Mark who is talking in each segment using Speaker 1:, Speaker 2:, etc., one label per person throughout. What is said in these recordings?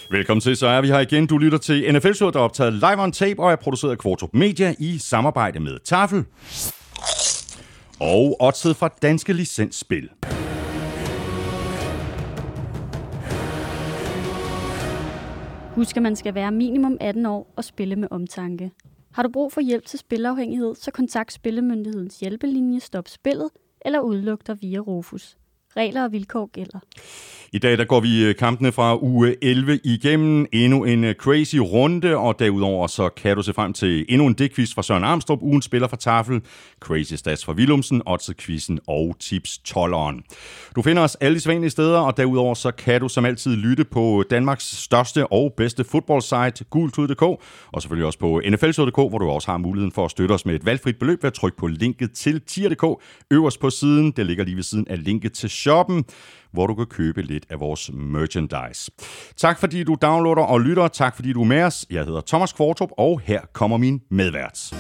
Speaker 1: Velkommen til, så er vi her igen. Du lytter til NFL-showet, der er optaget live on tape og er produceret af Kvartrup Media i samarbejde med Tafel og oddset fra Danske Licensspil.
Speaker 2: Husk, at man skal være minimum 18 år og spille med omtanke. Har du brug for hjælp til spilafhængighed, så kontakt Spillemyndighedens hjælpelinje Stop Spillet eller udluk dig via Rufus. Regler og vilkår gælder.
Speaker 1: I dag der går vi kampene fra uge 11 igennem. Endnu en crazy runde, og derudover så kan du se frem til endnu en digtquiz fra Søren Armstrong, ugen spiller fra Tafel, crazy stats fra Willumsen, oddset-quizzen og tips-tolleren. Du finder os alle de sædvanlige steder, og derudover så kan du som altid lytte på Danmarks største og bedste fodboldsite, gultud.dk, og selvfølgelig også på nflshowet.dk, hvor du også har muligheden for at støtte os med et valgfrit beløb ved at trykke på linket til tier.dk øverst på siden. Det ligger lige ved siden af linket til shoppen, hvor du kan købe lidt af vores merchandise. Tak fordi du downloader og lytter. Tak fordi du er med os. Jeg hedder Thomas Kvartrup, og her kommer min medvært.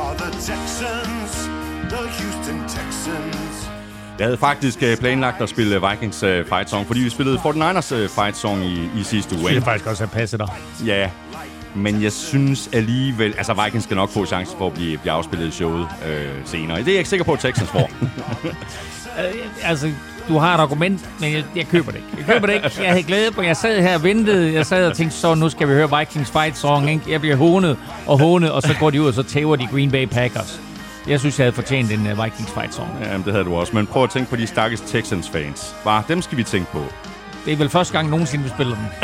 Speaker 1: Jeg havde faktisk planlagt at spille Vikings fight song, fordi vi spillede 49ers fight song i sidste uge.
Speaker 3: Det ville faktisk også have passet dig.
Speaker 1: Ja, men jeg synes alligevel, altså Vikings skal nok få chance for at blive afspillet i showet senere. Det er jeg ikke sikker på, at Texans får.
Speaker 3: Altså, du har et argument, men jeg køber det ikke. Jeg havde glædet på, jeg sad her og ventede. Jeg sad og tænkte, så nu skal vi høre Vikings fight song, ikke? Jeg bliver hånet, og så går de ud, og så tæver de Green Bay Packers. Jeg synes, jeg havde fortjent en Vikings fight song.
Speaker 1: Jamen, det havde du også. Men prøv at tænke på de stakkels Texans fans. Bare dem skal vi tænke på.
Speaker 3: Det er vel første gang nogensinde, vi spiller den.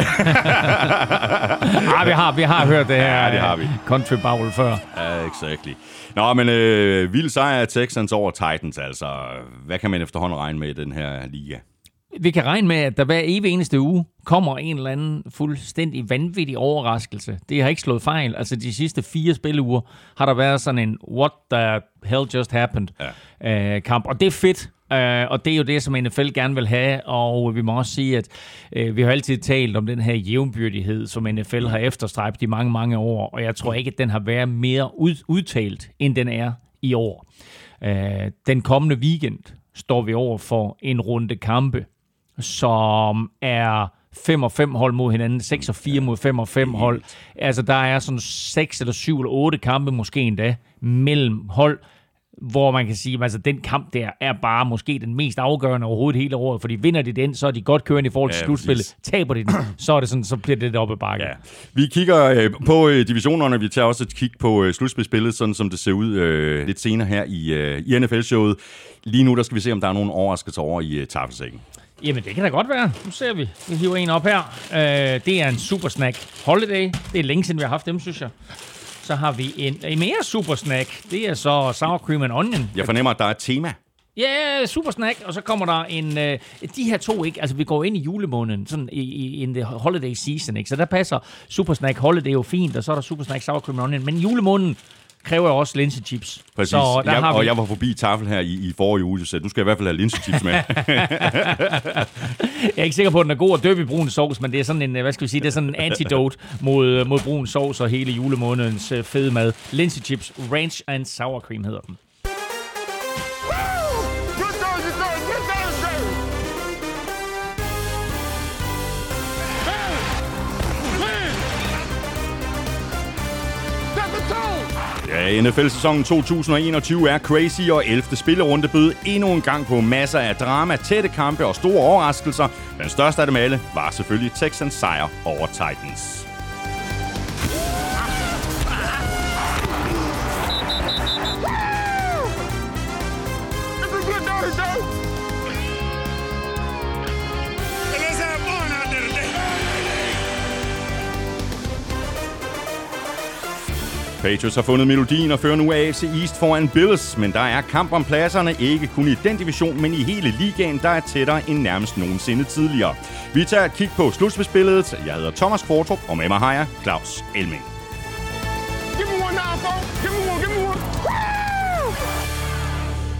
Speaker 3: Vi har hørt det her.
Speaker 1: Ja, det har vi.
Speaker 3: Country Bowl før.
Speaker 1: Ja, exactly. Nå, men vild sejr af Texans over Titans, altså. Hvad kan man efterhånden regne med i den her liga?
Speaker 3: Vi kan regne med, at der hver evig eneste uge kommer en eller anden fuldstændig vanvittig overraskelse. Det har ikke slået fejl. Altså de sidste 4 spilleuger har der været sådan en what the hell just happened kamp. Og det er fedt. Og det er jo det, som NFL gerne vil have, og vi må også sige, at vi har altid talt om den her jævnbyrdighed, som NFL har efterstræbt i mange, mange år, og jeg tror ikke, at den har været mere udtalt, end den er i år. Den kommende weekend står vi over for en runde kampe, som er 5-5 hold mod hinanden, 6-4 mod 5-5 hold. Altså, der er sådan 6 eller 7 eller 8 kampe, måske endda, mellem hold, hvor man kan sige, at altså, den kamp der er bare måske den mest afgørende overhovedet hele året, fordi vinder de den, så er de godt kørende i forhold til slutspillet. Taber de den, så er det sådan, så bliver det oppe ad bakken. Ja.
Speaker 1: Vi kigger på divisionerne, vi tager også et kig på slutspilsspillet, sådan som det ser ud lidt senere her i NFL-showet. Lige nu, der skal vi se, om der er nogen overraskelser over i tafelsækken.
Speaker 3: Jamen, det kan da godt være. Nu ser vi. Vi hiver en op her. Det er en Super Snack Holiday. Det er længe siden, vi har haft dem, synes jeg. Så har vi en mere super snack. Det er så sour cream and onion.
Speaker 1: Jeg fornemmer, at der er et tema.
Speaker 3: Ja, super snack. Og så kommer der de her to, ikke? Altså, vi går ind i julemåneden, sådan i the holiday season, ikke? Så der passer super snack holiday jo fint, og så er der super snack sour cream and onion. Men julemåneden kræver også linsechips.
Speaker 1: Præcis. Så jeg var forbi Tafel her i forrige uge, så du skal i hvert fald have linsechips med.
Speaker 3: Jeg er ikke sikker på, at den er god at døbe i brun sovs, men det er sådan en, hvad skal vi sige, det er sådan en antidote mod brun sovs og hele julemånedens fede mad. Linsechips, ranch and sour cream hedder den.
Speaker 1: Ja, NFL-sæsonen 2021 er crazy, og 11. spillerunde bød endnu en gang på masser af drama, tætte kampe og store overraskelser. Den største af dem alle var selvfølgelig Texans sejr over Titans. Patriots har fundet melodien og fører nu AFC East foran Bills, men der er kamp om pladserne, ikke kun i den division, men i hele ligaen, der er tættere end nærmest nogensinde tidligere. Vi tager et kig på slutspilsbilledet. Jeg hedder Thomas Kvartrup, og med mig har jeg Claus Elming.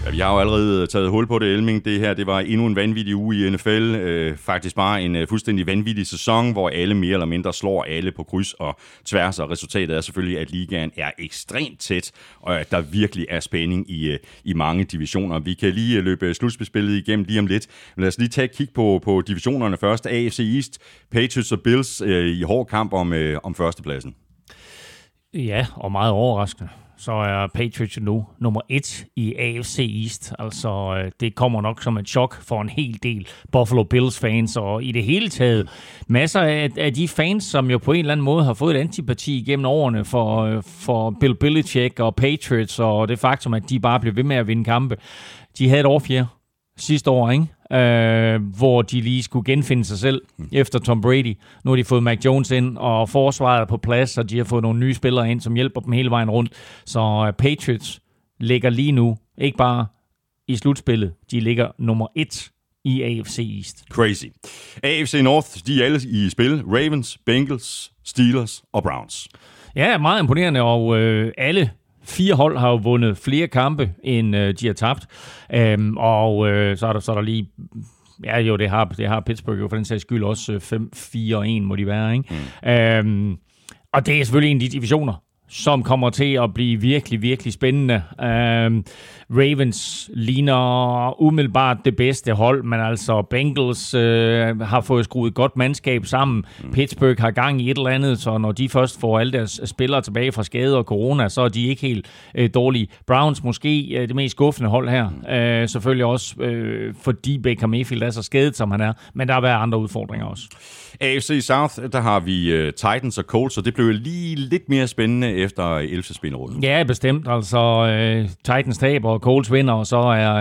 Speaker 1: Ja, vi har jo allerede taget hul på det, Elming. Det her, det var endnu en vanvittig uge i NFL. Faktisk bare en fuldstændig vanvittig sæson, hvor alle mere eller mindre slår alle på kryds og tværs. Og resultatet er selvfølgelig, at ligaen er ekstremt tæt, og at der virkelig er spænding i mange divisioner. Vi kan lige løbe slutspillet igennem lige om lidt. Lad os lige tage et kig på divisionerne først. AFC East, Patriots og Bills i hård kamp om førstepladsen.
Speaker 3: Ja, og meget overraskende. Så er Patriots nu nummer 1 i AFC East. Altså, det kommer nok som et chok for en hel del Buffalo Bills-fans, og i det hele taget masser af de fans, som jo på en eller anden måde har fået et antipati gennem årene for Bill Belichick og Patriots, og det faktum, at de bare blev ved med at vinde kampe. De havde et overfjerde sidste år, ikke? Hvor de lige skulle genfinde sig selv efter Tom Brady. Nu har de fået Mac Jones ind, og forsvaret er på plads, og de har fået nogle nye spillere ind, som hjælper dem hele vejen rundt. Så Patriots ligger lige nu, ikke bare i slutspillet, de ligger nummer 1 i AFC East.
Speaker 1: Crazy. AFC North, de er alle i spil. Ravens, Bengals, Steelers og Browns.
Speaker 3: Ja, meget imponerende, og alle 4 hold har jo vundet flere kampe, end de har tabt. Så er der lige... Ja, jo, det har Pittsburgh jo for den sags skyld også 5-4-1 må de være, ikke? Og det er selvfølgelig en af de divisioner, som kommer til at blive virkelig, virkelig spændende. Ravens ligner umiddelbart det bedste hold, men altså Bengals har fået skruet et godt mandskab sammen. Pittsburgh har gang i et eller andet, så når de først får alle deres spillere tilbage fra skade og corona, så er de ikke helt dårlige. Browns måske det mest skuffende hold her. Selvfølgelig også fordi Baker Mayfield er så skadet, som han er, men der har været andre udfordringer også.
Speaker 1: AFC South, der har vi Titans og Colts, og det blev lige lidt mere spændende efter 11. spillerunde.
Speaker 3: Ja, bestemt. Altså Titans taber, og Colts vinder, og så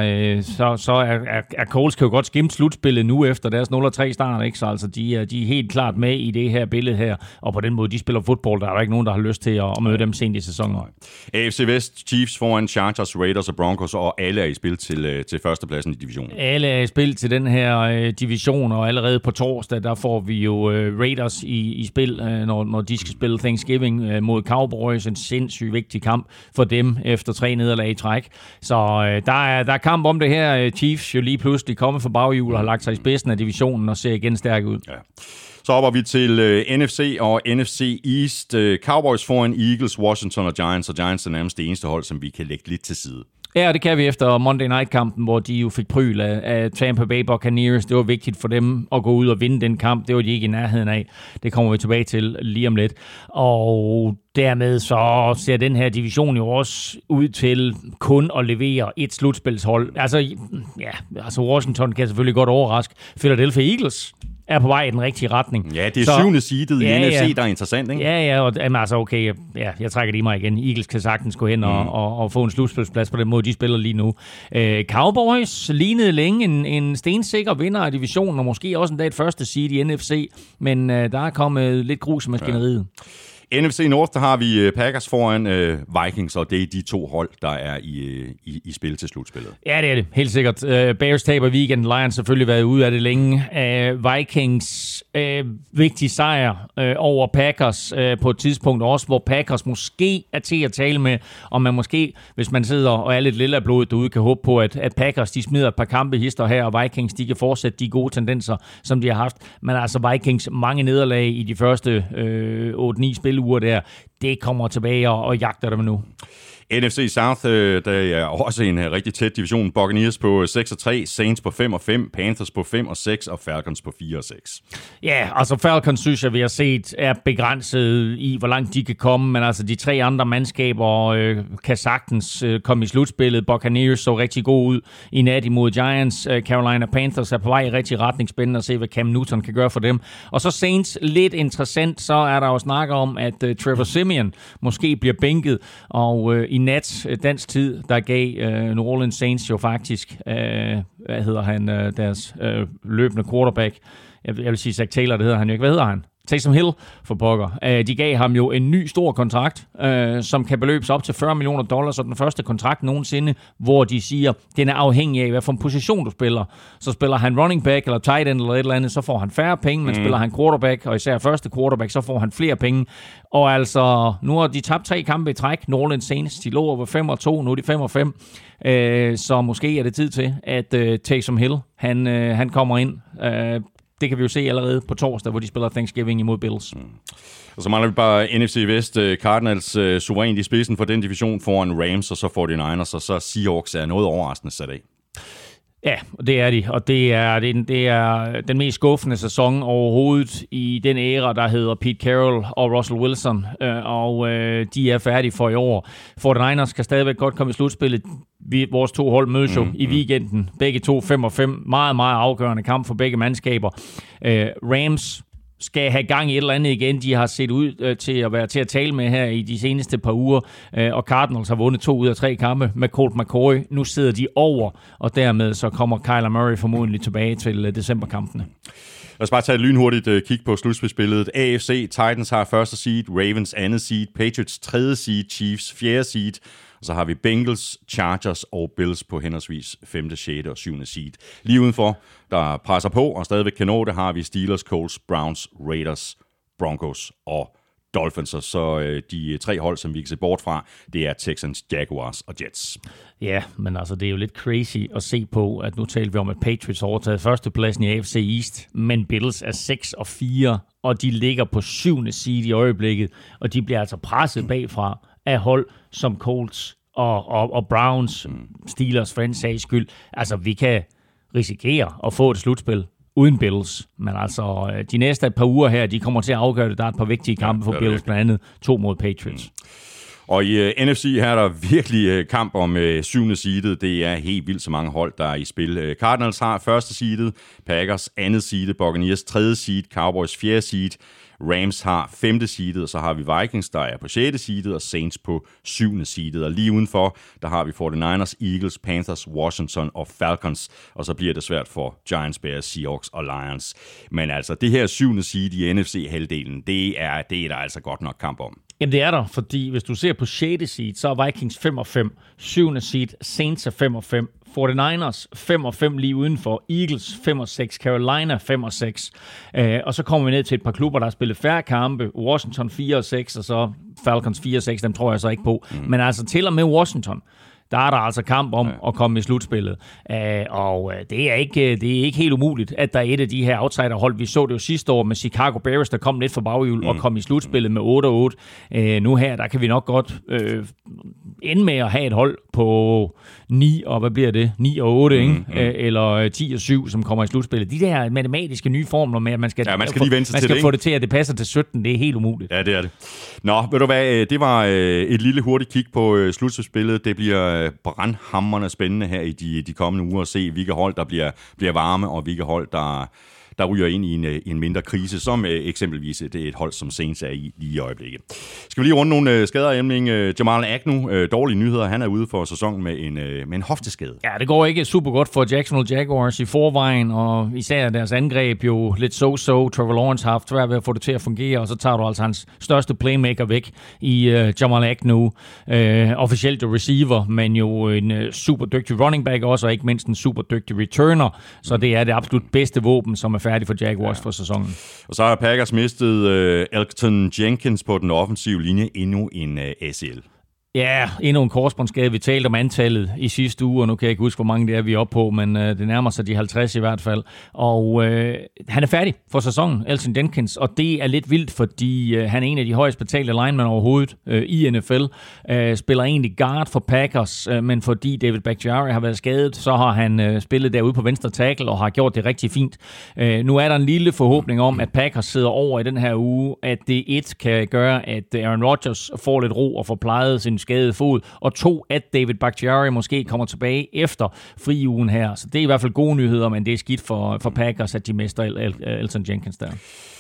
Speaker 3: er Colts kan jo godt skimte slutspillet nu efter deres 0-3 start, ikke? Så altså de er helt klart med i det her billede her, og på den måde, de spiller fodbold, der er der ikke nogen, der har lyst til at møde dem sent i sæsonen.
Speaker 1: AFC West, Chiefs foran Chargers, Raiders og Broncos, og alle er i spil til førstepladsen i divisionen.
Speaker 3: Alle er i spil til den her division, og allerede på torsdag, der får vi jo Raiders i spil, når de skal spille Thanksgiving mod Cowboys. En sindssygt vigtig kamp for dem efter 3 nederlag i træk. Så der er kamp om det her. Chiefs jo lige pludselig kommet fra baghjul og har lagt sig i spidsen af divisionen og ser igen stærk ud. Ja.
Speaker 1: Så hopper vi til NFC og NFC East. Cowboys foran Eagles, Washington og Giants. Og Giants er nærmest det eneste hold, som vi kan lægge lidt til side.
Speaker 3: Ja, det kan vi efter Monday Night-kampen, hvor de jo fik pryl af Tampa Bay Buccaneers. Det var vigtigt for dem at gå ud og vinde den kamp. Det var de ikke i nærheden af. Det kommer vi tilbage til lige om lidt. Og dermed så ser den her division jo også ud til kun at levere et slutspilshold. Altså Washington kan selvfølgelig godt overraske. Philadelphia Eagles er på vej i den rigtige retning.
Speaker 1: Ja, det er 7. seedet i NFC, der er interessant, ikke?
Speaker 3: Ja, og altså okay, jeg trækker det i mig igen. Eagles kan sagtens gå hen og få en slutspilsplads på den måde, de spiller lige nu. Cowboys lignede længe en stensikker vinder af divisionen, og måske også endda et første seed i NFC, men der er kommet lidt grus i maskineriet. Ja.
Speaker 1: NFC North, der har vi Packers foran Vikings, og det er de 2 hold, der er i spil til slutspillet.
Speaker 3: Ja, det er det. Helt sikkert. Bears taber i weekenden. Lions selvfølgelig været ude af det længe. Vikings vigtig sejr over Packers på et tidspunkt også, hvor Packers måske er til at tale med, og man måske, hvis man sidder og er lidt lille af blodet derude, kan håbe på, at Packers de smider et par kampe hister her, og Vikings de kan fortsætte de gode tendenser, som de har haft. Men altså Vikings mange nederlag i de første 8-9 spil uger der, det kommer tilbage og jagter dem nu.
Speaker 1: NFC South, der er også en rigtig tæt division. Buccaneers på 6-3, Saints på 5-5, Panthers på 5-6 og Falcons på 4-6.
Speaker 3: Ja, altså Falcons synes jeg, vi har set, er begrænset i, hvor langt de kan komme, men altså de 3 andre mandskaber kan sagtens komme i slutspillet. Buccaneers så rigtig god ud i nat imod Giants. Carolina Panthers er på vej i rigtig retning. Spændende at se, hvad Cam Newton kan gøre for dem. Og så Saints, lidt interessant, så er der jo snak om, at Trevor Siemian måske bliver bænket, og i nat dansk tid, der gav New Orleans Saints jo faktisk, deres løbende quarterback, jeg vil sige Zach Taylor, det hedder han jo ikke. Hvad hedder han? Taysom Hill for pokker. De gav ham jo en ny stor kontrakt, som kan beløbe sig op til $40 million, og den første kontrakt nogensinde, hvor de siger, den er afhængig af, hvad for en position du spiller. Så spiller han running back eller tight end eller et eller andet, så får han færre penge, men spiller han quarterback, og især første quarterback, så får han flere penge. Og altså, nu har de tabt 3 kampe i træk, New Orleans Saints, de lå over 5-2, nu er de 5-5, så måske er det tid til, at Taysom Hill, han kommer ind. Det kan vi jo se allerede på torsdag, hvor de spiller Thanksgiving imod Bills.
Speaker 1: Og så mangler vi bare NFC Vest. Cardinals suverænt i spidsen for den division foran Rams, og så 49ers, og så Seahawks er noget overraskende sat af.
Speaker 3: Ja, det er de, og det er den mest skuffende sæson overhovedet i den æra, der hedder Pete Carroll og Russell Wilson, og de er færdige for i år. 49ers kan stadigvæk godt komme i slutspillet. Vores 2 hold mødes jo i weekenden. Begge 2 5-5. Meget, meget afgørende kamp for begge mandskaber. Rams skal have gang i et eller andet igen. De har set ud til at være til at tale med her i de seneste par uger, og Cardinals har vundet 2 ud af 3 kampe med Colt McCoy. Nu sidder de over, og dermed så kommer Kyler Murray formodentlig tilbage til decemberkampene.
Speaker 1: Lad os bare tage et lynhurtigt kig på slutspilsbilledet. AFC, Titans har første seed, Ravens andet seed, Patriots tredje seed, Chiefs fjerde seed, og så har vi Bengals, Chargers og Bills på henholdsvis 5., 6. og 7. seed. Lige udenfor, der presser på og stadigvæk kan nå det, har vi Steelers, Colts, Browns, Raiders, Broncos og Dolphins. Så de 3 hold, som vi kan se bort fra, det er Texans, Jaguars og Jets.
Speaker 3: Ja, men altså det er jo lidt crazy at se på, at nu taler vi om, at Patriots har overtaget førstepladsen i AFC East, men Bills er 6-4, og de ligger på 7. seed i øjeblikket, og de bliver altså presset bagfra af hold som Colts og Browns, Steelers for den sags skyld. Altså vi kan risikere at få et slutspil uden Bills, men altså de næste par uger her, de kommer til at afgøre det. Der er et par vigtige kampe for Bills, blandt andet 2 mod Patriots.
Speaker 1: Og i NFC her er der virkelig kamp om 7. seedet. Det er helt vildt så mange hold, der er i spil. Cardinals har første seedet, Packers andet seedet, Buccaneers tredje seed, Cowboys fjerde seed, Rams har 5. seedet, og så har vi Vikings, der er på 6. seedet, og Saints på 7. seedet. Og lige udenfor, der har vi 49ers, Eagles, Panthers, Washington og Falcons. Og så bliver det svært for Giants, Bears, Seahawks og Lions. Men altså, det her 7. seed i NFC-halvdelen, det er der altså godt nok kamp om.
Speaker 3: Jamen det er der, fordi hvis du ser på 6. seed, så er Vikings 5-5, 7. seed, Saints er 5-5, 49ers 5-5 lige udenfor, Eagles 5-6, Carolina 5-6, og så kommer vi ned til et par klubber, der har spillet færre kampe, Washington 4-6, og så Falcons 4-6, dem tror jeg så ikke på, men altså til og med Washington, der er der altså kamp om at komme i slutspillet. Og det er ikke helt umuligt, at der er et af de her outsiderhold. Vi så det jo sidste år med Chicago Bears, der kom lidt for baghjul og kom i slutspillet med 8-8. Nu her, der kan vi nok godt ende med at have et hold på 9, og hvad bliver det? 9 og 8, ikke? Eller 10 og 7, som kommer i slutspillet. De der matematiske nye formler med, at man skal få det til, at det passer til 17, det er helt umuligt.
Speaker 1: Ja, det er det. Nå, ved du hvad, det var et lille hurtigt kig på slutspillet. Det bliver brandhamrende spændende her i de kommende uger at se, hvilke hold, der bliver varme, og hvilke hold, der ryger ind i en mindre krise, som eksempelvis et hold, som Saints er i lige i øjeblikket. Skal vi lige runde nogle skader, Emling? Jamal Agnew, dårlige nyheder. Han er ude for sæsonen med en hofteskade.
Speaker 3: Ja, det går ikke super godt for Jacksonville Jaguars i forvejen, og især deres angreb jo lidt so-so. Trevor Lawrence har haft svært ved at få det til at fungere, og så tager du altså hans største playmaker væk i Jamal Agnew. Officielt jo receiver, men jo en super dygtig running back også, og ikke mindst en super dygtig returner. Så det er det absolut bedste våben, som er færdig for Jaguars for sæsonen. Og
Speaker 1: så har Packers mistet Elgton Jenkins på den offensive linje, endnu en ACL.
Speaker 3: Ja, endnu en korsbåndsskade. Vi talte om antallet i sidste uge, og nu kan jeg ikke huske, hvor mange det er, vi er oppe på, men det nærmer sig de 50 i hvert fald. Og han er færdig for sæsonen, Elgton Jenkins, og det er lidt vildt, fordi han er en af de højst betalte linemen overhovedet i NFL. Spiller egentlig guard for Packers, men fordi David Bakhtiari har været skadet, så har han spillet derude på venstre tackle og har gjort det rigtig fint. Nu er der en lille forhåbning om, at Packers sidder over i den her uge, at det kan gøre, at Aaron Rodgers får lidt ro og får plejet sin skadede fod, og 2, at David Bakhtiari måske kommer tilbage efter friugen her. Så det er i hvert fald gode nyheder, men det er skidt for Packers, at de mister Elgton Jenkins der.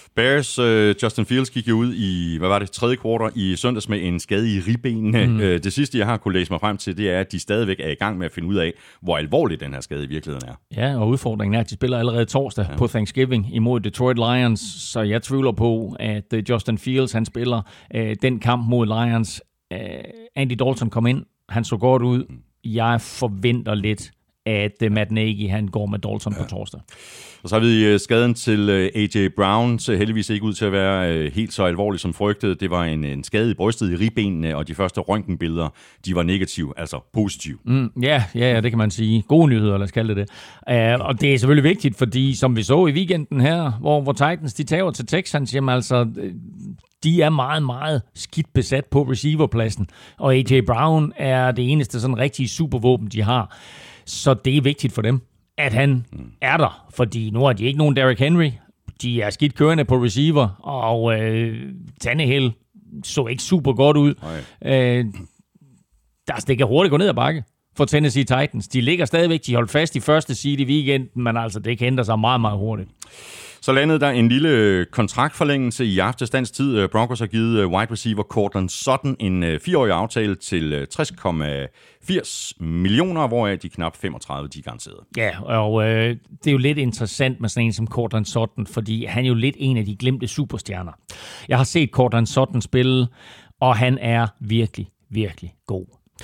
Speaker 1: Bears, Justin Fields gik jo ud i, tredje kvartal i søndags med en skade i ribbenene. Det sidste, jeg har kunne læse mig frem til, det er, at de stadigvæk er i gang med at finde ud af, hvor alvorlig den her skade i virkeligheden er.
Speaker 3: Ja, og udfordringen er, at de spiller allerede torsdag på Thanksgiving imod Detroit Lions, så jeg tvivler på, at Justin Fields, han spiller den kamp mod Lions. Andy Dalton kom ind, han så godt ud. Jeg forventer lidt, at Matt Nagy, han går med Dalton på torsdag.
Speaker 1: Og så har vi skaden til A.J. Brown, så heldigvis ikke ud til at være helt så alvorlig som frygtet. Det var en skade i brystet i ribbenene, og de første røntgenbilleder, de var negative, altså positive.
Speaker 3: Ja, det kan man sige. Gode nyheder, lad os kalde det. Og det er selvfølgelig vigtigt, fordi som vi så i weekenden her, hvor Titans de tager til Texans, jamen altså, de er meget, meget skidt besat på receiverpladsen, og A.J. Brown er det eneste sådan rigtige supervåben, de har. Så det er vigtigt for dem, at han er der, fordi nu har de ikke nogen Derrick Henry. De er skidt kørende på receiver, og Tannehill så ikke super godt ud. Det kan hurtigt gå ned ad bakke for Tennessee Titans. De ligger stadigvæk, de holdt fast i første seed i weekenden, men altså det kan ændre sig meget, meget hurtigt.
Speaker 1: Så landede der en lille kontraktforlængelse i aftenstands tid. Broncos har givet wide receiver Courtland Sutton en 4-årig aftale til 60,80 millioner, hvoraf de knap 35 de er garanteret.
Speaker 3: Ja, og det er jo lidt interessant med sådan en som Courtland Sutton, fordi han er jo lidt en af de glemte superstjerner. Jeg har set Courtland Sutton spille, og han er virkelig, virkelig god.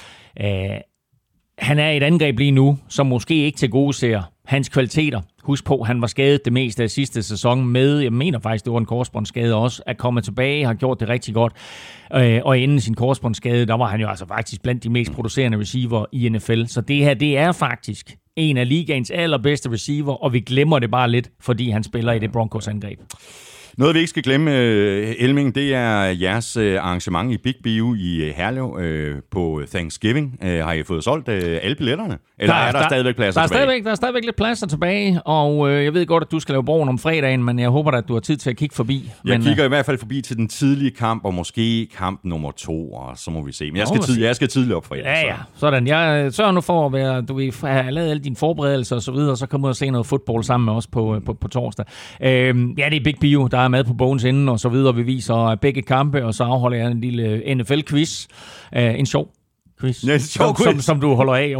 Speaker 3: Han er i et angreb lige nu, som måske ikke tilgodeser hans kvaliteter. Husk på, han var skadet det meste af sidste sæson med, jeg mener faktisk, det var en korsbåndsskade også, at komme tilbage, har gjort det rigtig godt. Og inden sin korsbåndsskade, der var han jo altså faktisk blandt de mest producerende receiver i NFL. Så det her, det er faktisk en af ligaens allerbedste receiver, og vi glemmer det bare lidt, fordi han spiller i det Broncos angreb.
Speaker 1: Noget, vi ikke skal glemme, Elming, det er jeres arrangement i Big Bio i Herlev på Thanksgiving. Har I fået solgt alle billetterne? Eller er der stadigvæk pladser tilbage?
Speaker 3: Der er stadigvæk lidt pladser tilbage, og jeg ved godt, at du skal lave Borgen om fredagen, men jeg håber at du har tid til at kigge forbi.
Speaker 1: Jeg kigger i hvert fald forbi til den tidlige kamp, og måske kamp nummer 2, og så må vi se. Men jeg skal tidligt op fredag.
Speaker 3: Ja, sådan. Jeg sørger nu for at være, du vil have lavet alle dine forberedelser og så videre, og så kommer ud og se noget fodbold sammen med os på torsdag. Ja, det er Big Bio, der er med på bogens ende og så videre. Vi viser begge kampe, og så afholder jeg en lille NFL-quiz. En sjov quiz, som du holder af, jo.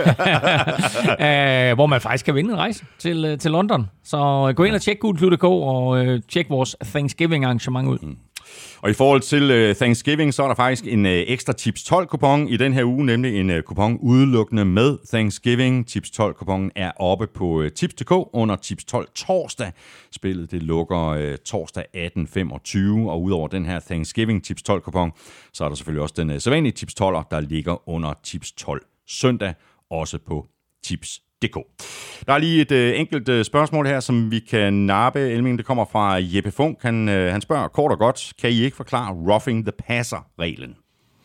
Speaker 3: Hvor man faktisk kan vinde en rejse til London. Så gå ind og tjek gulklud.dk og tjek vores Thanksgiving-arrangement ud.
Speaker 1: Og i forhold til Thanksgiving, så er der faktisk en ekstra Tips 12-kupon i den her uge, nemlig en kupon udelukkende med Thanksgiving. Tips 12-kuponen er oppe på Tips.dk under Tips 12 torsdag. Spillet det lukker torsdag 18.25, og udover den her Thanksgiving Tips 12-kupon, så er der selvfølgelig også den sædvanlige Tips 12'er, der ligger under Tips 12 søndag, også på Tips.dk. Der er lige et enkelt spørgsmål her, som vi kan nappe. Elming, det kommer fra Jeppe Funk. Han spørger kort og godt, kan I ikke forklare roughing the passer-reglen?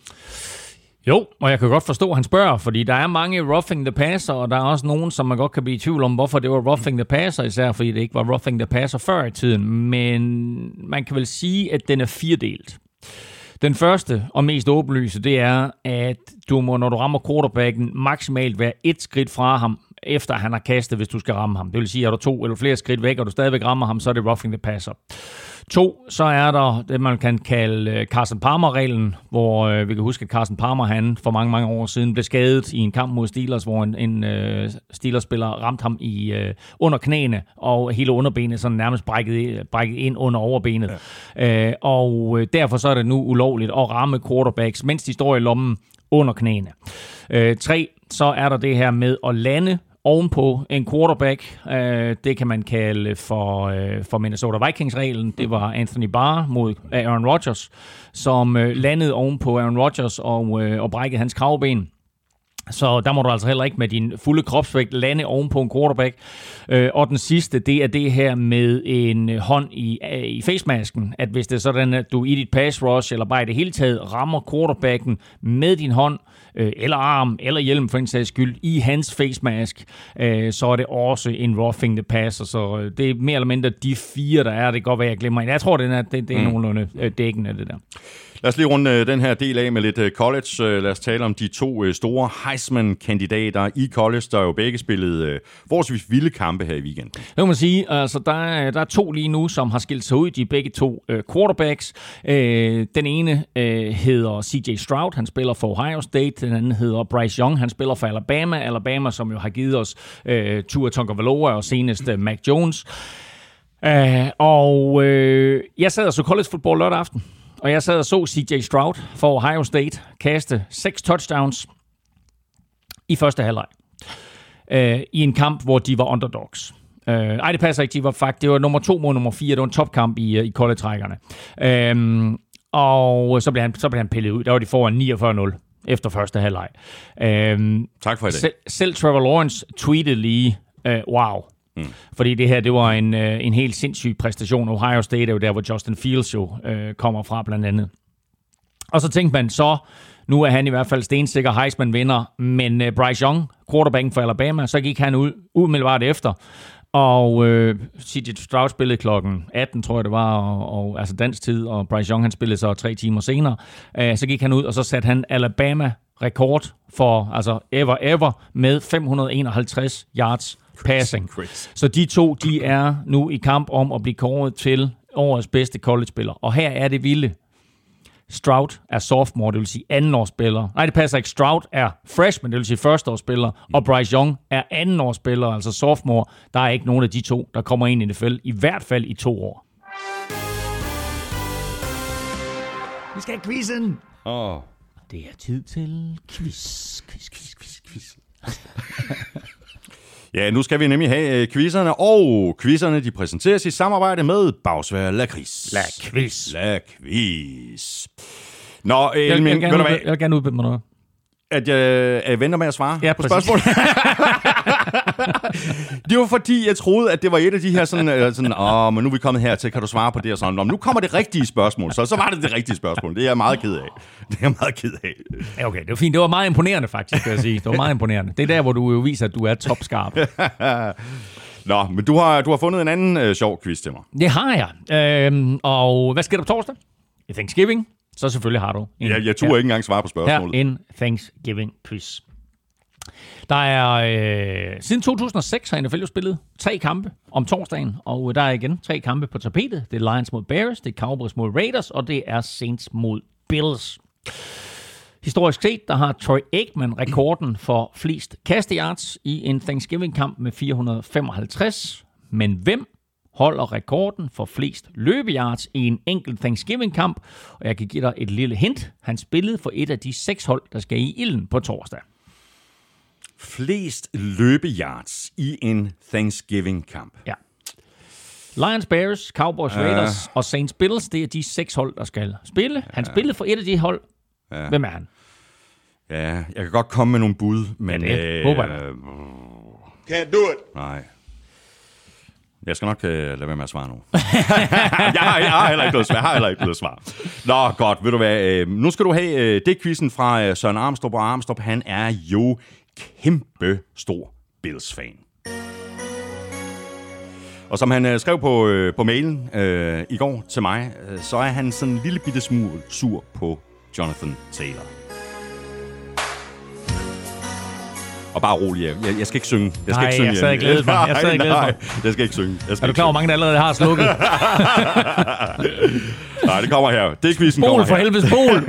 Speaker 3: Jo, og jeg kan godt forstå, at han spørger, fordi der er mange roughing the passer, og der er også nogen, som man godt kan blive i tvivl om, hvorfor det var roughing the passer, især fordi det ikke var roughing the passer før i tiden. Men man kan vel sige, at den er firedelt. Den første og mest åbenlyse, det er, at du må, når du rammer quarterbacken, maksimalt være 1 skridt fra ham, efter han har kastet, hvis du skal ramme ham. Det vil sige, at er du 2 eller flere skridt væk, og du stadigvæk rammer ham, så er det roughing the passer. 2, så er der det, man kan kalde Carson Palmer-reglen, hvor vi kan huske, at Carson Palmer, han for mange, mange år siden blev skadet i en kamp mod Steelers, hvor en Steelers-spiller ramte ham under knæene, og hele underbenet sådan nærmest brækket ind under overbenet. Ja. Og derfor så er det nu ulovligt at ramme quarterbacks, mens de står i lommen under knæene. 3, så er der det her med at lande ovenpå en quarterback. Det kan man kalde for Minnesota Vikings-reglen. Det var Anthony Barr mod Aaron Rodgers, som landede ovenpå Aaron Rodgers og brækkede hans kravben. Så der må du altså heller ikke med din fulde kropsvægt lande ovenpå en quarterback. Og den sidste, det er det her med en hånd i facemasken. At hvis det er sådan, at du i dit pass rush, eller bare i det hele taget, rammer quarterbacken med din hånd, eller arm, eller hjelm for en sags skyld, i hans facemask, så er det også en roughing the passer. Så det er mere eller mindre de 4, der er. Det kan godt være, jeg glemmer en. Jeg tror, det er nogenlunde dækkende, det der.
Speaker 1: Lad os lige runde den her del af med lidt college. Lad os tale om de to store Heisman-kandidater i college, der jo begge spillede forholdsvis vilde kampe her i weekenden.
Speaker 3: Det må man sige. Altså, der er to lige nu, som har skilt sig ud. De er begge to quarterbacks. Den ene hedder CJ Stroud. Han spiller for Ohio State. Den anden hedder Bryce Young. Han spiller for Alabama. Alabama, som jo har givet os Tua Tagovailoa og senest Mac Jones. Jeg sad og så college football lørdag aften. Og jeg sad og så CJ Stroud for Ohio State kaste 6 touchdowns i første halvleg. I en kamp, hvor de var underdogs. Nej, det passer ikke. Det var nummer 2 mod nummer 4. Det var en topkamp i college-trækkerne. Og så blev han pillet ud. Der var de foran 49-0 efter første halvleg.
Speaker 1: Tak for i dag.
Speaker 3: Selv Trevor Lawrence tweetede lige, wow. Fordi det her, det var en helt sindssyg præstation. Ohio State er jo der, hvor Justin Fields jo kommer fra blandt andet. Og så tænkte man så, nu er han i hvert fald stensikker Heisman-vinder, men Bryce Young, quarterbacken for Alabama, så gik han ud umiddelbart efter. Og CJ Stroud spillede klokken 18, tror jeg det var, og altså dansk tid, og Bryce Young han spillede så 3 timer senere. Så gik han ud, og så satte han Alabama-rekord for altså ever med 551 yards passing. Så de to, de er nu i kamp om at blive kåret til årets bedste college-spiller. Og her er det vilde. Stroud er sophomore, det vil sige andenårsspiller. Nej, det passer ikke. Stroud er freshman, det vil sige førsteårsspiller. Og Bryce Young er andenårsspiller, altså sophomore. Der er ikke nogen af de to, der kommer ind i NFL, i hvert fald i 2 år. Vi skal have quizzen. Det er tid til quiz.
Speaker 1: Ja, nu skal vi nemlig have quizzerne, og quizzerne de præsenteres i samarbejde med Bagsværd Lakrids. Lakrids. Nå, Elming,
Speaker 3: jeg vil gerne udbyde mig noget.
Speaker 1: At jeg venter med at svare på spørgsmålet. Det var fordi, jeg troede, at det var et af de her sådan men nu er vi kommet hertil, kan du svare på det og sådan. Nå, nu kommer det rigtige spørgsmål, så var det rigtige spørgsmål. Det er jeg meget ked af.
Speaker 3: Ja, okay, det var fint. Det var meget imponerende faktisk, kan jeg sige. Det var meget imponerende. Det er der, hvor du jo viser, at du er topskarp.
Speaker 1: Nå, men du har fundet en anden sjov quiz til mig.
Speaker 3: Det har jeg. Og hvad sker der på torsdag? I Thanksgiving. Så selvfølgelig har du
Speaker 1: jeg turde ikke engang svare på spørgsmålet.
Speaker 3: Her en Thanksgiving-quiz. Der er siden 2006 har NFL spillet 3 kampe om torsdagen, og der er igen 3 kampe på tapetet. Det er Lions mod Bears, det er Cowboys mod Raiders, og det er Saints mod Bills. Historisk set, der har Troy Aikman rekorden for flest kasteyards i en Thanksgiving-kamp med 455. Men hvem holder rekorden for flest løbeyards i en enkelt Thanksgiving-kamp? Og jeg kan give dig et lille hint. Han spillede for et af de 6 hold, der skal i ilden på torsdag.
Speaker 1: Flest løbeyards i en Thanksgiving-kamp.
Speaker 3: Ja. Lions, Bears, Cowboys, Raiders og Saints Bills, det er de 6 hold, der skal spille. Han spillede for et af de hold. Ja. Hvem er han?
Speaker 1: Ja, jeg kan godt komme med nogle bud, men...
Speaker 3: det håber jeg.
Speaker 1: Can't do it. Nej. Jeg skal nok lade være med at svare nu. jeg har heller ikke noget svar. Nå, godt. Ved du hvad? Nu skal du have det quizzen fra Søren Armstrong. Og Armstrong, han er jo kæmpe stor Bills-fan. Og som han skrev på mailen i går til mig, så er han sådan en lille bitte smule sur på Jonathan Taylor. Og bare rolig, jeg skal ikke synge. Jeg sad
Speaker 3: ikke glædet mig.
Speaker 1: Jeg skal ikke synge.
Speaker 3: Er du klar, hvor mange der allerede har slukket?
Speaker 1: Nej, det kommer her. Det quizzen kommer her.
Speaker 3: For helvede, spol!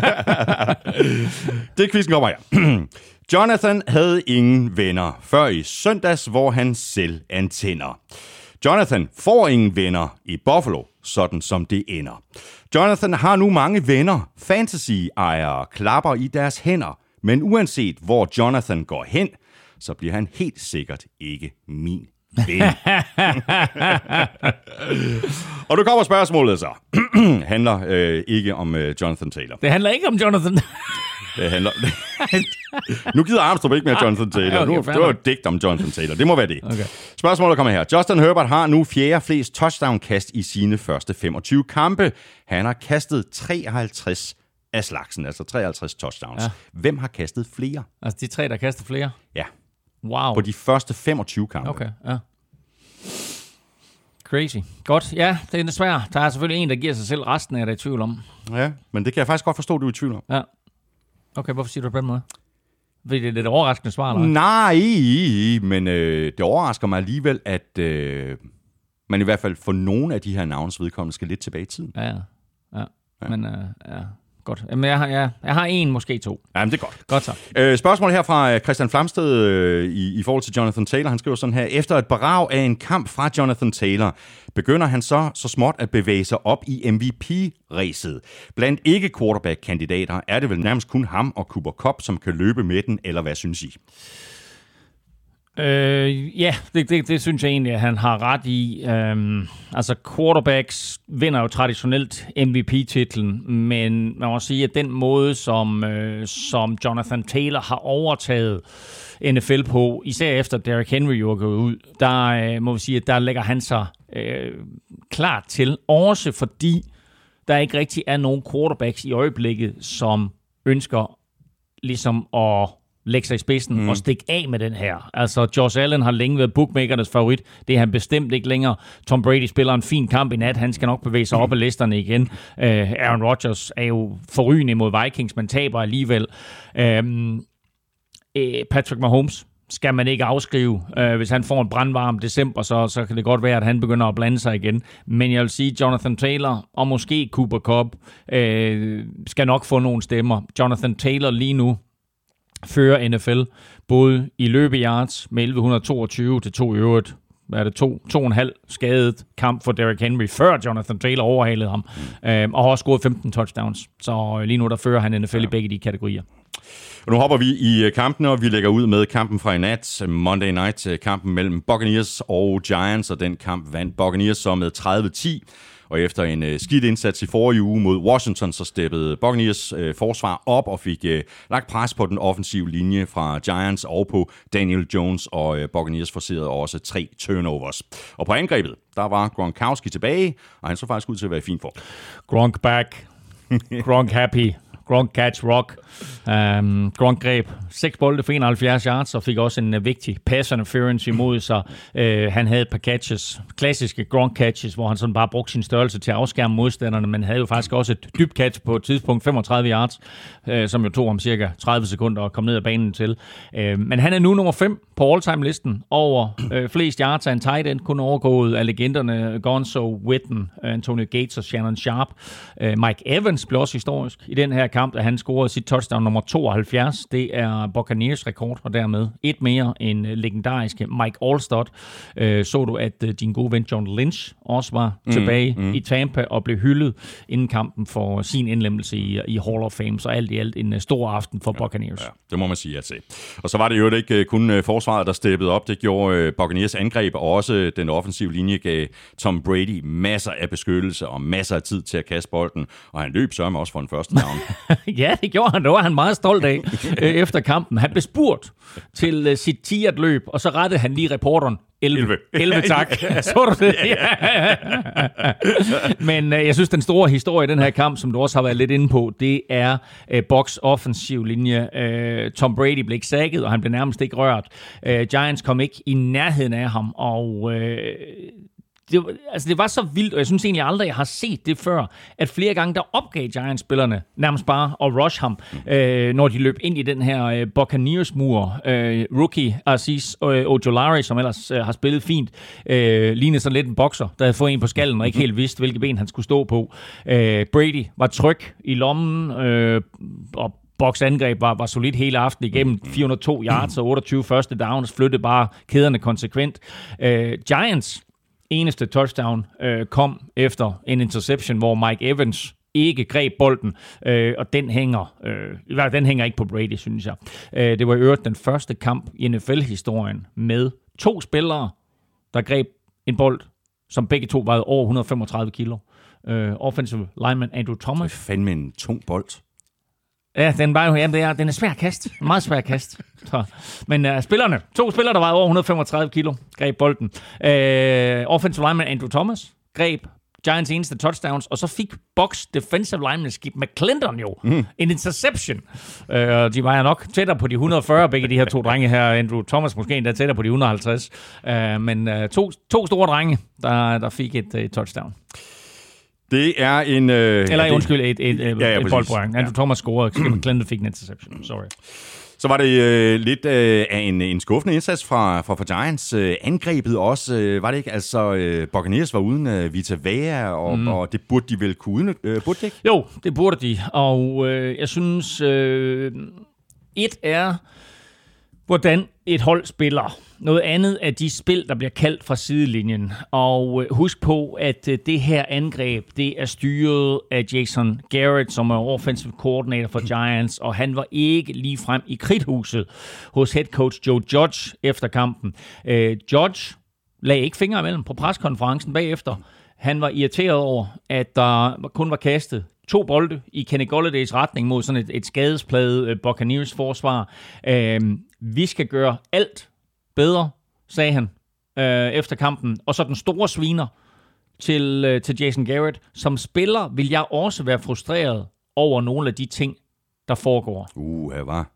Speaker 1: Det quizzen kommer her. Jonathan havde ingen venner før i søndags, hvor han selv antænder. Jonathan får ingen venner i Buffalo, sådan som det ender. Jonathan har nu mange venner. Fantasy-ejere klapper i deres hænder. Men uanset hvor Jonathan går hen, så bliver han helt sikkert ikke min ven. Og nu kommer spørgsmålet så. Handler ikke om Jonathan Taylor.
Speaker 3: Det handler ikke om Jonathan.
Speaker 1: Det handler... Nu gider Armstrong ikke mere Jonathan Taylor. Okay, det var et digt om Jonathan Taylor. Det må være det. Okay. Spørgsmålet kommer her. Justin Herbert har nu 4. flest touchdown-kast i sine første 25 kampe. Han har kastet 53 af slagsen, altså 53 touchdowns. Ja. Hvem har kastet flere?
Speaker 3: Altså de 3, der kaster flere?
Speaker 1: Ja.
Speaker 3: Wow.
Speaker 1: På de første 25 kampe.
Speaker 3: Okay, ja. crazy. Godt, ja, det er svært. Der er selvfølgelig en, der giver sig selv resten af det i tvivl om.
Speaker 1: Ja, men det kan jeg faktisk godt forstå, du er i tvivl om.
Speaker 3: Ja. Okay, hvorfor siger du det på den måde? Fordi det er lidt overraskende svar, eller?
Speaker 1: Nej, men det overrasker mig alligevel, at man i hvert fald for nogle af de her navns vedkommende skal lidt tilbage i tiden.
Speaker 3: Ja. Men godt. Jamen, jeg har en, måske to.
Speaker 1: Jamen, det er godt.
Speaker 3: Godt så.
Speaker 1: Spørgsmål her fra Christian Flamsted i forhold til Jonathan Taylor. Han skriver sådan her: efter et brag af en kamp fra Jonathan Taylor, begynder han så småt at bevæge sig op i MVP-ræset. Blandt ikke-quarterback-kandidater er det vel nærmest kun ham og Cooper Kupp, som kan løbe med den, eller hvad synes I?
Speaker 3: Ja, det synes jeg egentlig, at han har ret i. Altså, quarterbacks vinder jo traditionelt MVP-titlen, men man må sige, at den måde, som Jonathan Taylor har overtaget NFL på, især efter Derrick Henry jo er gået ud, der må vi sige, at der lægger han sig klart til. Også fordi der ikke rigtig er nogen quarterbacks i øjeblikket, som ønsker ligesom at lægge sig i spidsen og stikke af med den her. Altså, Josh Allen har længe været bookmakernes favorit. Det er han bestemt ikke længere. Tom Brady spiller en fin kamp i nat. Han skal nok bevæge sig op ad listerne igen. Aaron Rodgers er jo forrygende imod Vikings, men taber alligevel. Patrick Mahomes skal man ikke afskrive. Hvis han får en brandvarm december, så kan det godt være, at han begynder at blande sig igen. Men jeg vil sige, Jonathan Taylor og måske Cooper Kupp skal nok få nogle stemmer. Jonathan Taylor lige nu fører NFL både i løbeyards med 1122 til 2,5 skadet kamp for Derrick Henry, før Jonathan Taylor overhalede ham, og har også scoret 15 touchdowns. Så lige nu der fører han NFL i begge de kategorier.
Speaker 1: Og nu hopper vi i kampene, og vi lægger ud med kampen fra i nat, Monday Night-kampen mellem Buccaneers og Giants, og den kamp vandt Buccaneers så med 30-10. Og efter en skidt indsats i forrige uge mod Washington, så steppede Buccaneers forsvar op og fik lagt pres på den offensive linje fra Giants og på Daniel Jones, og Buccaneers forcerede også 3 turnovers. Og på angrebet, der var Gronkowski tilbage, og han så faktisk ud til at være i fin form.
Speaker 3: Gronk back. Gronk happy. Gronk catch rock. Gronk greb 6 bolde for 71 yards og fik også en vigtig pass interference imod sig. Han havde et par catches, klassiske Gronk catches, hvor han sådan bare brugte sin størrelse til at afskærme modstanderne, men havde jo faktisk også et dybt catch på et tidspunkt, 35 yards, som jo tog ham cirka 30 sekunder at komme ned ad banen til. Men han er nu nummer 5 på all-time-listen over flest yards af en tight end, kun overgået af legenderne Gonzo, Witten, Antonio Gates og Shannon Sharp. Mike Evans blev også historisk i den her kamp, da han scorede sit touchdown nummer 72. Det er Buccaneers rekord, og dermed et mere end legendariske Mike Alstott. Så du, at din gode ven John Lynch også var tilbage i Tampa og blev hyldet inden kampen for sin indlemmelse i Hall of Fame. Så alt i alt en stor aften for Buccaneers.
Speaker 1: Ja, det må man sige, at se. Og så var det jo ikke kun forsvaret, der steppede op. Det gjorde Buccaneers angreb, og også den offensive linje gav Tom Brady masser af beskyttelse og masser af tid til at kaste bolden. Og han løb sørme også for en første down.
Speaker 3: Ja, det gjorde han. Det var han meget stolt af efter kampen. Han blev spurgt til sit 10-løb, og så rettede han lige reporteren. 11 tak. Så du det? Ja. Men jeg synes, den store historie i den her kamp, som du også har været lidt inde på, det er Bucs offensiv linje. Tom Brady blev ikke sacket, og han blev nærmest ikke rørt. Giants kom ikke i nærheden af ham, og det var så vildt, og jeg synes egentlig aldrig, jeg har set det før, at flere gange, der opgav Giants-spillerne nærmest bare at rush ham, når de løb ind i den her Buccaneers-mur. Rookie Azeez Ojulari, som ellers har spillet fint, lignede sådan lidt en bokser, der havde fået en på skallen og ikke helt vidste, hvilket ben han skulle stå på. Brady var tryg i lommen, og Bucs angreb var solidt hele aften igennem. 402 yards og 28 første downs, flyttede bare kæderne konsekvent. Giants eneste touchdown kom efter en interception, hvor Mike Evans ikke greb bolden, og den hænger ikke på Brady, synes jeg. Det var i øvrigt den første kamp i NFL-historien med 2 spillere, der greb en bold, som begge to vejede over 135 kilo. Offensive lineman Andrew Thomas.
Speaker 1: Det er fandme en tung bold.
Speaker 3: Ja, den er svær at kaste. Meget svær at kaste. Men 2 spillere, der var over 135 kilo, greb bolden. Offensive lineman Andrew Thomas greb Giants eneste touchdowns, og så fik Bucs defensive lineman Skip McClendon jo en interception. De var nok tættere på de 140, begge de her to drenge her. Andrew Thomas måske endda tættere på de 150. Men to store drenge, der fik et touchdown.
Speaker 1: Det er en...
Speaker 3: et boldbrøring. Andrew Thomas scorede, Skip McClendon fik en interception. Sorry.
Speaker 1: Så var det lidt af en skuffende indsats fra Giants. Angrebet også, var det ikke? Altså, Buccaneers var uden Vita Vea, og det burde de vel kunne udnytte, burde det ikke?
Speaker 3: Jo, det burde de, og jeg synes, et er, hvordan et hold spiller. Noget andet er de spil, der bliver kaldt fra sidelinjen. Og husk på, at det her angreb, det er styret af Jason Garrett, som er offensive coordinator for Giants, og han var ikke lige frem i kridthuset hos head coach Joe Judge efter kampen. Judge lagde ikke fingre imellem på preskonferencen bagefter. Han var irriteret over, at der kun var kastet 2 bolde i Kenny Golladays retning mod sådan et skadesplaget Buccaneers forsvar. Vi skal gøre alt bedre, sagde han efter kampen. Og så den store sviner til Jason Garrett. Som spiller vil jeg også være frustreret over nogle af de ting, der foregår.
Speaker 1: Var.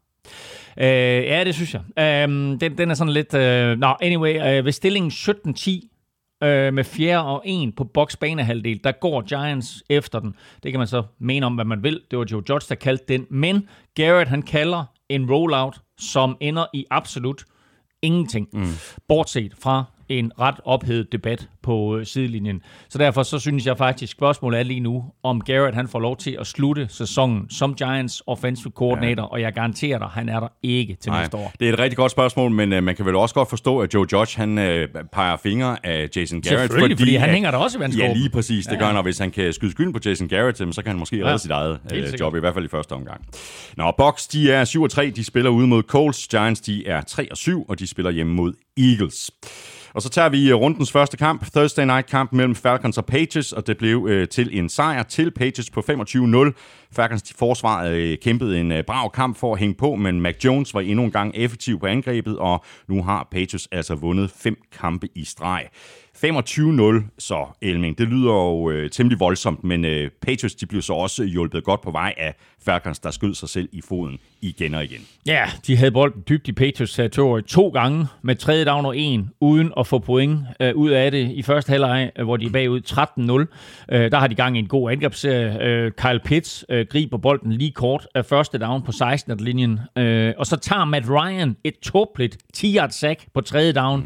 Speaker 3: Ja, det synes jeg. Den er sådan lidt... anyway, ved stillingen 17-10, med 4. og 1 på Bucs banehalvdel, der går Giants efter den. Det kan man så mene om, hvad man vil. Det var Joe Judge, der kaldte den. Men Garrett, han kalder en rollout, som ender i absolut ingenting. Bortset fra en ret ophedet debat på sidelinjen. Så derfor så synes jeg faktisk, spørgsmålet er lige nu, om Garrett han får lov til at slutte sæsonen som Giants offensive coordinator, og jeg garanterer dig, han er der ikke til næste år.
Speaker 1: Det er et rigtig godt spørgsmål, men man kan vel også godt forstå, at Joe Judge han peger fingre af Jason Garrett.
Speaker 3: Fordi han hænger der også i vandskåben.
Speaker 1: Ja, lige præcis. Det gør han, og hvis han kan skyde skylden på Jason Garrett, så kan han måske redde sit eget job, i hvert fald i første omgang. Bucs, de er 7-3, de spiller ude mod Colts. Giants, de er 3-7, og de spiller hjemme mod Eagles. Og så tager vi rundens første kamp, Thursday Night kamp mellem Falcons og Patriots, og det blev til en sejr til Patriots på 25-0. Falcons forsvaret kæmpede en brav kamp for at hænge på, men Mac Jones var endnu en gang effektiv på angrebet, og nu har Patriots altså vundet 5 kampe i streg. 25-0, så Elming. Det lyder jo temmelig voldsomt, men Patriots de blev så også hjulpet godt på vej af Falcons, der skød sig selv i foden igen og igen.
Speaker 3: Ja, de havde bolden dybt i Patriots territorium 2 gange med 3. down og 1, uden at få point ud af det i første halvleg, hvor de er bagud 13-0. Der har de gang i en god angrebsserie. Kyle Pitts griber bolden lige kort af første down på 16-linjen, og så tager Matt Ryan et tåbeligt 10-yard sack på 3. down.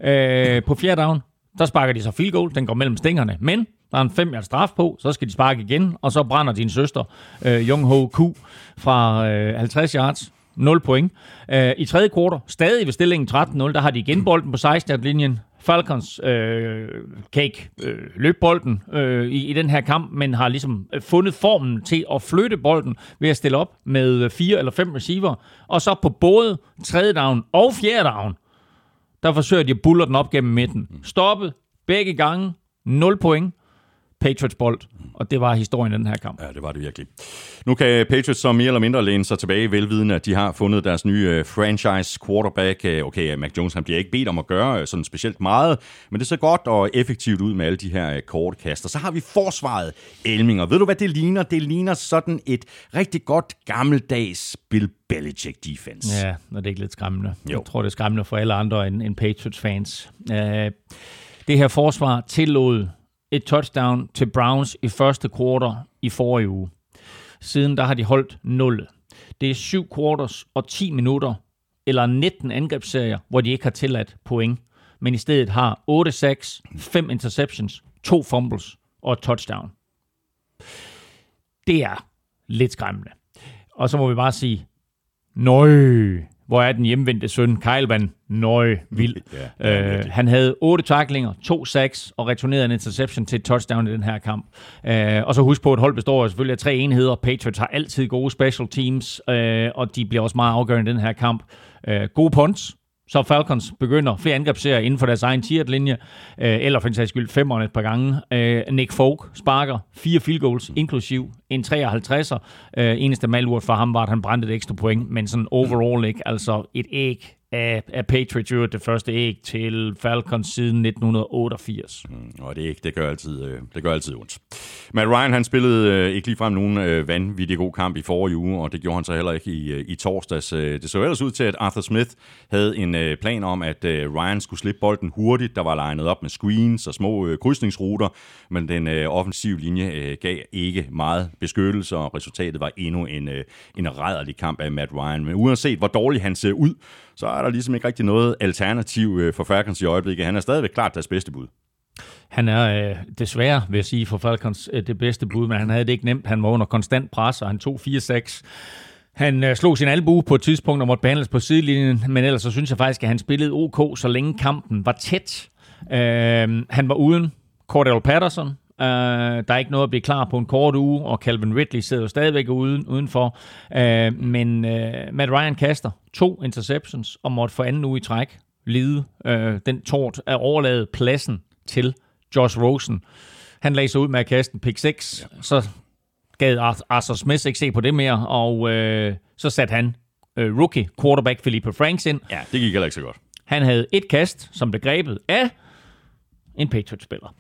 Speaker 3: På 4. down, der sparker de så field goal, den går mellem stængerne, men der er en 5-yard straf på, så skal de sparke igen, og så brænder din søster, Younghoe Koo, fra 50 yards, 0 point. I tredje kvartal, stadig ved stillingen 13-0, der har de igen bolden på 16-yard-linjen. Falcons kan ikke løbe bolden i den her kamp, men har ligesom fundet formen til at flytte bolden ved at stille op med 4 eller 5 receiver, og så på både 3. down og 4. down, der forsøger de at buller den op gennem midten. Stoppet begge gange, 0 point. Patriots bold, og det var historien i den her kamp.
Speaker 1: Ja, det var det virkelig. Nu kan Patriots så mere eller mindre læne sig tilbage, velvidende, at de har fundet deres nye franchise quarterback. Okay, Mac Jones han bliver ikke bedt om at gøre sådan specielt meget, men det ser godt og effektivt ud med alle de her korte kaster. Så har vi forsvaret, Elming, og ved du hvad det ligner? Det ligner sådan et rigtig godt gammeldags Bill Belichick defense.
Speaker 3: Ja, og det er ikke lidt skræmmende. Jo. Jeg tror, det er skræmmende for alle andre end Patriots fans. Det her forsvar tillod et touchdown til Browns i første kvartal i forrige uge. Siden der har de holdt 0. Det er 7 quarters og 10 minutter, eller 19 angrebsserier, hvor de ikke har tilladt point, men i stedet har 8 sacks, 5 interceptions, 2 fumbles og et touchdown. Det er lidt skræmmende. Og så må vi bare sige, nøj, hvor er den hjemvendte søn, Kyle Van Noy, vild. Han havde 8 tacklinger, 2 sacks og returnerede en interception til et touchdown i den her kamp. Og så husk på, at hold består selvfølgelig af 3 enheder. Patriots har altid gode special teams, og de bliver også meget afgørende i den her kamp. Gode punts, Så Falcons begynder flere angrebsserier inden for deres egen tier-linje, eller for en sags skyld 5'eren et par gange. Nick Folk sparker 4 field goals, inklusiv en 53'er. Eneste malurt for ham var, at han brændte et ekstra point, men sådan overall ikke, altså et æg af Patriots, det første æg til Falcons siden 1988.
Speaker 1: Og det æg, det gør altid ondt. Matt Ryan, han spillede ikke ligefrem nogen vanvittig god kamp i forrige uge, og det gjorde han så heller ikke i torsdags. Det så ellers ud til, at Arthur Smith havde en plan om, at Ryan skulle slippe bolden hurtigt. Der var linet op med screens og små krydsningsruter, men den offensive linje gav ikke meget beskyttelse, og resultatet var endnu en rædderlig kamp af Matt Ryan. Men uanset hvor dårlig han ser ud, så er der ligesom ikke rigtig noget alternativ for Falcons i øjeblikket. Han er stadigvæk klart deres bedste bud.
Speaker 3: Han er desværre, vil jeg sige, for Falcons det bedste bud, men han havde det ikke nemt. Han var under konstant pres, og han tog 4-6. Han slog sin albue på et tidspunkt og måtte behandles på sidelinjen, men ellers så synes jeg faktisk, at han spillede OK, så længe kampen var tæt. Han var uden Cordell Patterson. Der er ikke noget at blive klar på en kort uge, og Calvin Ridley sidder jo stadigvæk udenfor. Men Matt Ryan kaster 2 interceptions og måtte for anden uge i træk lide den tort at overlade pladsen til Josh Rosen. Han lagde sig ud med at kaste en pick 6, så gad Arthur Smith ikke se på det mere, og så satte han rookie quarterback Felipe Franks ind.
Speaker 1: Ja, det gik heller ikke så godt.
Speaker 3: Han havde et kast, som blev grebet af en Patriots-spiller.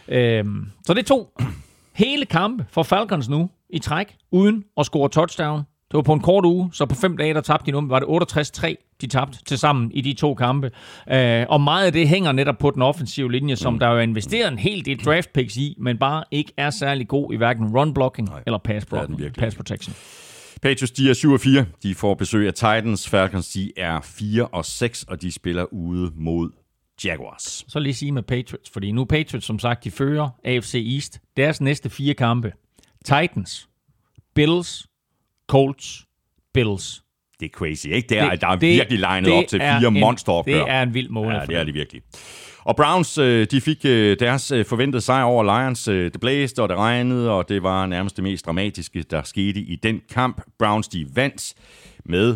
Speaker 3: Så det tog hele kampe for Falcons nu i træk, uden at score touchdown. Det var på en kort uge, så på 5 dage, der tabte de nu, var det 68-3, de tabte til sammen i de 2 kampe. Og meget af det hænger netop på den offensive linje, som der jo er investeret en hel del draft picks i, men bare ikke er særlig god i hverken run blocking eller pass protection.
Speaker 1: Patriots, de er 7-4. De får besøg af Titans. Falcons, de er 4-6, og de spiller ude mod Jaguars.
Speaker 3: Så lige sige med Patriots, fordi nu Patriots, som sagt, de fører AFC East. Deres næste 4 kampe. Titans, Bills, Colts, Bills.
Speaker 1: Det er crazy, ikke? Der er virkelig legnet op til 4 monsteropgør.
Speaker 3: Det er en vild måned.
Speaker 1: Ja, det er det virkelig. Og Browns, de fik deres forventede sejr over Lions. Det blæste, og det regnede, og det var nærmest det mest dramatiske, der skete i den kamp. Browns, de vandt med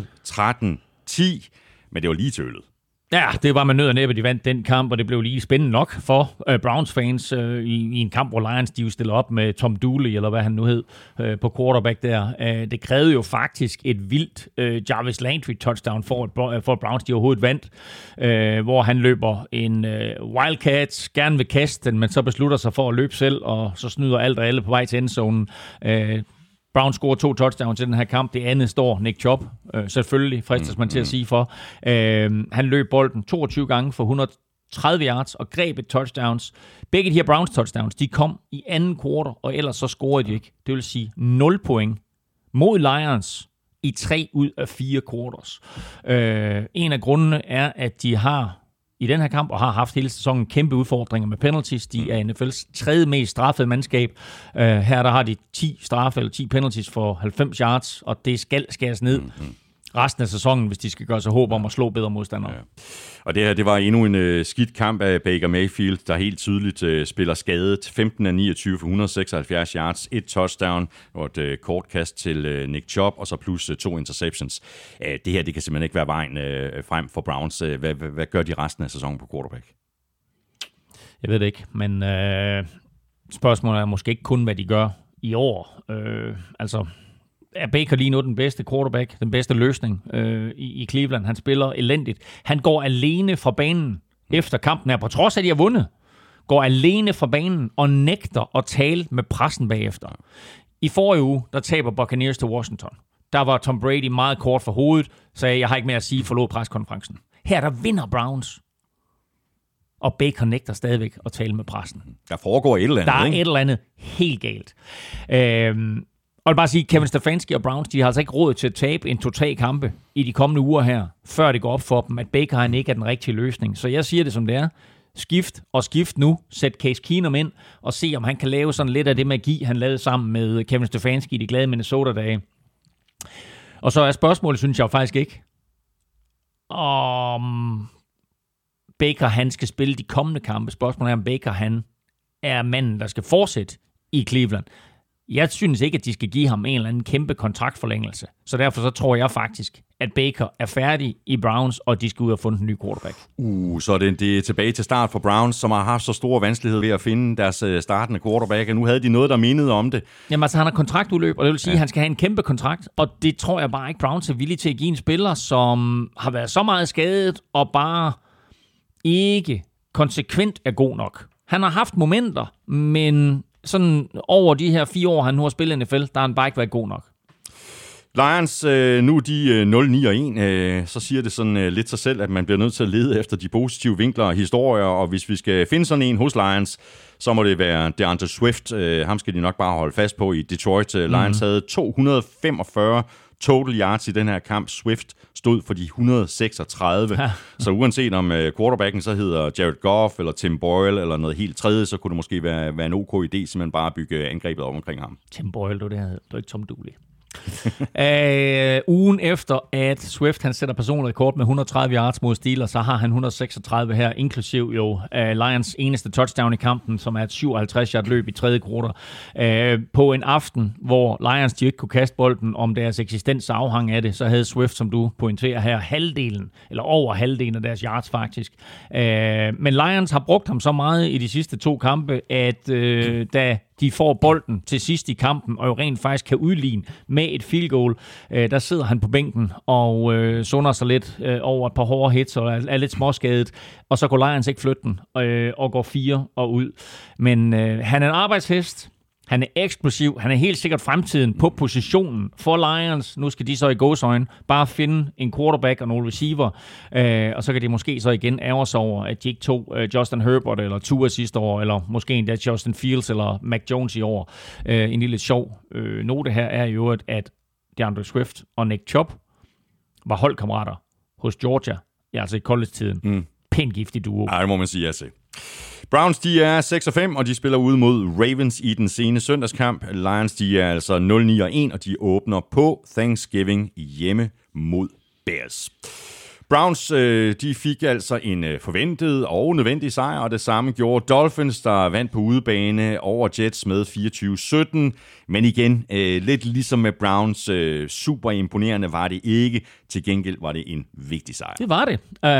Speaker 1: 13-10, men det var lige tølet.
Speaker 3: Ja, det var med nød og næppe, de vandt den kamp, og det blev lige spændende nok for Browns-fans i en kamp, hvor Lions de jo stillede op med Tom Dooley, eller hvad han nu hed, på quarterback der. Det krævede jo faktisk et vildt Jarvis Landry-touchdown for Browns, de overhovedet vandt, hvor han løber en Wildcat, gerne vil kaste den, men så beslutter sig for at løbe selv, og så snyder alt og alle på vej til endzonen. Browns scorer 2 touchdowns til den her kamp. Det andet står Nick Chubb. Selvfølgelig fristes man til at sige for. Han løb bolden 22 gange for 130 yards og greb et touchdowns. Begge de her Browns touchdowns, de kom i anden kvartal, og ellers så scorede de ikke. Det vil sige 0 point mod Lions i 3 ud af 4 quarters. En af grundene er, at de har i den her kamp, og har haft hele sæsonen kæmpe udfordringer med penalties. De er NFL's 3. mest straffede mandskab. Her der har de 10 straffe eller 10 penalties for 90 yards, og det skal skæres ned resten af sæsonen, hvis de skal gøre sig håb om at slå bedre modstandere. Ja.
Speaker 1: Og det her, det var endnu en skidt kamp af Baker Mayfield, der helt tydeligt spiller skadet. 15 af 29 for 176 yards, 1 touchdown og et kort kast til Nick Chubb, og så plus 2 interceptions. Det her, det kan simpelthen ikke være vejen frem for Browns. Hvad gør de resten af sæsonen på quarterback?
Speaker 3: Jeg ved det ikke, men spørgsmålet er måske ikke kun, hvad de gør i år. Er Baker lige nu den bedste quarterback, den bedste løsning i Cleveland? Han spiller elendigt. Han går alene fra banen efter kampen her, på trods af, at de har vundet. Går alene fra banen og nægter at tale med pressen bagefter. I forrige uge, der taber Buccaneers til Washington. Der var Tom Brady meget kort for hovedet, sagde, jeg har ikke mere at sige, forlod preskonferencen. Her der vinder Browns. Og Baker nægter stadigvæk at tale med pressen.
Speaker 1: Der foregår et eller andet.
Speaker 3: Der er et eller andet helt galt. Og jeg vil bare sige, Kevin Stefanski og Browns, de har altså ikke råd til at tabe en 2-3 kampe i de kommende uger her, før det går op for dem, at Baker han ikke er den rigtige løsning. Så jeg siger det som det er. Skift nu. Sæt Case Keenum ind og se, om han kan lave sådan lidt af det magi, han lavede sammen med Kevin Stefanski i de glade Minnesota-dage. Og så er spørgsmålet, synes jeg faktisk ikke, om Baker han skal spille de kommende kampe. Spørgsmålet er, om Baker han er manden, der skal fortsætte i Cleveland. Jeg synes ikke, at de skal give ham en eller anden kæmpe kontraktforlængelse. Så derfor så tror jeg faktisk, at Baker er færdig i Browns, og de skal ud og finde en ny quarterback.
Speaker 1: Så er det tilbage til start for Browns, som har haft så store vanskeligheder ved at finde deres startende quarterback, og nu havde de noget, der mindede om det.
Speaker 3: Jamen altså, han har kontraktudløb, og det vil sige, at han skal have en kæmpe kontrakt, og det tror jeg bare ikke, Browns er villige til at give en spiller, som har været så meget skadet, og bare ikke konsekvent er god nok. Han har haft momenter, men sådan over de her 4 år, han nu har spillet i NFL, der har han bare ikke været god nok.
Speaker 1: Lions, nu er de 0-9-1, så siger det sådan lidt sig selv, at man bliver nødt til at lede efter de positive vinkler og historier, og hvis vi skal finde sådan en hos Lions, så må det være DeAndre Swift. Ham skal de nok bare holde fast på i Detroit. Lions havde 245 total yards i den her kamp. Swift stod for de 136. Ja. Så uanset om quarterbacken så hedder Jared Goff eller Tim Boyle eller noget helt tredje, så kunne det måske være en OK idé, simpelthen bare at bygge angrebet op omkring ham.
Speaker 3: Tim Boyle, du er ikke Tom Dooley. Ugen efter, at Swift han sætter personlig rekord med 130 yards mod Steelers, så har han 136 her, inklusiv jo Lions eneste touchdown i kampen, som er et 57-yard løb i tredje kvartal. På en aften, hvor Lions de ikke kunne kaste bolden, om deres eksistens afhang af det, så havde Swift, som du pointerer her, over halvdelen af deres yards faktisk. Men Lions har brugt ham så meget i de sidste 2 kampe, at da de får bolden til sidst i kampen, og jo rent faktisk kan udligne med et field goal. Der sidder han på bænken og sunder sig lidt over et par hårde hits, og er lidt småskadet. Og så går Lions ikke flytte den, og går 4 og ud. Men han er en arbejdshest. Han er eksplosiv. Han er helt sikkert fremtiden på positionen for Lions. Nu skal de så i gåseøjne bare finde en quarterback og nogle receiver. Og så kan de måske så igen ærge sig over, at de ikke tog Justin Herbert eller Tua sidste år, eller måske endda Justin Fields eller Mac Jones i år. En lille sjov note her er jo, at DeAndre Swift og Nick Chubb var holdkammerater hos Georgia, altså i college-tiden. Pænt giftig duo.
Speaker 1: Ja, det må man sige, altså. Browns, de er 6-5, og de spiller ude mod Ravens i den sene søndagskamp. Lions, de er altså 0-9-1, og de åbner på Thanksgiving hjemme mod Bears. Browns, de fik altså en forventet og nødvendig sejr, og det samme gjorde Dolphins, der vandt på udebane over Jets med 24-17. Men igen, lidt ligesom med Browns, super imponerende var det ikke. Til gengæld var det en vigtig sejr.
Speaker 3: Det var det.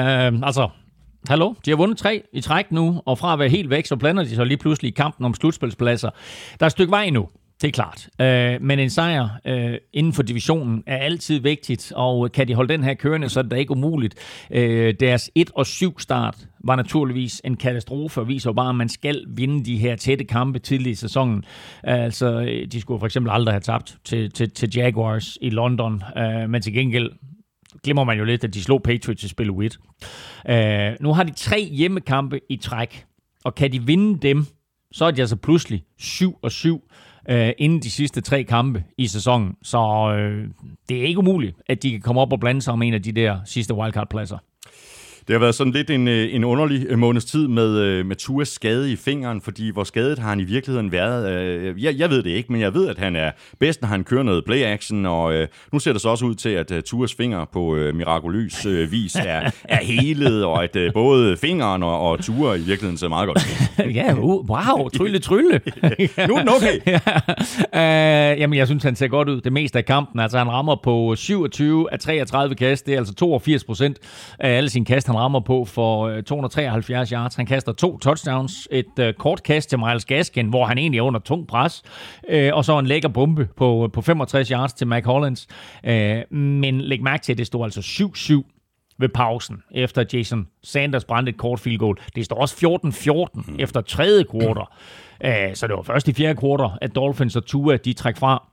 Speaker 3: Hallo, de har vundet 3 i træk nu, og fra at være helt væk, så blander de så lige pludselig i kampen om slutspilspladser. Der er et stykke vej nu, det er klart. Men en sejr inden for divisionen er altid vigtigt, og kan de holde den her kørende, så er det ikke umuligt. Deres 1-7 start var naturligvis en katastrofe, og viser jo bare, at man skal vinde de her tætte kampe tidligt i sæsonen. Altså, de skulle for eksempel aldrig have tabt til Jaguars i London, men til gengæld glemmer man jo lidt, at de slog Patriots i spil 1. Nu har de 3 hjemmekampe i træk, og kan de vinde dem, så er de altså pludselig 7-7 inden de sidste 3 kampe i sæsonen. Så det er ikke umuligt, at de kan komme op og blande sig om en af de der sidste wildcard-pladser.
Speaker 1: Det har været sådan lidt en underlig måneds tid med Tuas skade i fingeren, fordi hvor skadet har han i virkeligheden været. Jeg ved det ikke, men jeg ved, at han er bedst, når han kører noget play-action, og nu ser det så også ud til, at Tuas finger på mirakuløs vis er helet, og at både fingeren og Tua i virkeligheden ser meget godt ud.
Speaker 3: Ja, wow, trylle.
Speaker 1: Nu er den okay.
Speaker 3: Jamen, jeg synes, han ser godt ud det meste af kampen. Altså, han rammer på 27 af 33 kast. Det er altså 82% af alle sine kast, han rammer på for 273 yards. Han kaster 2 touchdowns, et kort kast til Myles Gaskin, hvor han egentlig er under tung pres, og så en lækker bombe på 65 yards til Mac Hollins. Men læg mærke til, at det stod altså 7-7 ved pausen, efter Jason Sanders brændte et kort field goal. Det står også 14-14 efter tredje kvartal. Så det var først i fjerde kvartal, at Dolphins og Tua, de trækker fra.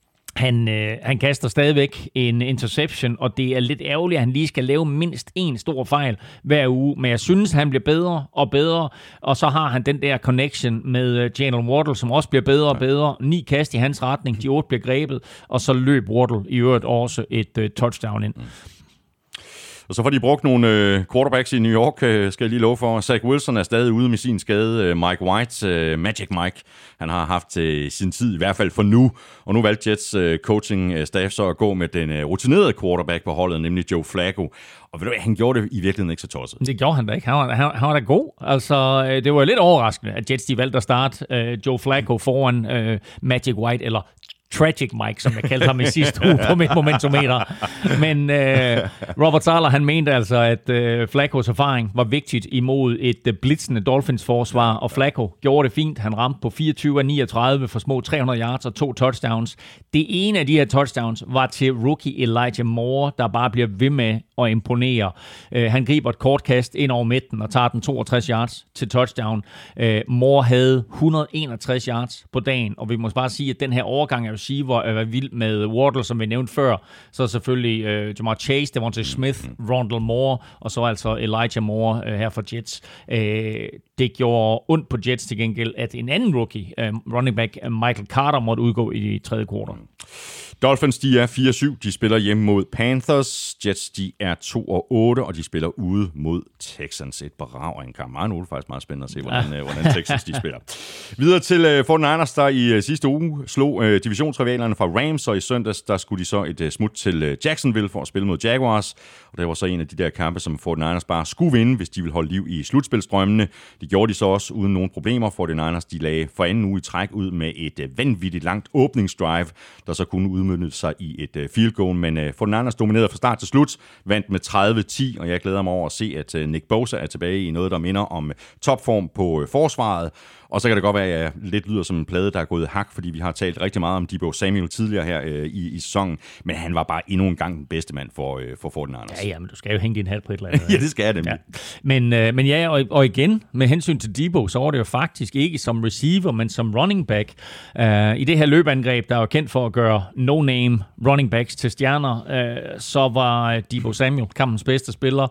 Speaker 3: Han kaster stadigvæk en interception, og det er lidt ærgerligt, at han lige skal lave mindst en stor fejl hver uge. Men jeg synes, han bliver bedre og bedre, og så har han den der connection med Jalen Waddle, som også bliver bedre og bedre. 9 kast i hans retning, de 8 bliver grebet, og så løb Waddle i øvrigt også et touchdown ind.
Speaker 1: Og så får de brugt nogle quarterbacks i New York, skal jeg lige love for. Zach Wilson er stadig ude med sin skade. Mike White, Magic Mike, han har haft sin tid, i hvert fald for nu. Og nu valgte Jets coaching staff så at gå med den rutinerede quarterback på holdet, nemlig Joe Flacco. Og ved du hvad, han gjorde det i virkeligheden ikke så tosset.
Speaker 3: Det gjorde han da ikke. Han var da god. Altså, det var lidt overraskende, at Jets de valgte at starte Joe Flacco foran Magic White, eller Tragic Mike, som jeg kaldte ham i sidste uge på mit momentometer. Men Robert Saleh, han mente altså, at Flaccos erfaring var vigtigt imod et blitzende Dolphins-forsvar, og Flacco gjorde det fint. Han ramte på 24 af 39 for små 300 yards og 2 touchdowns. Det ene af de her touchdowns var til rookie Elijah Moore, der bare bliver ved med at imponere. Han griber et kort kast ind over midten og tager den 62 yards til touchdown. Moore havde 161 yards på dagen, og vi må bare sige, at den her overgang af receiver er vild med Wardle, som vi nævnte før. Så selvfølgelig Jamar Chase, Devontae Smith, Rondale Moore, og så altså Elijah Moore her for Jets. Det gjorde ondt på Jets til gengæld, at en anden rookie, running back Michael Carter, måtte udgå i de tredje kvartal.
Speaker 1: Dolphins, de er 4-7. De spiller hjemme mod Panthers. Jets, de er 2-8, og de spiller ude mod Texans. Et brag af en kamp. Meget faktisk meget spændende at se, hvordan Texans de spiller. Videre til 49ers, der i sidste uge slog divisionsrivalerne fra Rams, og i søndags, der skulle de så et smut til Jacksonville for at spille mod Jaguars. Og det var så en af de der kampe, som 49ers bare skulle vinde, hvis de ville holde liv i slutspilsdrømmene. Det gjorde de så også uden nogen problemer. 49ers, de lagde for anden uge i træk ud med et vanvittigt langt åbningsdrive, der så kunne udmønte sig i et field goal, men 49ers dominerede fra start til slut, vandt med 30-10, og jeg glæder mig over at se, at Nick Bosa er tilbage i noget, der minder om topform på forsvaret. Og så kan det godt være, at jeg lidt lyder som en plade, der er gået hak, fordi vi har talt rigtig meget om Deebo Samuel tidligere her i sæsonen, men han var bare endnu en gang den bedste mand for 49ers.
Speaker 3: Ja, men du skal jo hænge din hat på et eller andet.
Speaker 1: Ja, det skal jeg nemlig.
Speaker 3: Ja. Men ja, og igen, med hensyn til Deebo, så var det jo faktisk ikke som receiver, men som running back. I det her løbeangreb, der er jo kendt for at gøre no-name running backs til stjerner, så var Deebo Samuel kampens bedste spiller.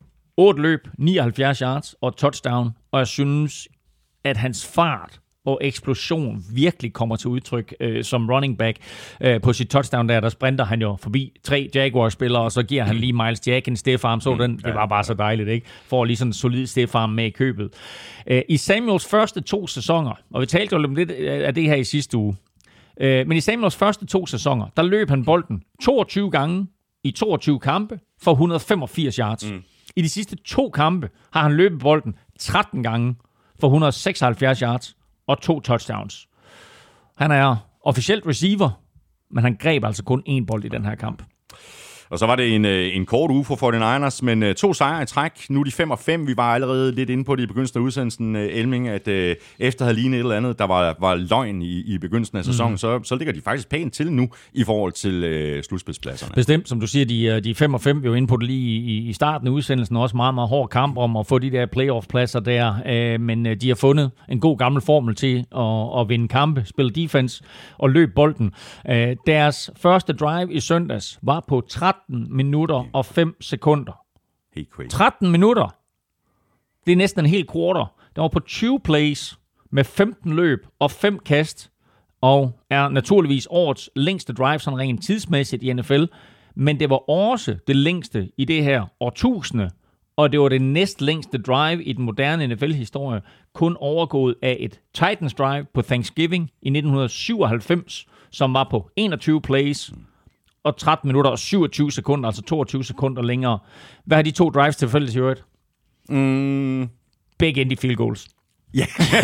Speaker 3: 8 løb, 79 yards og touchdown, og jeg synes, at hans fart og eksplosion virkelig kommer til udtryk som running back. På sit touchdown der sprinter han jo forbi 3 Jaguar-spillere, og så giver han lige Myles Jack en stiff arm. Så den, det var bare så dejligt, ikke? Får lige sådan en solid stiff arm med i købet. I Samuels første 2 sæsoner, og vi talte jo lidt af det her i sidste uge, men i Samuels første 2 sæsoner, der løb han bolden 22 gange i 22 kampe for 185 yards. I de sidste 2 kampe har han løbet bolden 13 gange for 176 yards og 2 touchdowns. Han er officielt receiver, men han greb altså kun 1 bold i den her kamp.
Speaker 1: Og så var det en kort uge for 49ers, men 2 sejre i træk. Nu er de 5-5. Vi var allerede lidt inde på det i begyndelsen af udsendelsen, Elming, at efter at have lignet et eller andet, der var løgn i begyndelsen af sæsonen, så ligger de faktisk pænt til nu i forhold til slutspilspladserne. Bestemt,
Speaker 3: som du siger, de er 5-5. Vi er jo inde på det lige i starten af udsendelsen. Også meget, meget hård kamp om at få de der playoff-pladser der. Men de har fundet en god gammel formel til at vinde kampe, spille defense og løbe bolden. Deres første drive i søndags var på 13 minutter og 5 sekunder.
Speaker 1: Helt crazy.
Speaker 3: 13 minutter. Det er næsten en hel quarter. Der var på 20 plays med 15 løb og 5 kast, og er naturligvis årets længste drive, sådan rent tidsmæssigt i NFL, men det var også det længste i det her årtusinde, og det var det næstlængste drive i den moderne NFL-historie, kun overgået af et Titans drive på Thanksgiving i 1997, som var på 21 plays, og 13 minutter og 27 sekunder, altså 22 sekunder længere. Hvad har de 2 drives til fælles i øvrigt? Begge end i field goals.
Speaker 1: Ja,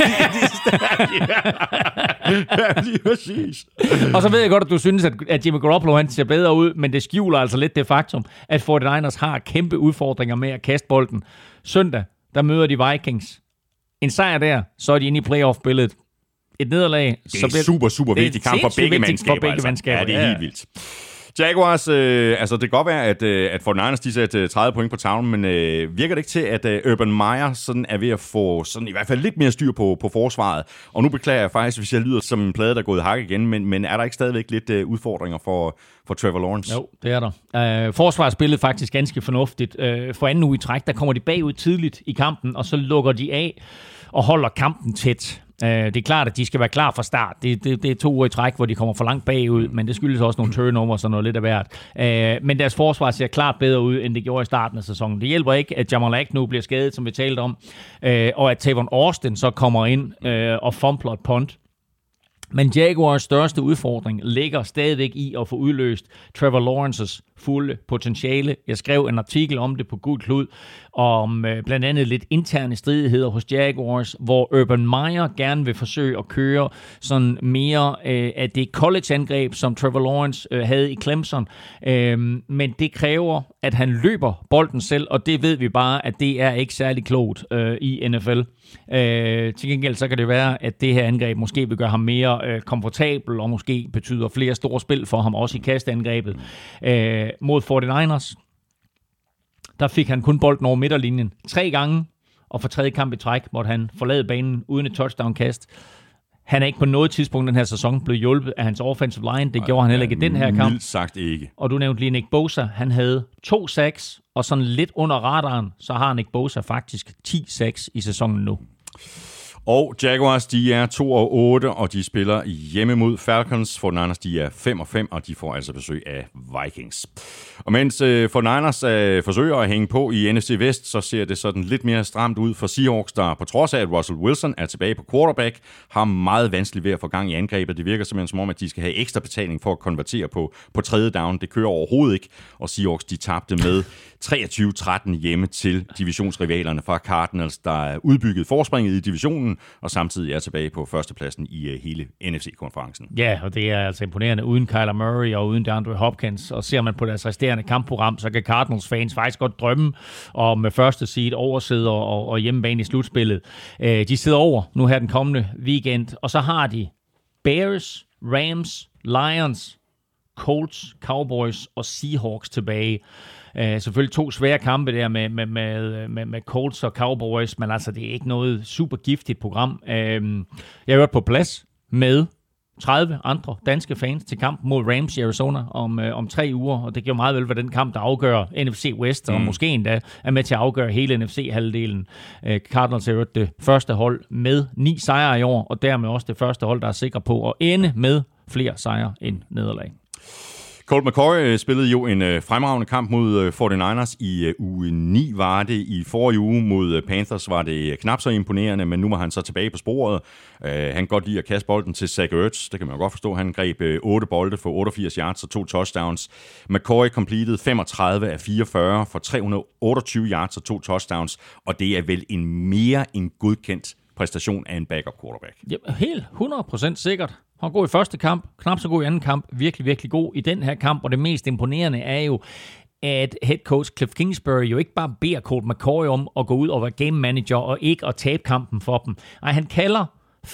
Speaker 1: lige præcis.
Speaker 3: Og så ved jeg godt, at du synes, at Jimmy Garoppolo han ser bedre ud, men det skjuler altså lidt det faktum, at 49ers har kæmpe udfordringer med at kaste bolden. Søndag, der møder de Vikings. En sejr der, så er de inde i playoff-billedet. Et nederlag.
Speaker 1: Det er super vigtig kamp for begge mandskaber. Ja, det er helt vildt. Jaguars, altså det kan godt være, at 49ers de satte 30 point på tavlen, men virker det ikke til, at Urban Meyer sådan er ved at få sådan i hvert fald lidt mere styr på forsvaret? Og nu beklager jeg faktisk, hvis jeg lyder som en plade, der er gået hak igen, men er der ikke stadigvæk lidt udfordringer for Trevor Lawrence?
Speaker 3: Jo, det er der. Forsvaret spillede faktisk ganske fornuftigt. For anden uge i træk, der kommer de bagud tidligt i kampen, og så lukker de af og holder kampen tæt. Det er klart, at de skal være klar fra start. Det er 2 uger i træk, hvor de kommer for langt bagud, men det skyldes også nogle turnovers og noget lidt af hvert. Men deres forsvar ser klart bedre ud, end det gjorde i starten af sæsonen. Det hjælper ikke, at Jamal Agnew bliver skadet, som vi talte om, og at Tavon Austin så kommer ind og fumbler et punt. Men Jaguars største udfordring ligger stadigvæk i at få udløst Trevor Lawrences fulde potentiale. Jeg skrev en artikel om det på Gul Klud, om blandt andet lidt interne stridigheder hos Jaguars, hvor Urban Meyer gerne vil forsøge at køre sådan mere af det college-angreb, som Trevor Lawrence havde i Clemson. Men det kræver, at han løber bolden selv, og det ved vi bare, at det er ikke særlig klogt i NFL. Til gengæld så kan det være, at det her angreb måske vil gøre ham mere komfortabel, og måske betyder flere store spil for ham, også i kastangrebet. Mod 49ers, der fik han kun bolden over midterlinjen 3 gange, og for 3. kamp i træk måtte han forlade banen uden et touchdown-kast. Han er ikke på noget tidspunkt den her sæson blevet hjulpet af hans offensive line. Det gjorde han heller ikke i den her kamp.
Speaker 1: Mildt sagt ikke.
Speaker 3: Og du nævnte lige Nick Bosa. Han havde 2 sacks, og sådan lidt under radaren, så har Nick Bosa faktisk 10 sacks i sæsonen nu.
Speaker 1: Og Jaguars, de er 2-8, og de spiller hjemme mod Falcons. 49ers, de er 5-5, og de får altså besøg af Vikings. Og mens 49ers forsøger at hænge på i NFC Vest, så ser det sådan lidt mere stramt ud for Seahawks, der på trods af, at Russell Wilson er tilbage på quarterback, har meget vanskeligt ved at få gang i angrebet. Det virker simpelthen som om, at de skal have ekstra betaling for at konvertere på 3. down. Det kører overhovedet ikke, og Seahawks, de tabte med 23-13 hjemme til divisionsrivalerne fra Cardinals, der er udbygget forspringet i divisionen, og samtidig er tilbage på førstepladsen i hele NFC-konferencen.
Speaker 3: Ja, og det er altså imponerende uden Kyler Murray og uden DeAndre Hopkins. Og ser man på deres resterende kampprogram, så kan Cardinals-fans faktisk godt drømme om første seed, oversider og hjemmebane i slutspillet. De sidder over nu her den kommende weekend, og så har de Bears, Rams, Lions, Colts, Cowboys og Seahawks tilbage. Selvfølgelig 2 svære kampe der med Colts og Cowboys, men altså det er ikke noget super giftigt program. Jeg har været på plads med 30 andre danske fans til kamp mod Rams i Arizona om 3 uger, og det giver meget vel, hvad den kamp, der afgør NFC West, og måske endda er med til at afgøre hele NFC-halvdelen. Cardinals er jo det første hold med 9 sejre i år, og dermed også det første hold, der er sikre på at ende med flere sejre end nederlag.
Speaker 1: Colt McCoy spillede jo en fremragende kamp mod 49ers i uge 9, var det. I forrige uge mod Panthers var det knap så imponerende, men nu var han så tilbage på sporet. Han kan godt lide at kaste bolden til Zach Ertz, det kan man jo godt forstå. Han greb 8 bolde for 88 yards og 2 touchdowns. McCoy completed 35 af 44 for 328 yards og 2 touchdowns, og det er vel en mere end godkendt præstation af en backup quarterback.
Speaker 3: Ja, helt 100% sikkert. Han var god i første kamp, knap så god i anden kamp, virkelig, virkelig god i den her kamp, og det mest imponerende er jo, at head coach Cliff Kingsbury jo ikke bare beder Colt McCoy om at gå ud og være game manager og ikke at tabe kampen for dem. Nej, han kalder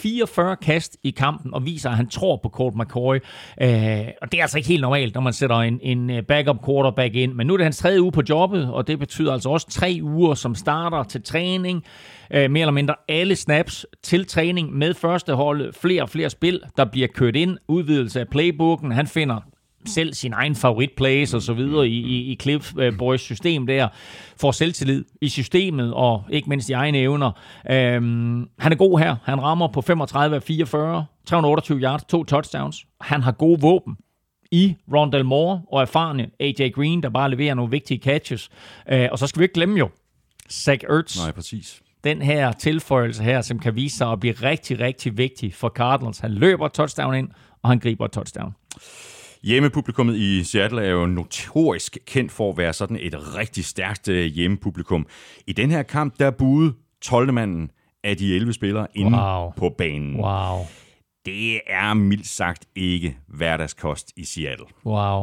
Speaker 3: 44 kast i kampen og viser, at han tror på Colt McCoy. Og det er altså ikke helt normalt, når man sætter en backup quarterback ind. Men nu er det hans 3. uge på jobbet, og det betyder altså også 3 uger, som starter til træning. Mere eller mindre alle snaps til træning med førsteholdet. Flere og flere spil, der bliver kørt ind. Udvidelse af playbooken. Han finder selv sin egen favoritplays og så videre i Cliff Boys system der, får selvtillid i systemet og ikke mindst i egne evner. Han er god her. Han rammer på 35 af 44, 328 yards, 2 touchdowns. Han har gode våben i Rondale Moore og erfarne AJ Green, der bare leverer nogle vigtige catches. Og så skal vi ikke glemme jo Zach Ertz.
Speaker 1: Nej, præcis.
Speaker 3: Den her tilføjelse her, som kan vise sig at blive rigtig, rigtig vigtig for Cardinals. Han løber touchdown ind, og han griber touchdown.
Speaker 1: Hjemmepublikummet i Seattle er jo notorisk kendt for at være sådan et rigtig stærkt hjemmepublikum. I den her kamp, der buede 12. manden af de 11 spillere inde på banen.
Speaker 3: Wow.
Speaker 1: Det er mildt sagt ikke hverdagskost i Seattle.
Speaker 3: Wow.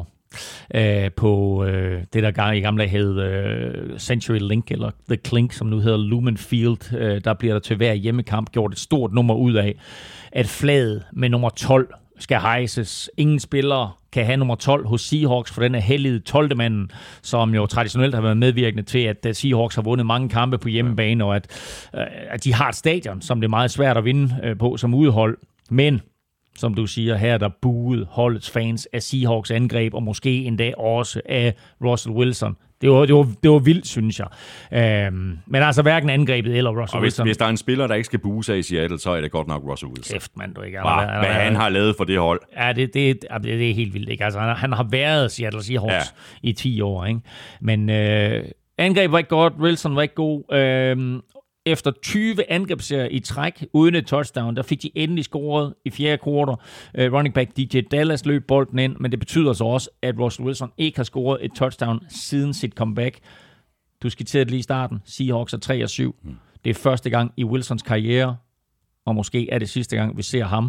Speaker 3: På det, der i gamle hed Century Link, eller The Clink, som nu hedder Lumen Field, der bliver der til hver hjemmekamp gjort et stort nummer ud af, at flaget med nummer 12 skal hejses. Ingen spillere kan have nummer 12 hos Seahawks, for den er hellige 12. manden, som jo traditionelt har været medvirkende til, at Seahawks har vundet mange kampe på hjemmebane, og at de har et stadion, som det er meget svært at vinde på som udhold. Men som du siger, her der buede holdets fans af Seahawks angreb, og måske endda også af Russell Wilson. Det var vildt, synes jeg. Men altså hverken angrebet eller Russell Wilson.
Speaker 1: Hvis der er en spiller, der ikke skal buge sig i Seattle, så er det godt nok Russell Wilson.
Speaker 3: Kæft, mand, du ikke.
Speaker 1: Hvad han har lavet for det hold.
Speaker 3: Ja, det er helt vildt. Ikke? Altså, han har været Seattle Seahawks i 10 år. Ikke? Men angreb var ikke godt, Wilson var ikke god. efter 20 angrebsserier i træk uden et touchdown, der fik de endelig scoret i fjerde kvartal. Running back DJ Dallas løb bolden ind, men det betyder så også, at Russell Wilson ikke har scoret et touchdown siden sit comeback. Du skitserede lige i starten. Seahawks er 3-7. Det er første gang i Wilsons karriere, og måske er det sidste gang, vi ser ham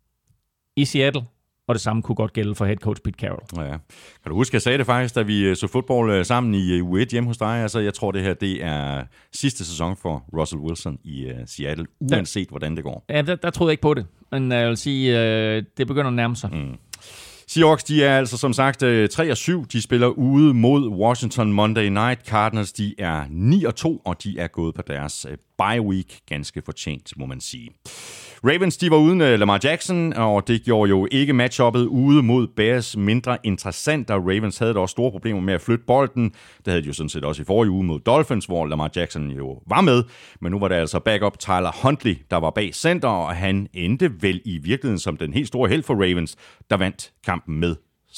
Speaker 3: i Seattle. Og det samme kunne godt gælde for head coach Pete Carroll.
Speaker 1: Ja. Kan du huske, jeg sagde det faktisk, da vi så fodbold sammen i U1 hjemme hos dig? Altså, jeg tror, det her det er sidste sæson for Russell Wilson i Seattle, uanset hvordan det går.
Speaker 3: Ja, der troede jeg ikke på det. Men jeg vil sige, det begynder at nærme sig.
Speaker 1: Seahawks, de er altså som sagt 3-7. De spiller ude mod Washington Monday Night. Cardinals, de er 9-2, og de er gået på deres bye week. Ganske fortjent, må man sige. Ravens, de var uden Lamar Jackson, og det gjorde jo ikke matchuppet ude mod Bears mindre interessant, og Ravens havde da også store problemer med at flytte bolden. Det havde de jo sådan set også i forrige uge mod Dolphins, hvor Lamar Jackson jo var med, men nu var det altså backup Tyler Huntley, der var bag center, og han endte vel i virkeligheden som den helt store held for Ravens, der vandt kampen med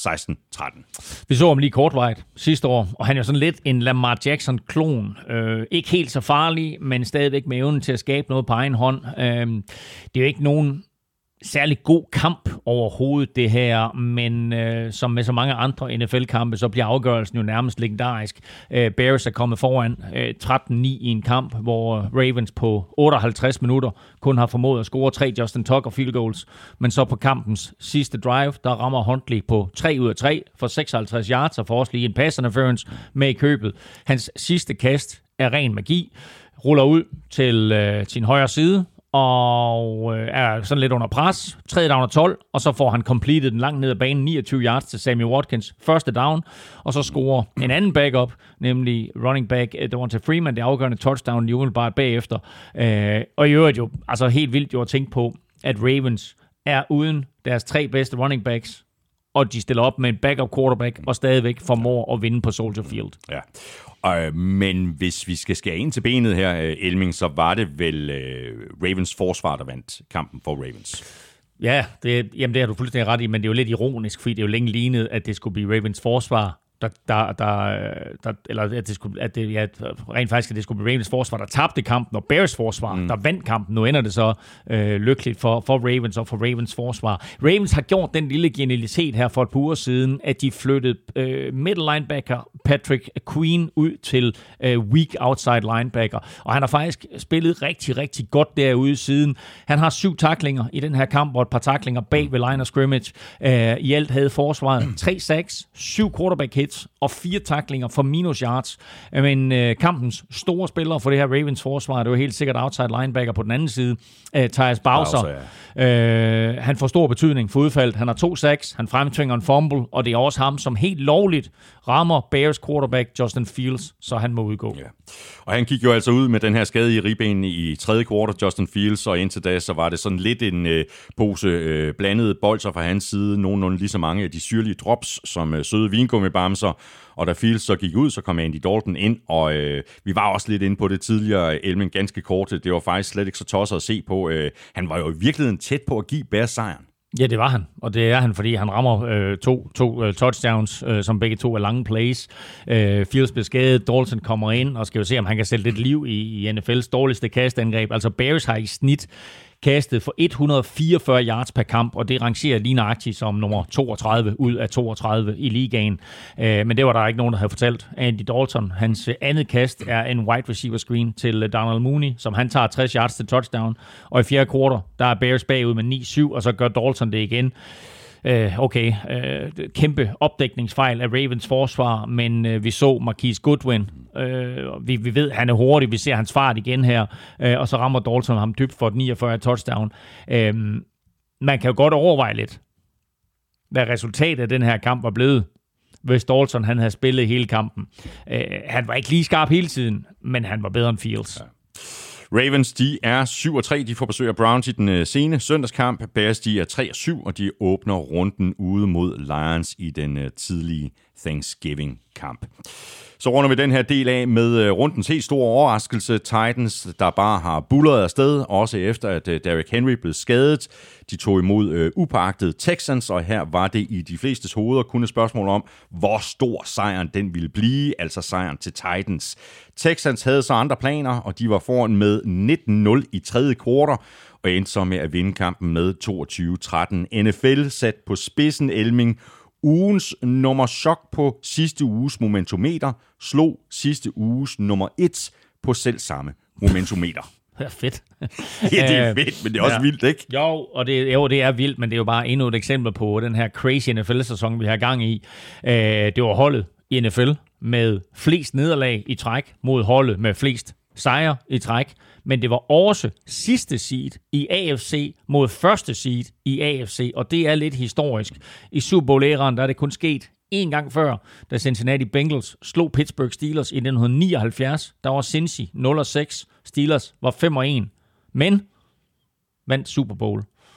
Speaker 1: 16-13.
Speaker 3: Vi så ham lige kortvarigt sidste år, og han er sådan lidt en Lamar Jackson-klon. Ikke helt så farlig, men stadigvæk med evnen til at skabe noget på egen hånd. Det er jo ikke nogen særlig god kamp overhovedet, det her, men som med så mange andre NFL-kampe, så bliver afgørelsen jo nærmest legendarisk. Bears er kommet foran 13-9 i en kamp, hvor Ravens på 58 minutter kun har formået at score 3 Justin Tucker field goals, men så på kampens sidste drive, der rammer Huntley på 3 ud af 3 for 56 yards, og får også lige en pass interference med i købet. Hans sidste kast er ren magi, ruller ud til sin højre side, og er sådan lidt under pres. 3. down og 12, og så får han completed den langt ned ad banen, 29 yards til Sammy Watkins. Første down, og så scorer en anden backup, nemlig running back Devonta Freeman, det afgørende touchdown lige umiddelbart bagefter. Og i øvrigt jo, altså helt vildt jo at tænke på, at Ravens er uden deres 3 bedste running backs, og de stiller op med en backup quarterback, og stadigvæk formår at vinde på Soldier Field.
Speaker 1: Ja. Men hvis vi skal skære ind til benet her, Elming, så var det vel Ravens forsvar, der vandt kampen for Ravens.
Speaker 3: Ja, det har du fuldstændig ret i, men det er jo lidt ironisk, fordi det er jo længe lignet, at det skulle blive Ravens forsvar, rent faktisk, at det skulle blive Ravens forsvar, der tabte kampen, og Bears forsvar, der vandt kampen. Nu ender det så lykkeligt for Ravens og for Ravens forsvar. Ravens har gjort den lille genialitet her for et par uger siden, at de flyttede middle linebacker Patrick Queen ud til weak outside linebacker, og han har faktisk spillet rigtig, rigtig godt derude siden. Han har 7 tacklinger i den her kamp, og et par tacklinger bag ved line of scrimmage. I alt havde forsvaret 3 sacks, 7 quarterback hits, og 4 tacklinger for minus yards. Men kampens store spillere for det her Ravens forsvar, det var helt sikkert outside linebacker på den anden side, Tyus Bowser. Han får stor betydning for udfaldet. Han har 2 sacks, han fremtvinger en fumble, og det er også ham, som helt lovligt rammer Bears quarterback Justin Fields, så han må udgå. Ja.
Speaker 1: Og han gik jo altså ud med den her skade i ribben i 3. kvartal, Justin Fields, og indtil da, så var det sådan lidt en pose blandede bolcher fra hans side, nogenlunde lige så mange af de syrlige drops, som søde vingummibamser, og da Fields så gik ud, så kom Andy Dalton ind, og vi var også lidt inde på det tidligere, Elmen, ganske kort. Det var faktisk slet ikke så tosset at se på. Han var jo i virkeligheden tæt på at give Bears sejren.
Speaker 3: Ja, det var han, og det er han, fordi han rammer to touchdowns, som begge to er lange plays. Fields bliver skadet, Dalton kommer ind og skal jo se, om han kan sætte lidt liv i NFL's dårligste kastangreb. Altså Bears har i snit kastet for 144 yards per kamp, og det rangerer lige nøjagtigt som nummer 32 ud af 32 i ligaen. Men det var der ikke nogen, der havde fortalt. Andy Dalton, hans andet kast er en wide receiver screen til Donald Mooney, som han tager 60 yards til touchdown. Og i fjerde kvartal, der er Bears bagud med 9-7, og så gør Dalton det igen. Kæmpe opdækningsfejl af Ravens forsvar, men vi så Marquise Goodwin. Vi ved, han er hurtig, vi ser hans fart igen her, og så rammer Dalton ham dybt for et 49 touchdown. Man kan jo godt overveje lidt, hvad resultatet af den her kamp var blevet, hvis Dalton han havde spillet hele kampen. Han var ikke lige skarp hele tiden, men han var bedre end Fields. Ja.
Speaker 1: Ravens, de er 7-3. De får besøg af Browns i den sene søndagskamp. Bears, de er 3-7, og de åbner runden ude mod Lions i den tidlige Thanksgiving-kamp. Så runder vi den her del af med rundens helt store overraskelse. Titans, der bare har buldret afsted, også efter at Derrick Henry blev skadet. De tog imod upåagtede Texans, og her var det i de flestes hoveder kun et spørgsmål om, hvor stor sejren den ville blive, altså sejren til Titans. Texans havde så andre planer, og de var foran med 19-0 i tredje kvartal, og endte så med at vinde kampen med 22-13. NFL sat på spidsen. Elming, ugens nummer chok på sidste uges momentometer slog sidste uges nummer 1 på selv samme momentometer.
Speaker 3: Det er fedt.
Speaker 1: Ja, det er fedt, men det er også vildt, ikke?
Speaker 3: Jo, det er vildt, men det er jo bare endnu et eksempel på den her crazy NFL-sæson, vi har gang i. Det var holdet i NFL med flest nederlag i træk mod holdet med flest sejre i træk, men det var også sidste seed i AFC mod første seed i AFC, og det er lidt historisk. I Super Bowl-æraen, der er det kun sket en gang før, da Cincinnati Bengals slog Pittsburgh Steelers i 1979. Der var Cincy 0-6, Steelers var 5-1, men vandt Super Bowl.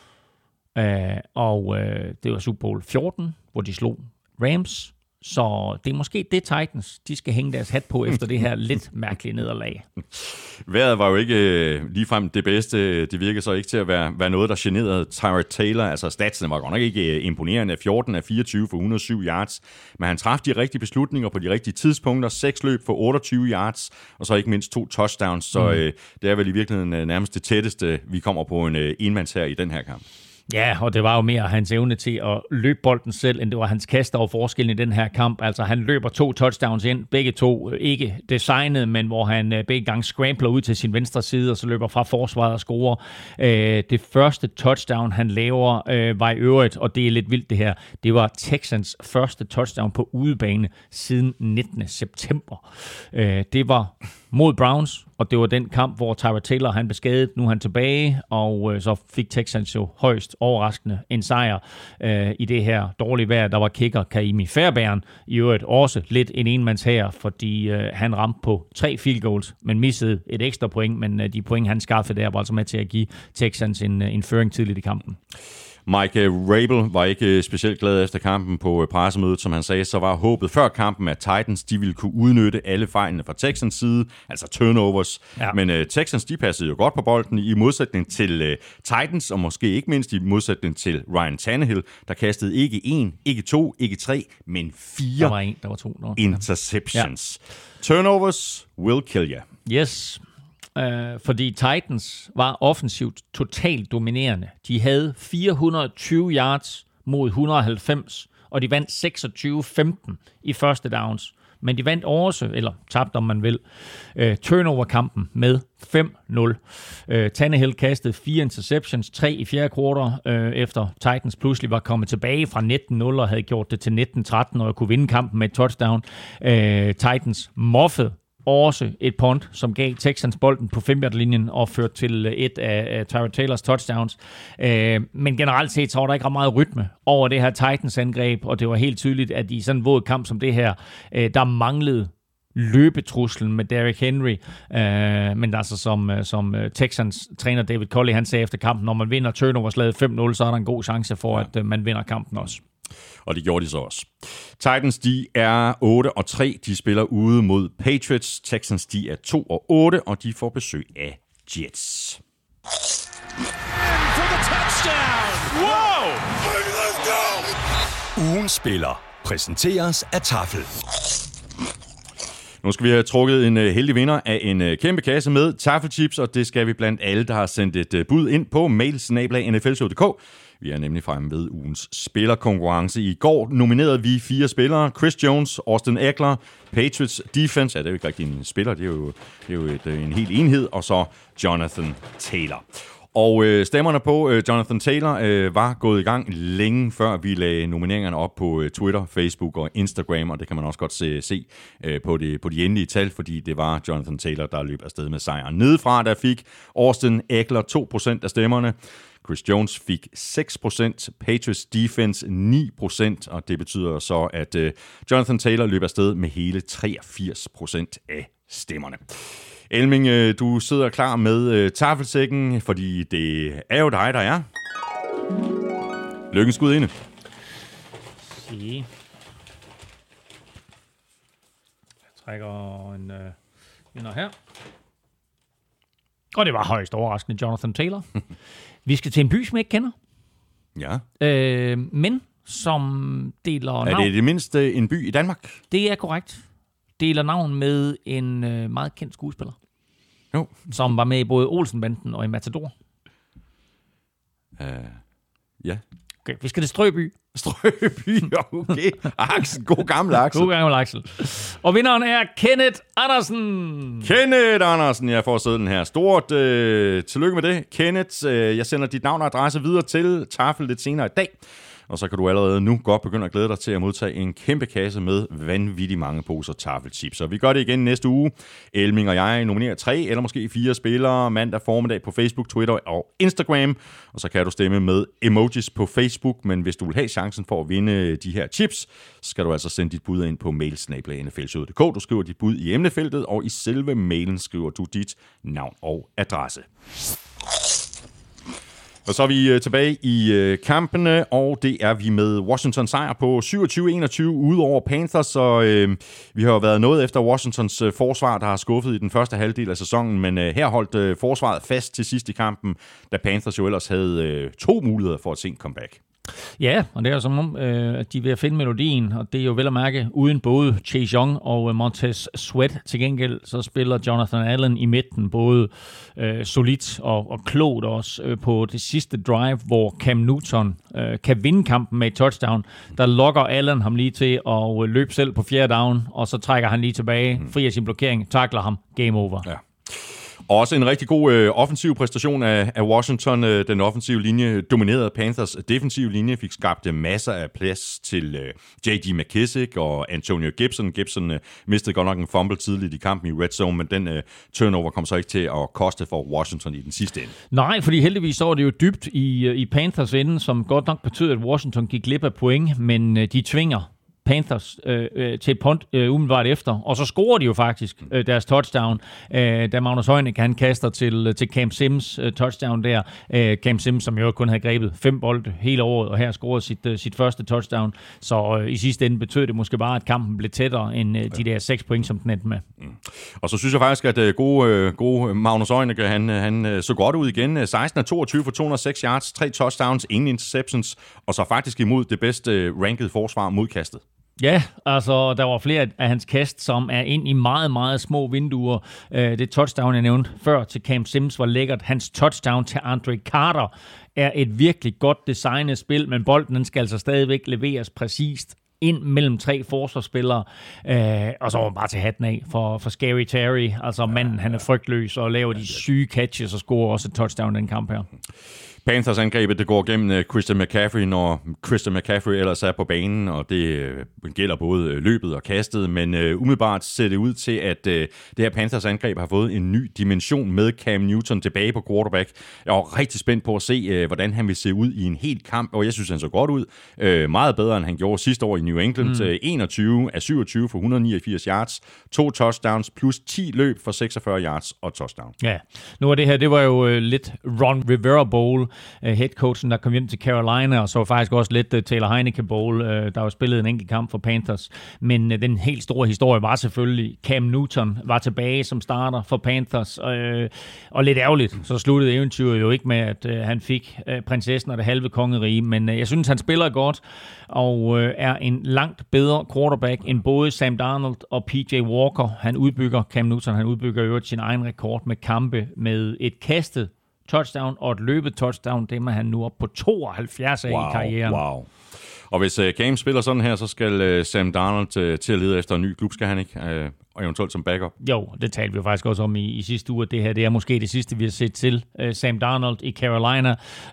Speaker 3: Det var Super Bowl 14, hvor de slog Rams. Så det er måske det Titans, de skal hænge deres hat på efter det her lidt mærkelige nederlag.
Speaker 1: Vejret var jo ikke ligefrem det bedste. Det virker så ikke til at være noget, der generede Tyrod Taylor. Altså statsene var godt nok ikke imponerende. 14 af 24 for 107 yards. Men han traf de rigtige beslutninger på de rigtige tidspunkter. 6 løb for 28 yards, og så ikke mindst 2 touchdowns. Så det er vel i virkeligheden nærmest det tætteste, vi kommer på en enmands her i den her kamp.
Speaker 3: Ja, og det var jo mere hans evne til at løbe bolden selv, end det var hans kast, der var forskellen i den her kamp. Altså, han løber 2 touchdowns ind, begge to ikke designet, men hvor han begge gange scrambler ud til sin venstre side, og så løber fra forsvaret og scorer. Det første touchdown, han laver, var i øvrigt, og det er lidt vildt det her, det var Texans første touchdown på udebane siden 19. september. Det var mod Browns, og det var den kamp, hvor Tyrod Taylor han blev skadet. Nu er han tilbage, og så fik Texans jo højst overraskende en sejr i det her dårlige vejr. Der var kicker Kaimi Fairbairn i øvrigt også lidt en enmandshær, fordi han ramte på 3 field goals, men missede et ekstra point, men de point, han skaffede der, var altså med til at give Texans en føring tidligt i kampen.
Speaker 1: Mike Rabel var ikke specielt glad efter kampen på pressemødet. Som han sagde, så var håbet før kampen, at Titans de ville kunne udnytte alle fejlene fra Texans side, altså turnovers. Ja. Men Texans de passede jo godt på bolden i modsætning til Titans, og måske ikke mindst i modsætning til Ryan Tannehill, der kastede ikke 1, ikke 2, ikke 3, men 4
Speaker 3: der var 2
Speaker 1: interceptions. Ja. Turnovers will kill you.
Speaker 3: Yes. Fordi Titans var offensivt totalt dominerende. De havde 420 yards mod 190, og de vandt 26-15 i første downs. Men de vandt også, eller tabte om man vil, turnover-kampen med 5-0. Tannehill kastede 4 interceptions, 3 i fjerde kvartal, efter Titans pludselig var kommet tilbage fra 19-0 og havde gjort det til 19-13, og kunne vinde kampen med et touchdown. Titans moffede også et punt, som gav Texans bolden på 5-yard-linjen og førte til et af Tyrod Taylors touchdowns. Men generelt set, så var der ikke ret meget rytme over det her Titans-angreb, og det var helt tydeligt, at i sådan en våd kamp som det her, der manglede løbetruslen med Derrick Henry. Men altså som Texans træner David Culley, han sagde efter kampen, når man vinder turnoverslaget 5-0, så er der en god chance for, at man vinder kampen også.
Speaker 1: Og det gjorde de så også. Titans, de er 8-3. De spiller ude mod Patriots. Texans, de er 2-8, og de får besøg af Jets.
Speaker 4: Ugens spiller præsenteres af Tafel.
Speaker 1: Nu skal vi have trukket en heldig vinder af en kæmpe kasse med taffelchips, og det skal vi blandt alle, der har sendt et bud ind på mail@nflshow.dk. Vi er nemlig fremme ved ugens spillerkonkurrence. I går nominerede vi 4 spillere. Chris Jones, Austin Ekeler, Patriots Defense. Ja, det er jo ikke rigtig en spiller, det er jo en hel enhed. Og så Jonathan Taylor. Og stemmerne på Jonathan Taylor var gået i gang længe før vi lagde nomineringerne op på Twitter, Facebook og Instagram, og det kan man også godt se på de endelige tal, fordi det var Jonathan Taylor, der løb afsted med sejren. Nedefra der fik Austin Ekeler 2% af stemmerne. Chris Jones fik 6%, Patriots Defense 9%, og det betyder så, at Jonathan Taylor løb afsted med hele 83% af stemmerne. Elming, du sidder klar med taffelsækken, fordi det er jo dig, der er. Lykkens skud inde.
Speaker 3: Se. trækker en vinder her. Og det var højst overraskende Jonathan Taylor. Vi skal til en by, som jeg ikke kender.
Speaker 1: Ja.
Speaker 3: Men som deler navn.
Speaker 1: Er det det mindste en by i Danmark?
Speaker 3: Det er korrekt. Deler navn med en meget kendt skuespiller.
Speaker 1: Jo.
Speaker 3: Som var med i både Olsenbanden og i Matador.
Speaker 1: Ja.
Speaker 3: Okay, vi skal til Strøby.
Speaker 1: Strøby, okay. Axel, god gammel Axel.
Speaker 3: God gammel Axel. Og vinderen er Kenneth Andersen.
Speaker 1: Kenneth Andersen, jeg får sædlen her. Stort tillykke med det. Kenneth, jeg sender dit navn og adresse videre til Tafel lidt senere i dag. Og så kan du allerede nu godt begynde at glæde dig til at modtage en kæmpe kasse med vanvittigt mange poser Tafel-chips. Så vi gør det igen næste uge. Elming og jeg nominerer 3 eller måske 4 spillere mandag formiddag på Facebook, Twitter og Instagram. Og så kan du stemme med emojis på Facebook. Men hvis du vil have chancen for at vinde de her chips, så skal du altså sende dit bud ind på mail@nflshowet.dk. Du skriver dit bud i emnefeltet, og i selve mailen skriver du dit navn og adresse. Og så er vi tilbage i kampene, og det er vi med Washington sejr på 27-21 ude over Panthers, så vi har jo været noget efter Washingtons forsvar, der har skuffet i den første halvdel af sæsonen, men her holdt forsvaret fast til sidst i kampen, da Panthers jo ellers havde 2 muligheder for et sent comeback.
Speaker 3: Ja, og det er jo som om, at de er ved at finde melodien, og det er jo vel at mærke uden både Chase Young og Montez Sweat. Til gengæld så spiller Jonathan Allen i midten både solidt og klogt også på det sidste drive, hvor Cam Newton kan vinde kampen med et touchdown. Der lokker Allen ham lige til at løbe selv på 4. down, og så trækker han lige tilbage, fri af sin blokering, tackler ham, game over. Ja.
Speaker 1: Også en rigtig god offensiv præstation af Washington. Den offensive linje dominerede Panthers. Defensive linje fik skabt masser af plads til J.D. McKissick og Antonio Gibson. Gibson mistede godt nok en fumble tidligt i kampen i red zone, men den turnover kom så ikke til at koste for Washington i den sidste ende.
Speaker 3: Nej, fordi heldigvis så var det jo dybt i Panthers ende, som godt nok betød, at Washington gik glip af point, men de tvinger Panthers til punt umiddelbart efter, og så scorer de jo faktisk deres touchdown, da Magnus Heunicke han kaster til Cam Sims touchdown der. Cam Sims, som jo kun havde grebet 5 bolde hele året, og her scorede sit første touchdown, så i sidste ende betød det måske bare, at kampen blev tættere end de der 6 point, som den endte med.
Speaker 1: Og så synes jeg faktisk, at gode Magnus Heunicke, han så godt ud igen. 16 af 22 for 206 yards, 3 touchdowns, ingen interceptions, og så faktisk imod det bedste rankede forsvar mod kastet.
Speaker 3: Ja, altså der var flere af hans kast, som er ind i meget, meget små vinduer. Det touchdown, jeg nævnte før til Cam Sims, var lækkert. Hans touchdown til Andre Carter er et virkelig godt designet spil, men bolden den skal altså stadigvæk leveres præcist ind mellem 3 forsvarsspillere, og så var man bare til hatten af for Scary Terry. Altså manden, han er frygtløs og laver de syge catches og scorer også et touchdown i den kamp her.
Speaker 1: Panthers angrebet, det går gennem Christian McCaffrey, når Christian McCaffrey ellers er på banen, og det gælder både løbet og kastet, men umiddelbart ser det ud til, at det her Panthers angreb har fået en ny dimension med Cam Newton tilbage på quarterback. Jeg var rigtig spændt på at se, hvordan han vil se ud i en hel kamp, og jeg synes, han så godt ud. Meget bedre, end han gjorde sidste år i New England. 21 af 27 for 189 yards, 2 touchdowns plus 10 løb for 46 yards og touchdown.
Speaker 3: Ja, nu er det her, det var jo lidt Ron Rivera Bowl, headcoachen, der kom hjem til Carolina, og så faktisk også lidt Taylor Heineke Bowl, der var spillet en enkelt kamp for Panthers. Men den helt store historie var selvfølgelig, Cam Newton var tilbage som starter for Panthers, og lidt ærgerligt, så sluttede eventyret jo ikke med, at han fik prinsessen og det halve kongerige, men jeg synes, han spiller godt, og er en langt bedre quarterback end både Sam Darnold og PJ Walker. Cam Newton, han udbygger jo sin egen rekord med kampe med et kastet touchdown og et løbet touchdown, det er han nu op på 72 af i karrieren.
Speaker 1: Wow. Og hvis Cam spiller sådan her, så skal Sam Darnold til at lede efter en ny klub, skal han ikke? Og eventuelt som backup.
Speaker 3: Jo, det talte vi jo faktisk også om i sidste uge, at det her det er måske det sidste, vi har set til Sam Darnold i Carolina.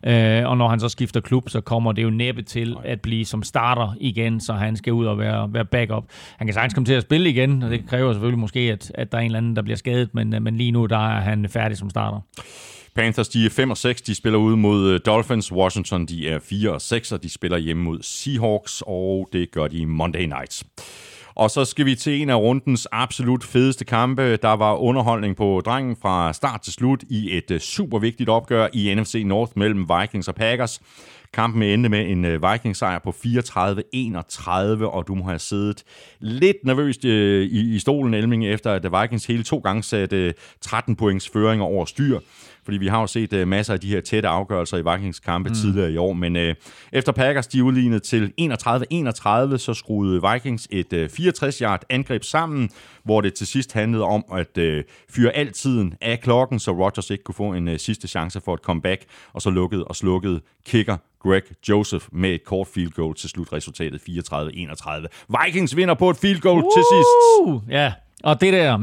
Speaker 3: Og når han så skifter klub, så kommer det jo næppe til at blive som starter igen, så han skal ud og være backup. Han kan sagtens komme til at spille igen, og det kræver selvfølgelig måske, at der er en eller anden, der bliver skadet, men lige nu der er han færdig som starter.
Speaker 1: Panthers, de er 5-6, de spiller ude mod Dolphins. Washington, de er 4-6, og de spiller hjemme mod Seahawks, og det gør de Monday Nights. Og så skal vi til en af rundens absolut fedeste kampe. Der var underholdning på drengen fra start til slut i et super vigtigt opgør i NFC North mellem Vikings og Packers. Kampen endte med en Vikings-sejr på 34-31, og du må have siddet lidt nervøst i stolen, Elming, efter at Vikings hele 2 gange satte 13 points føringer over styr. Fordi vi har jo set masser af de her tætte afgørelser i Vikings kampe tidligere i år. Men efter Packers de udlignede til 31-31, så skruede Vikings et 64-yard angreb sammen, hvor det til sidst handlede om at fyre al tiden af klokken, så Rodgers ikke kunne få en sidste chance for et comeback, og så lukkede og slukkede kicker Greg Joseph med et kort field goal til slutresultatet 34-31. Vikings vinder på et field goal til sidst.
Speaker 3: Ja, og det der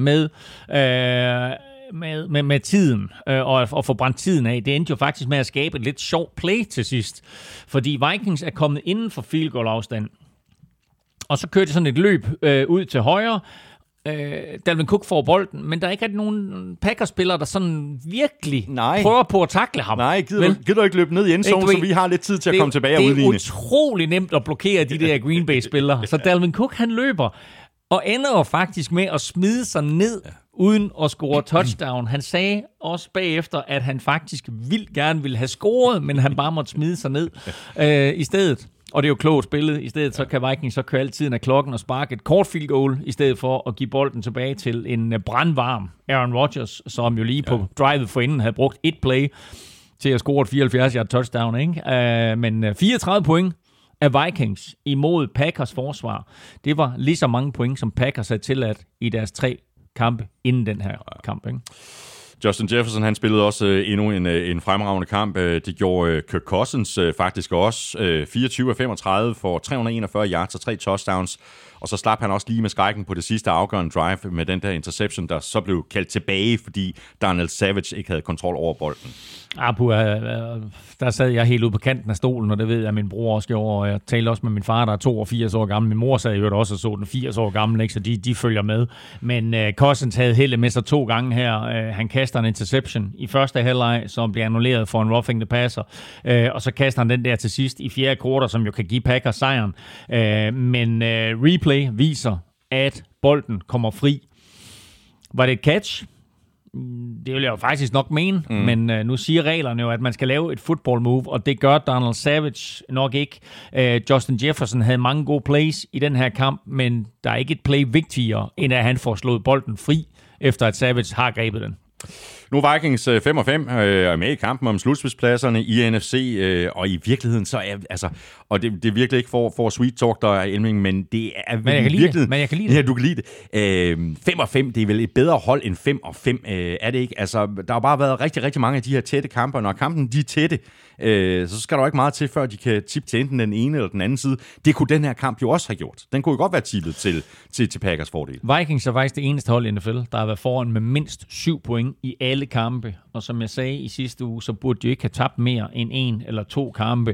Speaker 3: med tiden og få brændt tiden af, det endte jo faktisk med at skabe et lidt sjovt play til sidst. Fordi Vikings er kommet inden for field goal afstand. Og så kører de sådan et løb ud til højre. Dalvin Cook får bolden, men der er ikke rigtig nogen Packers-spillere, der sådan virkelig prøver på at takle ham.
Speaker 1: Nej, gider ikke løbe ned i endzone, så vi har lidt tid til at komme tilbage og udligne.
Speaker 3: Det er utrolig nemt at blokere de der Green Bay-spillere. Så Dalvin Cook, han løber og ender jo faktisk med at smide sig ned uden at score touchdown. Han sagde også bagefter, at han faktisk vildt gerne ville have scoret, men han bare måtte smide sig ned i stedet. Og det er jo klogt spillet. I stedet så kan Vikings så køre altid af klokken og sparke et kort field goal, i stedet for at give bolden tilbage til en brandvarm Aaron Rodgers, som jo lige på drivet forinden havde brugt et play til at score et 74-yard touchdown. Ikke? Men 34 point af Vikings imod Packers forsvar. Det var lige så mange point, som Packers havde tilladt i deres 3 kampe inden den her kamp. Ikke?
Speaker 1: Justin Jefferson, han spillede også endnu en fremragende kamp. Det gjorde Kirk Cousins faktisk også. 24-35 for 341 yards og 3 touchdowns. Og så slap han også lige med skrækken på det sidste afgørende drive med den der interception, der så blev kaldt tilbage, fordi Darnell Savage ikke havde kontrol over bolden. Der sad jeg helt ude på kanten af stolen, og det ved jeg, at min bror også gjorde, og jeg talte også med min far, der er 82 år gammel. Min mor sad jo også og så den 80 år gammel, ikke? Så de følger med. Men Cousins havde heldet med sig 2 gange her. Han kaster en interception i første halvleg, som bliver annulleret for en roughing the passer, og så kaster han den der til sidst i 4. kvartal, som jo kan give Packers sejren. Men replay viser, at bolden kommer fri. Var det et catch? Det vil jeg jo faktisk nok mene, men nu siger reglerne jo, at man skal lave et football move, og det gør Donald Savage nok ikke. Justin Jefferson havde mange gode plays i den her kamp, men der er ikke et play vigtigere, end at han får slået bolden fri, efter at Savage har grebet den. Nu er Vikings 5-5 er med i kampen om slutspidspladserne i NFC, og i virkeligheden så er og det er virkelig ikke for sweet talk, der er Elming, men det er
Speaker 3: men jeg kan lide det.
Speaker 1: Ja, du kan lide det. 5-5, det er vel et bedre hold end 5-5, er det ikke? Altså, der har bare været rigtig, rigtig mange af de her tætte kamper, når kampen de er tætte, så skal der jo ikke meget til, før de kan tippe til enten den ene eller den anden side. Det kunne den her kamp jo også have gjort. Den kunne jo godt være tippet til Packers fordel.
Speaker 3: Vikings er faktisk det eneste hold i NFL, der har været foran med mindst 7 point i alle kampe, og som jeg sagde i sidste uge, så burde de ikke have tabt mere end 1 eller 2 kampe.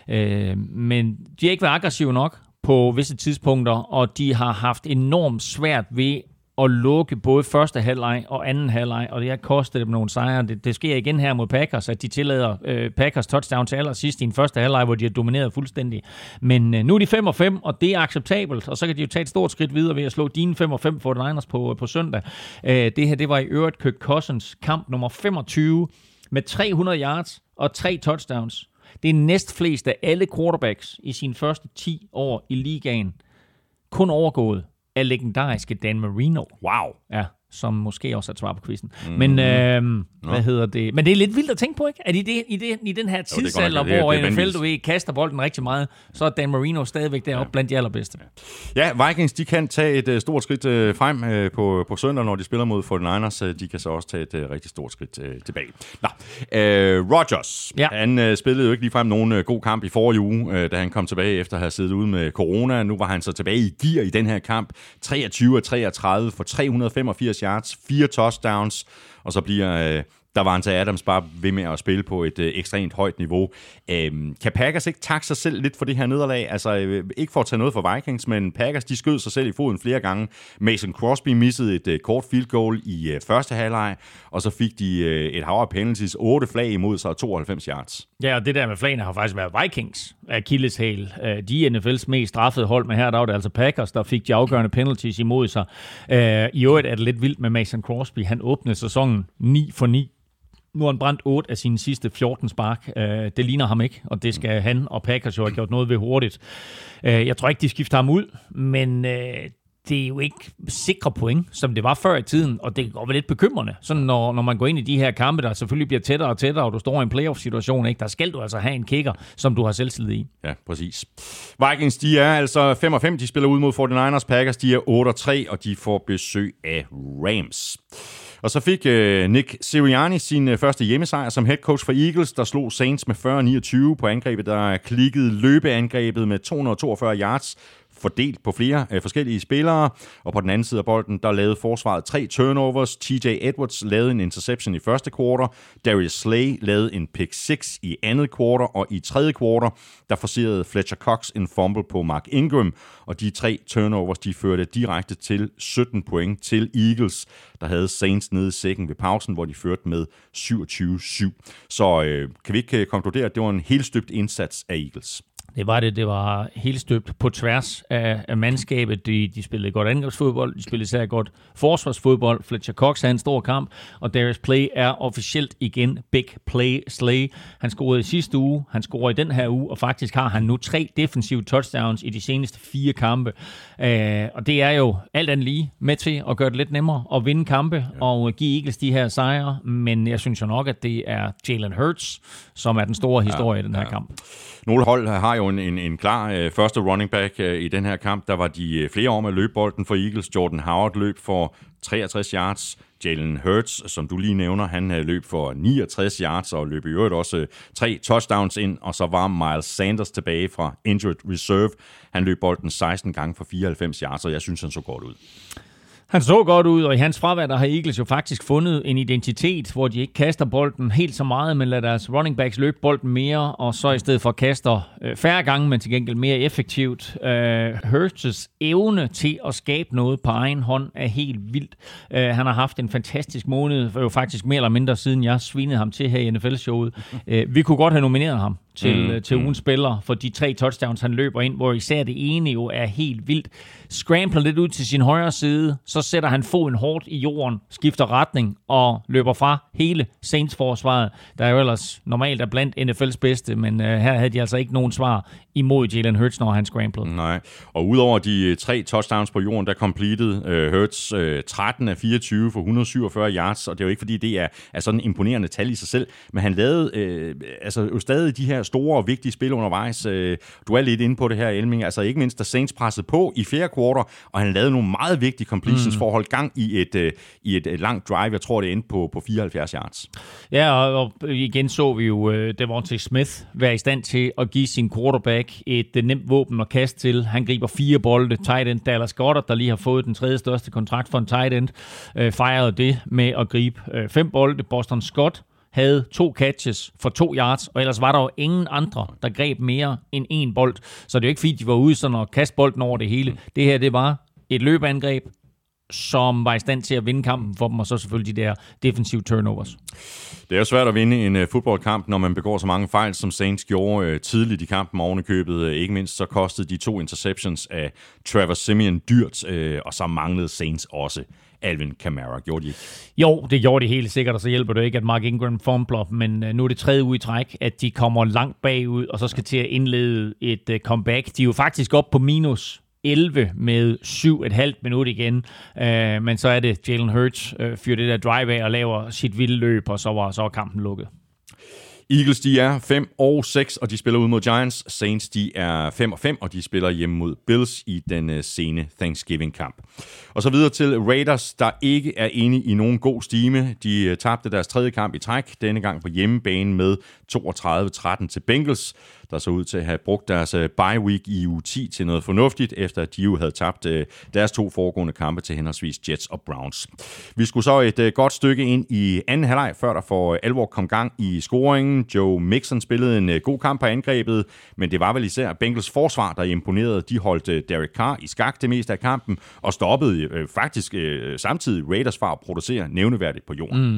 Speaker 3: Men de har ikke været aggressive nok på visse tidspunkter, og de har haft enormt svært ved at lukke både første halvleg og anden halvleg, og det har kostet dem nogle sejre. Det sker igen her mod Packers, at de tillader Packers touchdown til allersidst i en første halvleg, hvor de har domineret fuldstændig. Men nu er de 5-5, og det er acceptabelt, og så kan de jo tage et stort skridt videre ved at slå dine 5-5 for Niners på søndag. Det her, det var i øvrigt Kirk Cousins kamp nummer 25 med 300 yards og 3 touchdowns. Det er næstflest af alle quarterbacks i sine første 10 år i ligaen. Kun overgået af legendariske Dan Marino.
Speaker 1: Wow.
Speaker 3: Ja, som måske også er et svar på quizzen. Men hvad hedder det? Men det er lidt vildt at tænke på, ikke? At i den her tidsalder, hvor NFL, du ved, kaster bolden rigtig meget, så er Dan Marino stadigvæk deroppe blandt de allerbedste.
Speaker 1: Ja, Vikings, de kan tage et stort skridt frem på søndag, når de spiller mod 49ers. De kan så også tage et rigtig stort skridt tilbage. Rodgers, han spillede jo ikke ligefrem nogen god kamp i forrige uge, da han kom tilbage efter at have siddet ude med corona. Nu var han så tilbage i gear i den her kamp. 23-33 for 385 yards, 4 touchdowns, og så bliver Davante Adams bare ved med at spille på et ekstremt højt niveau. Kan Packers ikke takke sig selv lidt for det her nederlag? Altså, ikke for at tage noget for Vikings, men Packers, de skød sig selv i foden flere gange. Mason Crosby missede et kort field goal i første halvleg, og så fik de et hav af penalties, 8 flag imod sig og 92 yards.
Speaker 3: Ja, og det der med flagene har faktisk været Vikings akilleshæl. De er NFL's mest straffede hold, men her der var det altså Packers, der fik de afgørende penalties imod sig. I øvrigt er det lidt vildt med Mason Crosby. Han åbnede sæsonen 9-9 Nu har han brændt 8 af sine sidste 14 spark. Det ligner ham ikke, og det skal han og Packers jo have gjort noget ved hurtigt. Jeg tror ikke, de skifter ham ud, men det er jo ikke sikre point, som det var før i tiden, og det kan godt være lidt bekymrende. Sådan når man går ind i de her kampe, der selvfølgelig bliver tættere og tættere, og du står i en playoff-situation, ikke? Der skal du altså have en kicker, som du har selvtillid i.
Speaker 1: Ja, præcis. Vikings, de er altså 5-5, de spiller ud mod 49ers. Packers, de er 8-3, og de får besøg af Rams. Og så fik Nick Sirianni sin første hjemmesejr som head coach for Eagles, der slog Saints med 40-29 på angrebet, der klikkede løbeangrebet med 242 yards, fordelt på flere forskellige spillere, og på den anden side af bolden, der lavede forsvaret 3 turnovers. TJ Edwards lavede en interception i første kvartal, Darius Slay lavede en pick 6 i andet kvartal, og i tredje kvartal, der forcerede Fletcher Cox en fumble på Mark Ingram, og de 3 turnovers, de førte direkte til 17 point til Eagles, der havde Saints nede i sækken ved pausen, hvor de førte med 27-7. Så kan vi ikke konkludere, at det var en helt støbt indsats af Eagles?
Speaker 3: Det var det. Det var helt støbt på tværs af mandskabet. De spillede godt angrebsfodbold, de spillede især godt forsvarsfodbold. Fletcher Cox havde en stor kamp, og Darius Slay er officielt igen Big Play Slay. Han scorede i sidste uge, han scorer i den her uge, og faktisk har han nu 3 defensive touchdowns i de seneste 4 kampe. Og det er jo alt andet lige med til at gøre det lidt nemmere at vinde kampe og give Eagles de her sejre. Men jeg synes jo nok, at det er Jalen Hurts, som er den store historie i den her kamp.
Speaker 1: Nogle hold har jo en klar første running back i den her kamp. Der var de flere om at løbe bolden for Eagles. Jordan Howard løb for 63 yards. Jalen Hurts, som du lige nævner, han løb for 69 yards og løb i øvrigt også 3 touchdowns ind. Og så var Miles Sanders tilbage fra injured reserve. Han løb bolden 16 gange for 94 yards, og jeg synes, han så godt ud.
Speaker 3: Han så godt ud, og i hans fravær, der har Eagles jo faktisk fundet en identitet, hvor de ikke kaster bolden helt så meget, men lader deres running backs løbe bolden mere, og så i stedet for kaster færre gange, men til gengæld mere effektivt. Hurts' evne til at skabe noget på egen hånd er helt vildt. Han har haft en fantastisk måned, jo faktisk mere eller mindre siden jeg svinede ham til her i NFL-showet. Vi kunne godt have nomineret ham til ugens spiller for de 3 touchdowns, han løber ind, hvor især det ene jo er helt vildt. Scrambler lidt ud til sin højre side, så sætter han foden hårdt i jorden, skifter retning og løber fra hele Saints-forsvaret, der jo ellers normalt er blandt NFL's bedste, men her havde de altså ikke nogen svar imod Jalen Hurts, når han scramblede.
Speaker 1: Nej, og udover de 3 touchdowns på jorden, der completed Hurts 13 af 24 for 147 yards, og det er jo ikke fordi, det er sådan en imponerende tal i sig selv, men han lavede jo stadig de her store og vigtige spil undervejs. Du er lidt inde på det her, Elming, altså ikke mindst, da Saints pressede på i fjerde kvartal, og han lavede nogle meget vigtige completions for at holde gang i et langt drive. Jeg tror, det endte på 74 yards.
Speaker 3: Ja, og igen så vi jo Devontae Smith være i stand til at give sin quarterback et nemt våben at kaste til. Han griber 4 bolde. Tight end Dallas Goedert, der lige har fået den 3. største kontrakt for en tight end, fejrede det med at gribe 5 bolde. Boston Scott havde 2 catches for 2 yards, og ellers var der jo ingen andre, der greb mere end 1 bold. Så det er jo ikke fordi, de var ude sådan at kaste bolden over det hele. Det her, det var et løbeangreb, som var i stand til at vinde kampen for dem, og så selvfølgelig de der defensive turnovers.
Speaker 1: Det er jo svært at vinde en fodboldkamp, når man begår så mange fejl, som Saints gjorde tidligt i kampen oven i købet. Ikke mindst så kostede de 2 interceptions af Trevor Siemian dyrt, og så manglede Saints også Alvin Kamara. Gjorde de ikke? Jo,
Speaker 3: det gjorde de helt sikkert, og så hjælper det ikke, at Mark Ingram fumbler, men nu er det 3. uge i træk, at de kommer langt bagud, og så skal til at indlede et comeback. De er jo faktisk op på minus 11 med 7,5 minut igen, men så er det Jalen Hurts fyrer det der drive af og laver sit vilde løb, og så var kampen lukket.
Speaker 1: Eagles, de er 5-6, og de spiller ud mod Giants. Saints, de er 5-5, og de spiller hjemme mod Bills i den sene Thanksgiving-kamp. Og så videre til Raiders, der ikke er inde i nogen god stime. De tabte deres 3. kamp i træk, denne gang på hjemmebane med 32-13 til Bengals, der så ud til at have brugt deres bye week i uge 10 til noget fornuftigt, efter at de jo havde tabt deres 2 foregående kampe til henholdsvis Jets og Browns. Vi skulle så et godt stykke ind i anden halvleg, før der for alvor kom gang i scoringen. Joe Mixon spillede en god kamp på angrebet, men det var vel især Bengals forsvar, der imponerede. De holdt Derek Carr i skak det meste af kampen, og stoppede faktisk samtidig Raiders fra at producere nævneværdigt på jorden.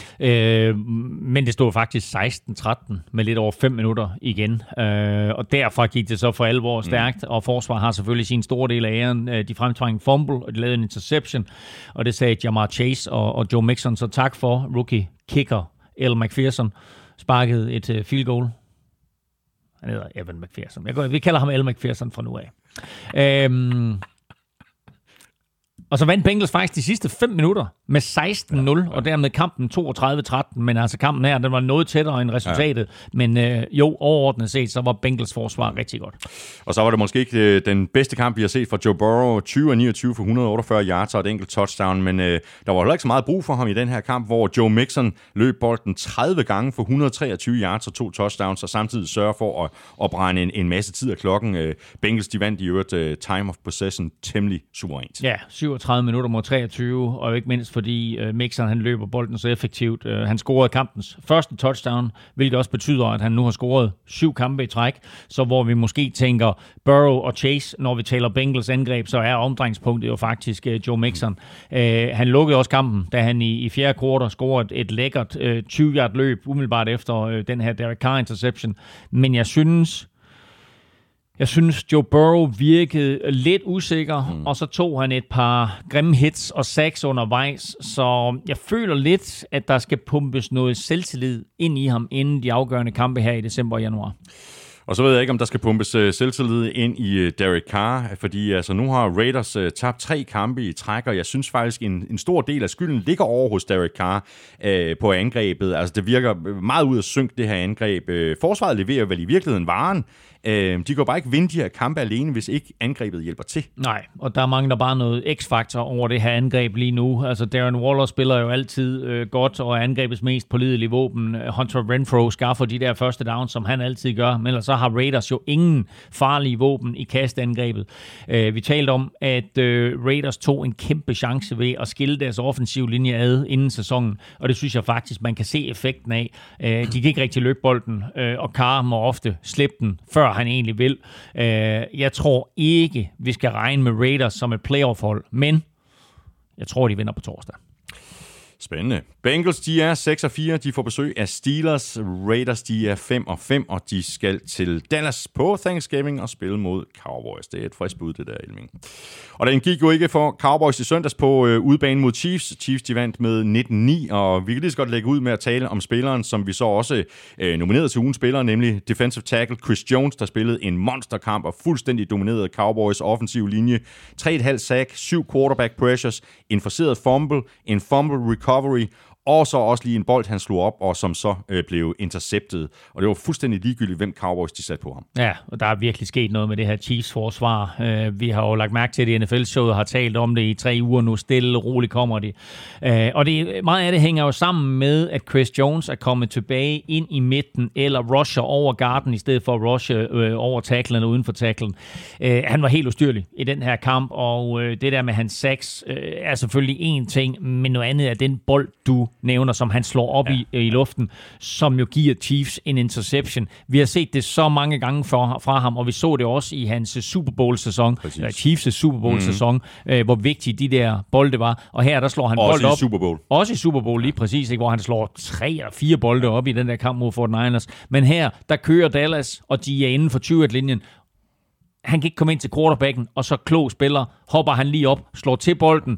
Speaker 3: Men det stod faktisk 16-13 med lidt over 5 minutter igen, og derfra gik det så for alvor stærkt, og forsvar har selvfølgelig sin store del af æren. De fremtvang fumble, og de lavede en interception, og det sagde Jamar Chase og Joe Mixon så tak for, rookie kicker El McPherson sparkede et field goal. Han hedder Evan McPherson. Vi kalder ham El McPherson fra nu af. Og så vandt Bengals faktisk de sidste 5 minutter med 16-0, og dermed kampen 32-13. Men altså kampen her, den var noget tættere end resultatet. Ja. Men overordnet set, så var Bengals forsvar rigtig godt.
Speaker 1: Og så var det måske ikke den bedste kamp, vi har set fra Joe Burrow. 20-29 for 148 yards og et enkelt touchdown. Men der var heller ikke så meget brug for ham i den her kamp, hvor Joe Mixon løb bolden 30 gange for 123 yards og 2 touchdowns, og samtidig sørger for at brænde en masse tid af klokken. Bengals, de vandt i øvrigt time of possession temmelig suverænt.
Speaker 3: Ja, 37 minutter mod 23, og ikke mindst fordi Mixon han løber bolden så effektivt. Han scorede kampens første touchdown, hvilket også betyder, at han nu har scoret 7 kampe i træk. Så hvor vi måske tænker Burrow og Chase, når vi taler Bengals angreb, så er omdrejningspunktet jo faktisk Joe Mixon. Han lukkede også kampen, da han i fjerde kvartal scorede et lækkert 20-yard løb, umiddelbart efter den her Derek Carr interception. Men jeg synes, Joe Burrow virkede lidt usikker, og så tog han et par grimme hits og sacks undervejs. Så jeg føler lidt, at der skal pumpes noget selvtillid ind i ham, inden de afgørende kampe her i december og januar.
Speaker 1: Og så ved jeg ikke, om der skal pumpes selvtillid ind i Derek Carr, fordi altså, nu har Raiders tabt 3 kampe i træk, og jeg synes faktisk, en stor del af skylden ligger over hos Derek Carr på angrebet. Altså, det virker meget ud af synk, det her angreb. Forsvaret leverer vel i virkeligheden varen. De kan bare ikke vinde de her kampe alene, hvis ikke angrebet hjælper til.
Speaker 3: Nej, og der mangler bare noget x-faktor over det her angreb lige nu. Altså Darren Waller spiller jo altid godt og er angrebets mest pålidelige våben. Hunter Renfrow skaffer de der første downs, som han altid gør, men ellers så har Raiders jo ingen farlige våben i kastangrebet. Vi talte om, at Raiders tog en kæmpe chance ved at skille deres offensive linje ad inden sæsonen, og det synes jeg faktisk, man kan se effekten af. De kan ikke rigtig løbe bolden, og Carr må ofte slippe den, før han egentlig vil. Jeg tror ikke, vi skal regne med Raiders som et playoff-hold, men jeg tror, de vinder på torsdag.
Speaker 1: Spændende. Bengals, de er 6-4. De får besøg af Steelers. Raiders, de er 5-5, og de skal til Dallas på Thanksgiving og spille mod Cowboys. Det er et frisk bud, det der, Elming. Og den gik jo ikke for Cowboys i søndags på udebane mod Chiefs. Chiefs, de vandt med 19-9, og vi kan lige så godt lægge ud med at tale om spilleren, som vi så også nominerede til ugens spiller, nemlig defensive tackle Chris Jones, der spillede en monsterkamp og fuldstændig dominerede Cowboys offensiv linje. 3,5 sack, 7 quarterback pressures, en forceret fumble, en fumble recovery, og så også lige en bold, han slog op, og som så blev interceptet. Og det var fuldstændig ligegyldigt, hvem Cowboys de satte på ham.
Speaker 3: Ja, og der er virkelig sket noget med det her Chiefs-forsvar. Vi har jo lagt mærke til det, NFL-showet har talt om det i 3 uger nu. Stille og roligt kommer de. Og meget af det hænger jo sammen med, at Chris Jones er kommet tilbage ind i midten, eller rusher over garden, i stedet for at rushe over tacklen og uden for tacklen. Han var helt ustyrlig i den her kamp, og det der med hans sacks er selvfølgelig en ting, men noget andet er den bold, du nævner, som han slår op i luften, som jo giver Chiefs en interception. Vi har set det så mange gange fra ham, og vi så det også i hans Super Bowl-sæson, Chiefs' Super Bowl-sæson, hvor vigtige de der bolde var. Og her, der slår han bold op.
Speaker 1: Også i Super Bowl.
Speaker 3: Også i Super Bowl, lige præcis, ikke? Hvor han slår 3 eller 4 bolde op i den der kamp mod 49ers. Men her, der kører Dallas, og de er inden for 20-linjen. Han kan ikke komme ind til quarterbacken, og så klog spiller, hopper han lige op, slår til bolden,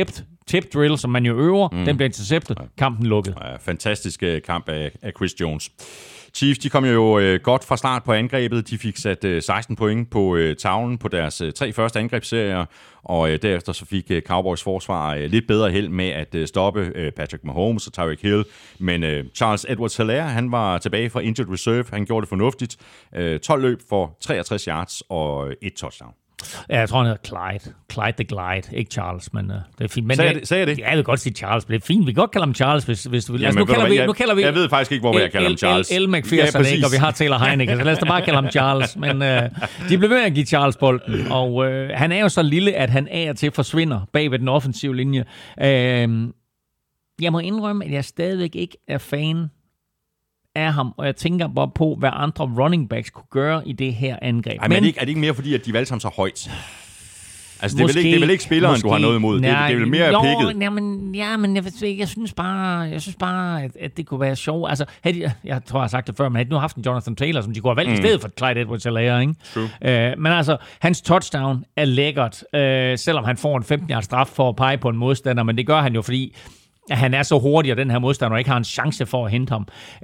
Speaker 3: tip drill, som man jo øver, den bliver interceptet, kampen lukket.
Speaker 1: Ja, fantastisk kamp af Chris Jones. Chiefs, de kom jo godt fra start på angrebet. De fik sat 16 point på tavlen på deres 3 første angrebsserier, og derefter så fik Cowboys forsvar lidt bedre held med at stoppe Patrick Mahomes og Tyreek Hill. Men Charles Edwards-Helaire, han var tilbage fra injured reserve. Han gjorde det fornuftigt. 12 løb for 63 yards og 1 touchdown.
Speaker 3: Ja, jeg tror, han hedder Clyde. Clyde the Glide. Ikke Charles, men det er fint. Men
Speaker 1: sagde jeg det?
Speaker 3: Ja, jeg vil godt sige Charles, men det er fint. Vi kan godt kalde ham Charles, hvis du vil.
Speaker 1: Jamen, nu kalder vi... Jeg ved faktisk ikke, hvor jeg kalder ham Charles.
Speaker 3: El McPherson, ikke? Og vi har Taylor Heineke, så lad os da bare kalde ham Charles. Men de blev ved at give Charles bolden, og han er jo så lille, at han af og til forsvinder bag ved den offensive linje. Jeg må indrømme, at jeg stadigvæk ikke er fan af ham, og jeg tænker bare på, hvad andre running backs kunne gøre i det her angreb.
Speaker 1: Ej, men er det ikke mere fordi, at de valgte ham så højt? Altså, det er vel ikke spilleren, du har noget imod. Det er vel mere pikket.
Speaker 3: Men jeg synes bare, at det kunne være sjovt. Altså, jeg tror, jeg har sagt det før, men havde nu haft en Jonathan Taylor, som de kunne have valgt i stedet for Clyde Edwards-Helaire, ikke? Men altså, hans touchdown er lækkert, selvom han får en 15-yard straf for at pege på en modstander, men det gør han jo, fordi han er så hurtig, og den her modstander ikke har en chance for at hente ham.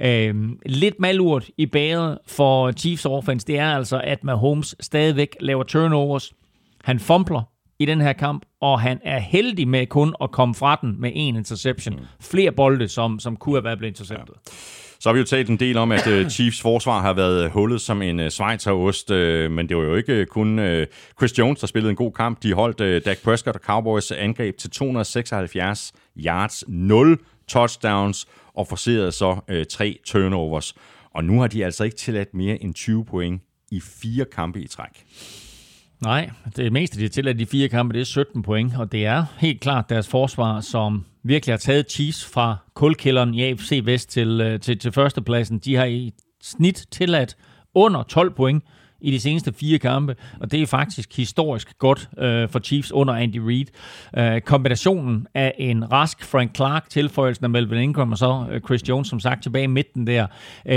Speaker 3: Lidt malurt i bæret for Chiefs offense, det er altså, at Mahomes stadigvæk laver turnovers. Han fumbler i den her kamp, og han er heldig med kun at komme fra den med en interception. Flere bolde, som kunne have været blevet interceptet. Ja.
Speaker 1: Så har vi jo talt en del om, at Chiefs forsvar har været hullet som en schweizerost, men det var jo ikke kun Chris Jones, der spillede en god kamp. De holdt Dak Prescott og Cowboys angreb til 276 yards, 0 touchdowns og forcerede så 3 turnovers. Og nu har de altså ikke tilladt mere end 20 point i 4 kampe i træk.
Speaker 3: Nej, det meste, de har tilladt de 4 kampe, det er 17 point, og det er helt klart deres forsvar, som virkelig har taget Chiefs fra kulkælderen i AFC Vest til førstepladsen. De har i snit tilladt under 12 point i de seneste 4 kampe, og det er faktisk historisk godt for Chiefs under Andy Reid. Kombinationen af en rask Frank Clark, tilføjelsen af Melvin Ingram og så Chris Jones, som sagt, tilbage i midten der.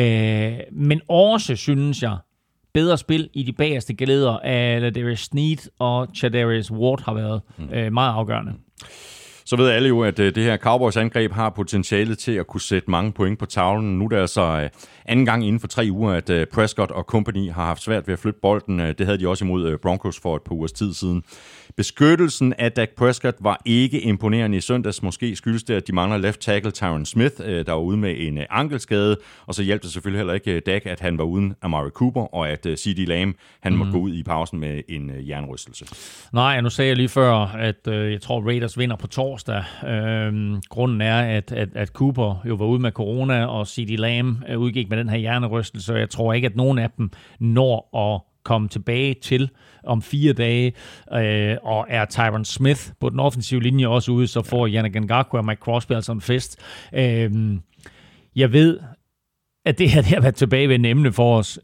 Speaker 3: Men også, synes jeg, bedre spil i de bagerste geleder af Ladarius Sneed og Chadarius Ward har været meget afgørende.
Speaker 1: Så ved alle jo, at det her Cowboys-angreb har potentialet til at kunne sætte mange point på tavlen. Nu er det altså anden gang inden for 3 uger, at Prescott og company har haft svært ved at flytte bolden. Det havde de også imod Broncos for et par ugers tid siden. Beskyttelsen af Dak Prescott var ikke imponerende i søndags. Måske skyldes det, at de mangler left tackle Tyron Smith, der var ude med en ankelskade. Og så hjalp det selvfølgelig heller ikke Dak, at han var uden Amari Cooper, og at CeeDee Lamb han måtte gå ud i pausen med en jernrystelse.
Speaker 3: Nej, nu sagde jeg lige før, at jeg tror, Raiders vinder på torsdag. Grunden er, at Cooper jo var ude med corona, og CeeDee Lamb udgik med den her hjernerystelse. Jeg tror ikke, at nogen af dem når at komme tilbage til om 4 dage, og er Tyron Smith på den offensive linje også ude, så får Yannick Ngakoue og Mike Crosby altså en fest. Jeg ved, at det her har været tilbage ved en emne for os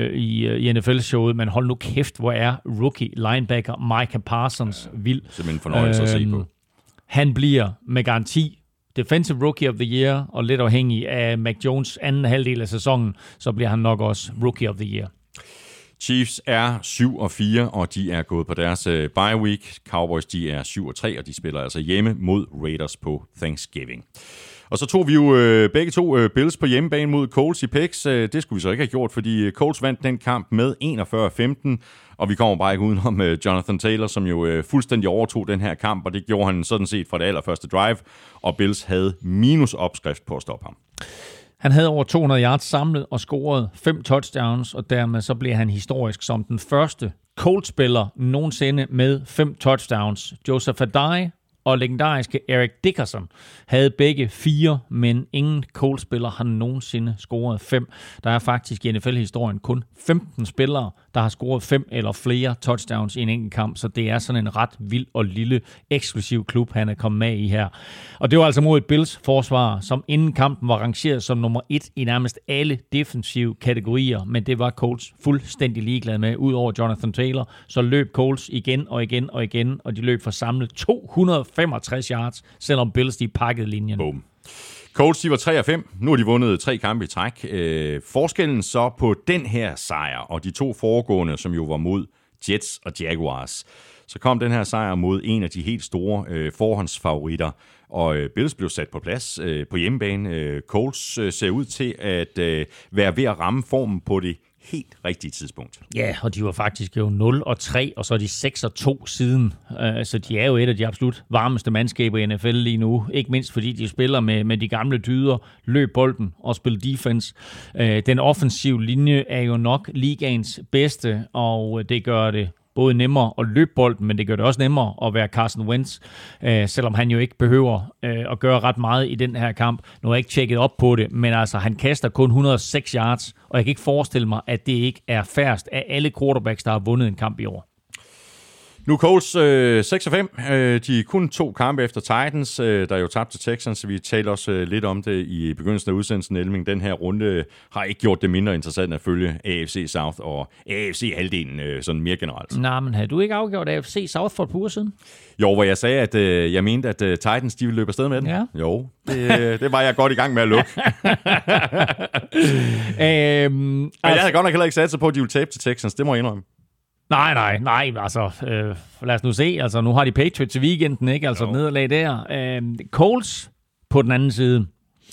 Speaker 3: i NFL-showet, men hold nu kæft, hvor er rookie linebacker Micah Parsons vild.
Speaker 1: Simpelthen fornøjelse at se på.
Speaker 3: Han bliver med garanti Defensive Rookie of the Year, og lidt afhængig af Mac Jones anden halvdel af sæsonen, så bliver han nok også Rookie of the Year.
Speaker 1: Chiefs er 7-4, og de er gået på deres bye week. Cowboys, de er 7-3, og de spiller altså hjemme mod Raiders på Thanksgiving. Og så tog vi jo begge to Bills på hjemmebane mod Colts i picks. Det skulle vi så ikke have gjort, fordi Colts vandt den kamp med 41-15, og vi kommer bare ikke udenom Jonathan Taylor, som jo fuldstændig overtog den her kamp, og det gjorde han sådan set fra det allerførste drive, og Bills havde minus opskrift på at stoppe ham.
Speaker 3: Han havde over 200 yards samlet og scorede 5 touchdowns, og dermed så blev han historisk som den første Colts-spiller nogensinde med 5 touchdowns. Joseph Addai og legendariske Eric Dickerson havde begge 4, men ingen Colts-spiller har nogensinde scoret 5. Der er faktisk i NFL-historien kun 15 spillere, der har scoret 5 eller flere touchdowns i en enkelt kamp, så det er sådan en ret vild og lille eksklusiv klub, han er kommet med i her. Og det var altså mod et Bills forsvar, som inden kampen var rangeret som nummer 1 i nærmest alle defensive kategorier, men det var Colts fuldstændig ligeglade med. Udover Jonathan Taylor, så løb Colts igen og igen og igen, og de løb for samlet 265 yards, selvom Bills de pakkede linjen.
Speaker 1: Boom. Colts, de var 3-5. Nu har de vundet 3 kampe i træk. Forskellen så på den her sejr og de 2 foregående, som jo var mod Jets og Jaguars, så kom den her sejr mod en af de helt store forhåndsfavoritter, og Bills blev sat på plads på hjemmebane. Colts ser ud til at være ved at ramme formen på det helt rigtige tidspunkt.
Speaker 3: Ja, og de var faktisk jo 0-3, og så er de 6-2 siden. Så de er jo et af de absolut varmeste mandskaber i NFL lige nu. Ikke mindst fordi de spiller med de gamle dyder, løb bolden og spiller defense. Den offensive linje er jo nok ligaens bedste, og det gør det både nemmere at løbe bolden, men det gør det også nemmere at være Carson Wentz, selvom han jo ikke behøver at gøre ret meget i den her kamp. Nu har jeg ikke tjekket op på det, men altså han kaster kun 106 yards, og jeg kan ikke forestille mig, at det ikke er færrest af alle quarterbacks, der har vundet en kamp i år.
Speaker 1: Nu Colts 6-5. De er kun 2 kampe efter Titans, der jo tabte til Texans, så vi talte også lidt om det i begyndelsen af udsendelsen. Elming, den her runde har ikke gjort det mindre interessant at følge AFC South og AFC-halvdelen sådan mere generelt.
Speaker 3: Nej, men havde du ikke afgjort AFC South for et par uger siden?
Speaker 1: Jo, hvor jeg sagde, at jeg mente, at Titans de ville løbe afsted med den.
Speaker 3: Ja.
Speaker 1: Jo, det var jeg godt i gang med at lukke. Men jeg havde godt nok heller ikke sat sig på, at de ville tabe til Texans, det må jeg indrømme.
Speaker 3: Nej, altså lad os nu se, altså nu har de Patriots i weekenden, ikke? Altså nederlag der. Colts på den anden side.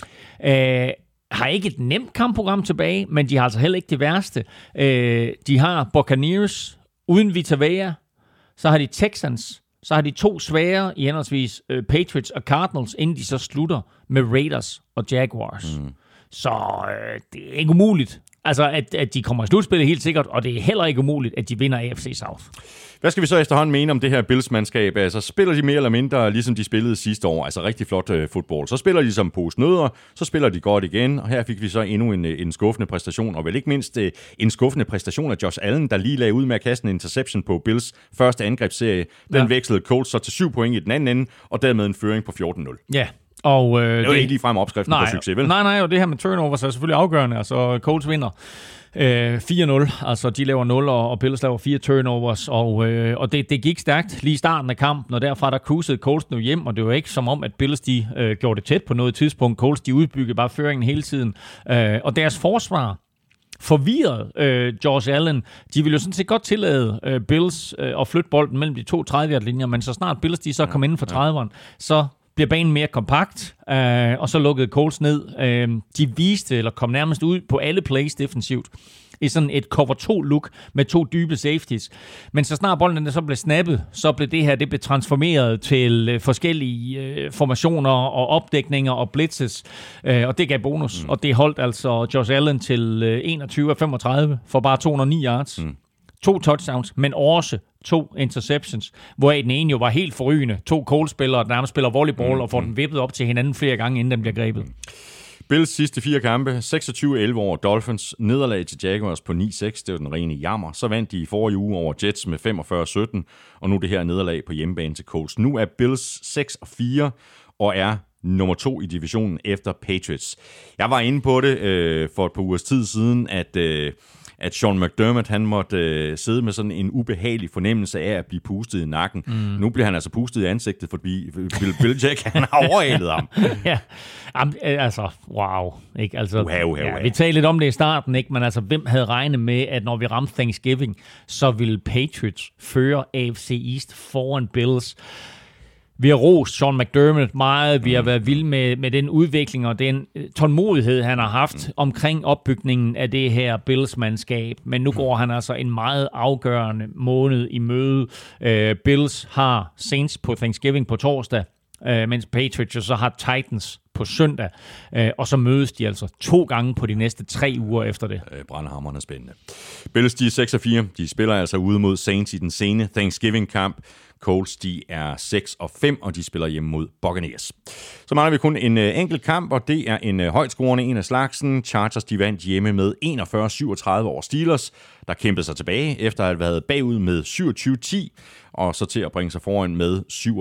Speaker 3: Har ikke et nemt kampprogram tilbage, men de har altså heller ikke det værste. De har Buccaneers uden Vita Vea, så har de Texans, så har de 2 svære i henholdsvis Patriots og Cardinals, inden de så slutter med Raiders og Jaguars. Så det er ikke umuligt. Altså, at de kommer i slutspillet helt sikkert, og det er heller ikke umuligt, at de vinder AFC South.
Speaker 1: Hvad skal vi så efterhånden mene om det her Bills-mandskab? Altså, spiller de mere eller mindre, ligesom de spillede sidste år? Altså, rigtig flot fodbold. Så spiller de som pose nødder, så spiller de godt igen, og her fik vi så endnu en skuffende præstation, og vel ikke mindst en skuffende præstation af Josh Allen, der lige lagde ud med at kaste en interception på Bills første angrebsserie. Den vekslede Colts så til 7 point i den anden ende, og dermed en føring på 14-0.
Speaker 3: Ja. Og,
Speaker 1: det var ikke ligefrem opskriften på succes, vel?
Speaker 3: Nej, og det her med turnovers er selvfølgelig afgørende. Altså, Colts vinder 4-0, altså de laver 0, og Bills laver 4 turnovers, og det gik stærkt lige i starten af kampen, og derfra der cruisede Colts nu hjem, og det var ikke som om, at Bills de gjorde det tæt på noget tidspunkt. Colts de udbyggede bare føringen hele tiden, og deres forsvar forvirret Josh Allen. De ville jo sådan set godt tillade Bills at flytte bolden mellem de 2 30-yard-linjer, men så snart Bills de så kom inden for 30'eren, så bliver banen mere kompakt, og så lukkede Colts ned. De viste, eller kom nærmest ud på alle plays defensivt, i sådan et cover 2-look med 2 dybe safeties. Men så snart bolden så blev snappet, så blev det blev transformeret til forskellige formationer og opdækninger og blitzes, og det gav bonus. Og det holdt altså Josh Allen til 21 af 35 for bare 209 yards. 2 touchdowns, men også 2 interceptions, hvoraf den ene jo var helt forrygende. 2 Colts-spillere, der nærmest spiller volleyball og får den vippet op til hinanden flere gange, inden den bliver grebet.
Speaker 1: Bills sidste 4 kampe, 26-11 over Dolphins, nederlag til Jaguars på 9-6, det var den rene jammer. Så vandt de i forrige uge over Jets med 45-17, og nu det her nederlag på hjemmebane til Colts. Nu er Bills 6-4 og er nummer 2 i divisionen efter Patriots. Jeg var inde på det for et par ugers tid siden, at Sean McDermott, han måtte sidde med sådan en ubehagelig fornemmelse af at blive pustet i nakken. Nu bliver han altså pustet i ansigtet, fordi Bill Belichick, han har overhalet ham.
Speaker 3: Ja, altså, wow. Ikke? Altså,
Speaker 1: Ja,
Speaker 3: vi talte lidt om det i starten, ikke? Men altså, hvem havde regnet med, at når vi ramte Thanksgiving, så ville Patriots føre AFC East foran Bills? Vi har rost Sean McDermott meget. Vi har været vilde med den udvikling og den tålmodighed, han har haft omkring opbygningen af det her Bills-mandskab. Men nu går han altså en meget afgørende måned i møde. Bills har Saints på Thanksgiving på torsdag, mens Patriots så har Titans på søndag. Og så mødes de altså 2 gange på de næste 3 uger efter det.
Speaker 1: Brandhamrende spændende. Bills, de er 6-4. De spiller altså ude mod Saints i den sene Thanksgiving-kamp. Colts, de er 6-5, og de spiller hjemme mod Buccaneers. Så mangler vi kun en enkelt kamp, og det er en højtskruerne en af slagsen. Chargers, de vandt hjemme med 41-37 over Steelers, der kæmpede sig tilbage efter at have været bagud med 27-10, og så til at bringe sig foran med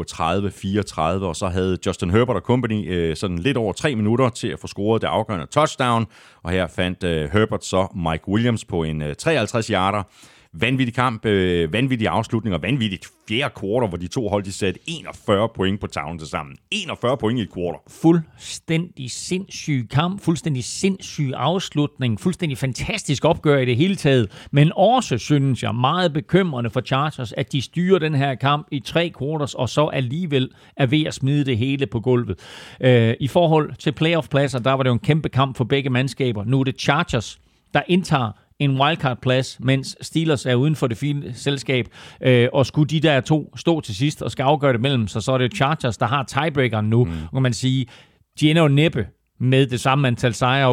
Speaker 1: 37-34, og så havde Justin Herbert og company sådan lidt over 3 minutter til at få scoret det afgørende touchdown, og her fandt Herbert så Mike Williams på en 53-yarder. Vanvittig kamp, vanvittig afslutning og vanvittigt fjerde kvartal, hvor de to hold de satte 41 point på tavlen til sammen. 41 point i et kvartal.
Speaker 3: Fuldstændig sindssyg kamp, fuldstændig sindssyg afslutning, fuldstændig fantastisk opgør i det hele taget, men også, synes jeg, meget bekymrende for Chargers, at de styrer den her kamp i 3 quarters, og så alligevel er ved at smide det hele på gulvet. I forhold til playoff-pladser, der var det jo en kæmpe kamp for begge mandskaber. Nu er det Chargers, der indtager en wildcard-plads, mens Steelers er uden for det fine selskab, og skulle de der to stå til sidst og skal afgøre det mellem sig, så er det Chargers, der har tiebreakeren nu, kan man sige. De ender jo næppe med det samme antal sejre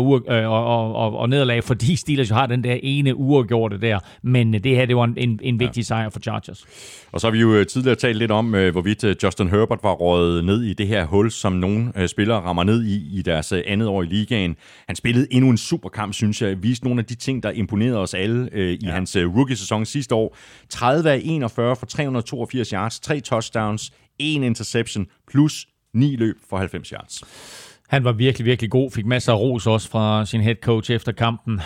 Speaker 3: og nederlag, fordi Steelers jo har den der ene uafgjorte der, men det her, det var en vigtig sejr for Chargers.
Speaker 1: Og så har vi jo tidligere talt lidt om, hvorvidt Justin Herbert var røget ned i det her hul, som nogle spillere rammer ned i deres andet år i ligaen. Han spillede endnu en superkamp, synes jeg, viste nogle af de ting, der imponerede os alle i hans rookie-sæson sidste år. 30 af 41 for 382 yards, 3 touchdowns, 1 interception, plus 9 løb for 90 yards.
Speaker 3: Han var virkelig, virkelig god. Fik masser af ros også fra sin head coach efter kampen.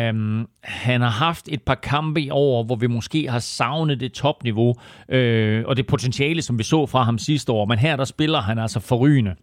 Speaker 3: Han har haft et par kampe i år, hvor vi måske har savnet det topniveau, og det potentiale, som vi så fra ham sidste år. Men her der spiller han altså forrygende.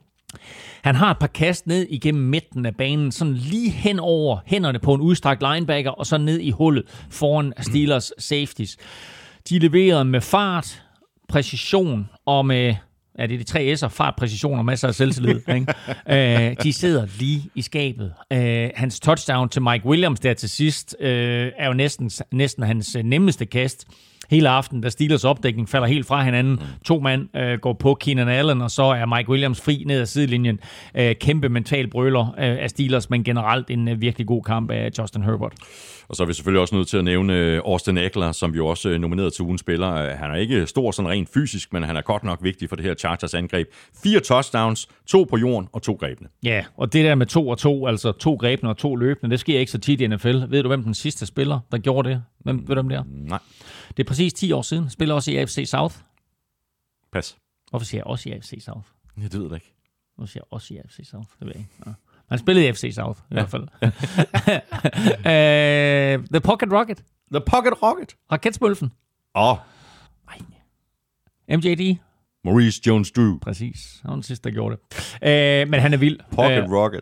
Speaker 3: Han har et par kast ned igennem midten af banen, sådan lige hen over hænderne på en udstrakt linebacker, og så ned i hullet foran Steelers safeties. De leverede med fart, præcision og med ja, det er de 3 S'er, fart, præcision og masser af selvtillid. Ikke? De sidder lige i skabet. Hans touchdown til Mike Williams der til sidst, er jo næsten hans nemmeste kast. Hele aften, da Steelers opdækning falder helt fra hinanden. 2 mand går på Keenan Allen, og så er Mike Williams fri ned ad sidelinjen. Kæmpe mental brøler af Steelers, men generelt en virkelig god kamp af Justin Herbert.
Speaker 1: Og så er vi selvfølgelig også nødt til at nævne Austin Ekeler, som jo også er nomineret til ugens spiller. Han er ikke stor sådan rent fysisk, men han er godt nok vigtig for det her Chargers angreb. 4 touchdowns, 2 på jorden og 2 grebne.
Speaker 3: Ja, og det der med 2 og 2, altså 2 grebne og 2 løbende, det sker ikke så tit i NFL. Ved du, hvem den sidste spiller, der gjorde det? Ved du, hvem det er?
Speaker 1: Nej.
Speaker 3: Det er præcis 10 år siden. Spiller også i AFC South.
Speaker 1: Pas.
Speaker 3: Hvorfor siger jeg også i AFC South?
Speaker 1: Jeg ved det ikke.
Speaker 3: Hvorfor siger jeg også i AFC South? Det ved jeg ikke. Ja. Han spillede i AFC South, i hvert fald. The Pocket Rocket.
Speaker 1: The Pocket Rocket.
Speaker 3: Raketspølfen. MJD.
Speaker 1: Maurice Jones-Drew.
Speaker 3: Præcis. Han var den sidste, der gjorde det. Men han er vild.
Speaker 1: Pocket Rocket.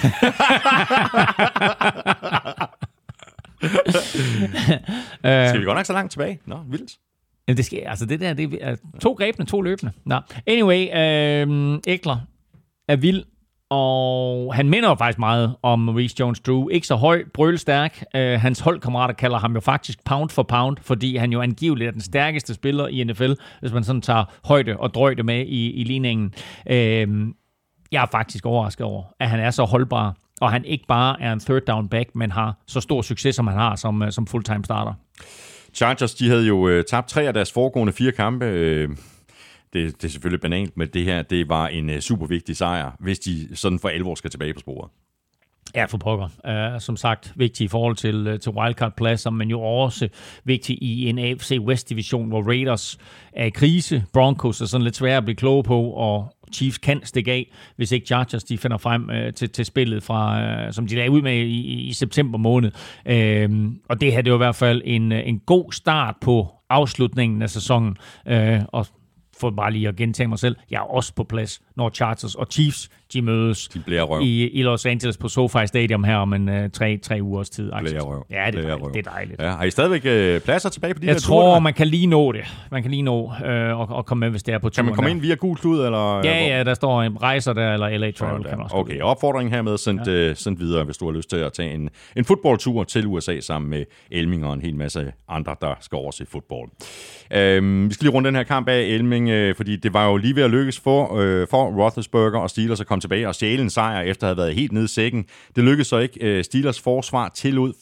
Speaker 1: Skal vi godt nok så langt tilbage? Nå, vildt.
Speaker 3: Jamen det sker, altså det der, det er 2 grebne, 2 løbende. Nå. Anyway, Ekeler er vild, og han minder jo faktisk meget om Maurice Jones-Drew. Ikke så høj, brølstærk. Hans holdkammerater kalder ham jo faktisk pound for pound, fordi han jo angiveligt er den stærkeste spiller i NFL, hvis man sådan tager højde og drøjde med i ligningen. Jeg er faktisk overrasket over, at han er så holdbar, og han ikke bare er en third down back, men har så stor succes, som han har som fulltime starter.
Speaker 1: Chargers, de havde jo tabt 3 af deres foregående 4 kampe. Det er selvfølgelig banalt, men det her, det var en super vigtig sejr, hvis de sådan for alvor skal tilbage på sporet.
Speaker 3: Ja, for pokker. Som sagt, vigtig i forhold til wildcard-pladser, men jo også vigtig i en AFC West-division, hvor Raiders er i krise. Broncos er sådan lidt svære at blive kloge på, og Chiefs kan stikke af, hvis ikke Chargers de finder frem til spillet, som de lagde ud med i september måned. Og det her, det var i hvert fald en god start på afslutningen af sæsonen, og for bare lige at gentage mig selv, jeg er også på plads, når Chargers og Chiefs, de mødes i Los Angeles på SoFi Stadium her om en 3 ugers tid.
Speaker 1: Ja, det er
Speaker 3: dejligt.
Speaker 1: Ja, har I stadigvæk pladser tilbage på de
Speaker 3: jeg
Speaker 1: her
Speaker 3: tror, man kan lige nå det. Man kan lige nå at komme med, hvis det er på turen.
Speaker 1: Kan man komme ind via gul klud? Eller,
Speaker 3: ja, der står en rejser der, eller LA Travel. Kan også
Speaker 1: okay, opfordringen hermed sendt videre, hvis du har lyst til at tage en fodboldtur til USA sammen med Elming og en hel masse andre, der skal overse fodbold. Vi skal lige runde den her kamp af Elming, fordi det var jo lige ved at lykkes for Roethlisberger og Steelers at komme tilbage og stjæle en sejr, efter at have været helt nede i sækken. Det lykkedes så ikke. Steelers forsvar tillod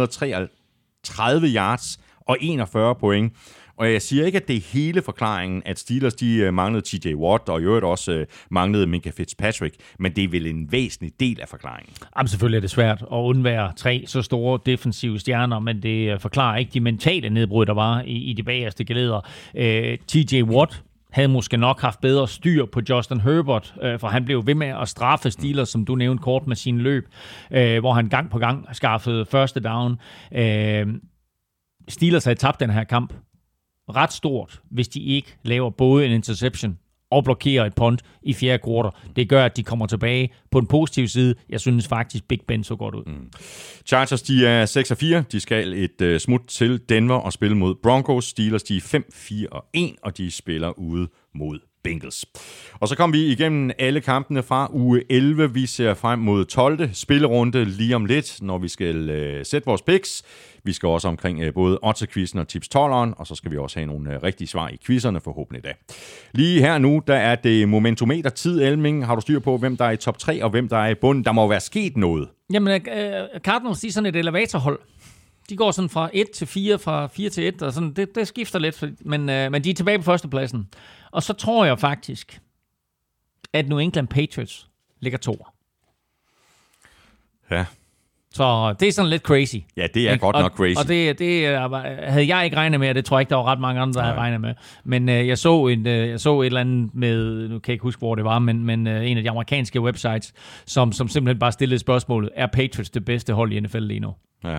Speaker 1: 533 yards og 41 point. Og jeg siger ikke, at det er hele forklaringen, at Steelers de manglede TJ Watt, og i øvrigt også manglede Minkah Fitzpatrick, men det er vel en væsentlig del af forklaringen.
Speaker 3: Jamen selvfølgelig er det svært at undvære 3 så store defensive stjerner, men det forklarer ikke de mentale nedbrud, der var i de bagerste geleder. TJ Watt havde måske nok haft bedre styr på Justin Herbert, for han blev ved med at straffe Steelers, som du nævnte kort med sin løb, hvor han gang på gang skaffede første down. Steelers havde tabt den her kamp ret stort, hvis de ikke laver både en interception og blokerer et punt i fjerde kvartal. Det gør, at de kommer tilbage på en positiv side. Jeg synes faktisk, Big Ben så godt ud.
Speaker 1: Chargers, de er 6-4. De skal et smut til Denver og spille mod Broncos. Steelers, de er 5-4-1, og de spiller ude mod Bengals. Og så kom vi igennem alle kampene fra uge 11. Vi ser frem mod 12. spillerunde lige om lidt, når vi skal sætte vores picks. Vi skal også omkring både odds-quizzen og tips-12'eren, og så skal vi også have nogle rigtige svar i quizzerne forhåbentlig da. Lige her nu, der er det momentometer-tid, Elming. Har du styr på, hvem der er i top 3 og hvem der er i bunden? Der må være sket noget.
Speaker 3: Jamen, Cardinals, de er sådan et elevatorhold. De går sådan fra 1 til 4, fra 4 til 1, og sådan, det skifter lidt, men de er tilbage på førstepladsen. Og så tror jeg faktisk, at New England Patriots ligger 2.
Speaker 1: Ja.
Speaker 3: Så det er sådan lidt crazy.
Speaker 1: Ja, det er godt nok crazy.
Speaker 3: Og det havde jeg ikke regnet med, og det tror jeg ikke, der var ret mange andre, der havde regnet med. Men jeg så et eller andet med, nu kan jeg ikke huske, hvor det var, men en af de amerikanske websites, som simpelthen bare stillede spørgsmålet, er Patriots det bedste hold i NFL lige nu?
Speaker 1: Ja.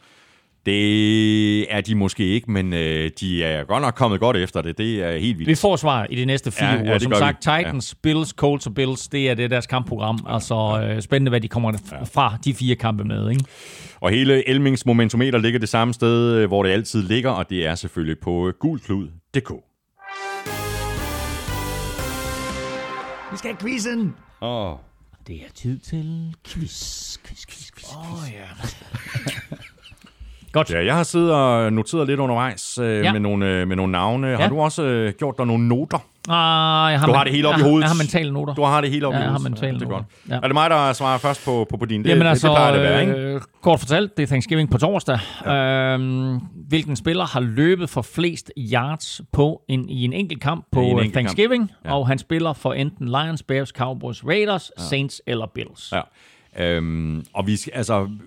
Speaker 1: Det er de måske ikke, men de er godt nok kommet godt efter det. Det er helt vildt.
Speaker 3: Vi får svar i de næste 4 uger. Som sagt, Titans, Bills, Colts og Bills, det er deres kampprogram. Altså spændende, hvad de kommer fra de 4 kampe med, ikke?
Speaker 1: Og hele Elmings momentometer ligger det samme sted, hvor det altid ligger, og det er selvfølgelig på gulklud.dk.
Speaker 3: Vi skal have quizzen.
Speaker 1: Det
Speaker 3: er tid til quiz. Ja. Godt.
Speaker 1: Ja, jeg har siddet og noteret lidt undervejs med nogle navne. Ja. Har du også gjort dig nogle noter?
Speaker 3: Du har
Speaker 1: det hele op i hovedet.
Speaker 3: Jeg har mentale noter.
Speaker 1: Du har det hele op i hovedet.
Speaker 3: Jeg har mentale noter.
Speaker 1: Det er godt. Ja. Er det mig, der svarer først på din?
Speaker 3: Jamen
Speaker 1: det plejer det at være, ikke?
Speaker 3: Kort fortalt, det er Thanksgiving på torsdag. Ja. Hvilken spiller har løbet for flest yards i en enkelt kamp på Thanksgiving, ja. Og han spiller for enten Lions, Bears, Cowboys, Raiders, Saints eller Bills.
Speaker 1: Ja. Og vi skal,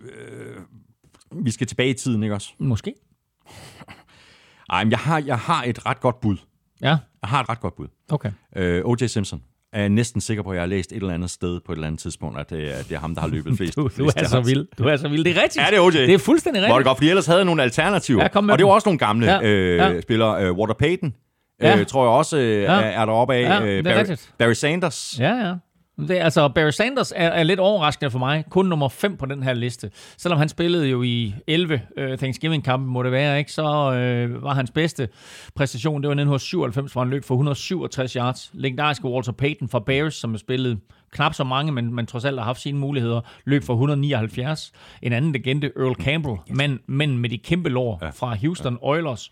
Speaker 1: vi skal tilbage i tiden, ikke også?
Speaker 3: Måske.
Speaker 1: Ej, men jeg har et ret godt bud.
Speaker 3: Ja.
Speaker 1: Jeg har et ret godt bud.
Speaker 3: Okay.
Speaker 1: O.J. Simpson. Jeg er næsten sikker på, at jeg har læst et eller andet sted på et eller andet tidspunkt, at det er ham, der har løbet flest.
Speaker 3: Du er så vild. Du er så vild. Det er rigtigt.
Speaker 1: Ja, det er O.J.
Speaker 3: Det er fuldstændig rigtigt.
Speaker 1: Hvor det godt, fordi ellers havde jeg nogle alternativer. Ja, og det var også nogle gamle spillere. Walter Payton, tror jeg også, er deroppe af.
Speaker 3: Ja, det er rigtigt.
Speaker 1: Barry Sanders.
Speaker 3: Ja. Barry Sanders er lidt overraskende for mig. Kun nummer 5 på den her liste. Selvom han spillede jo i 11 Thanksgiving-kampe, må det være, ikke? Så var hans bedste præstation, det var 1997, hvor han løb for 167 yards. Legendariske Walter Payton fra Bears, som har spillet knap så mange, men trods alt har haft sine muligheder, løb for 179. En anden legende, Earl Campbell, men med de kæmpe lår fra Houston Oilers.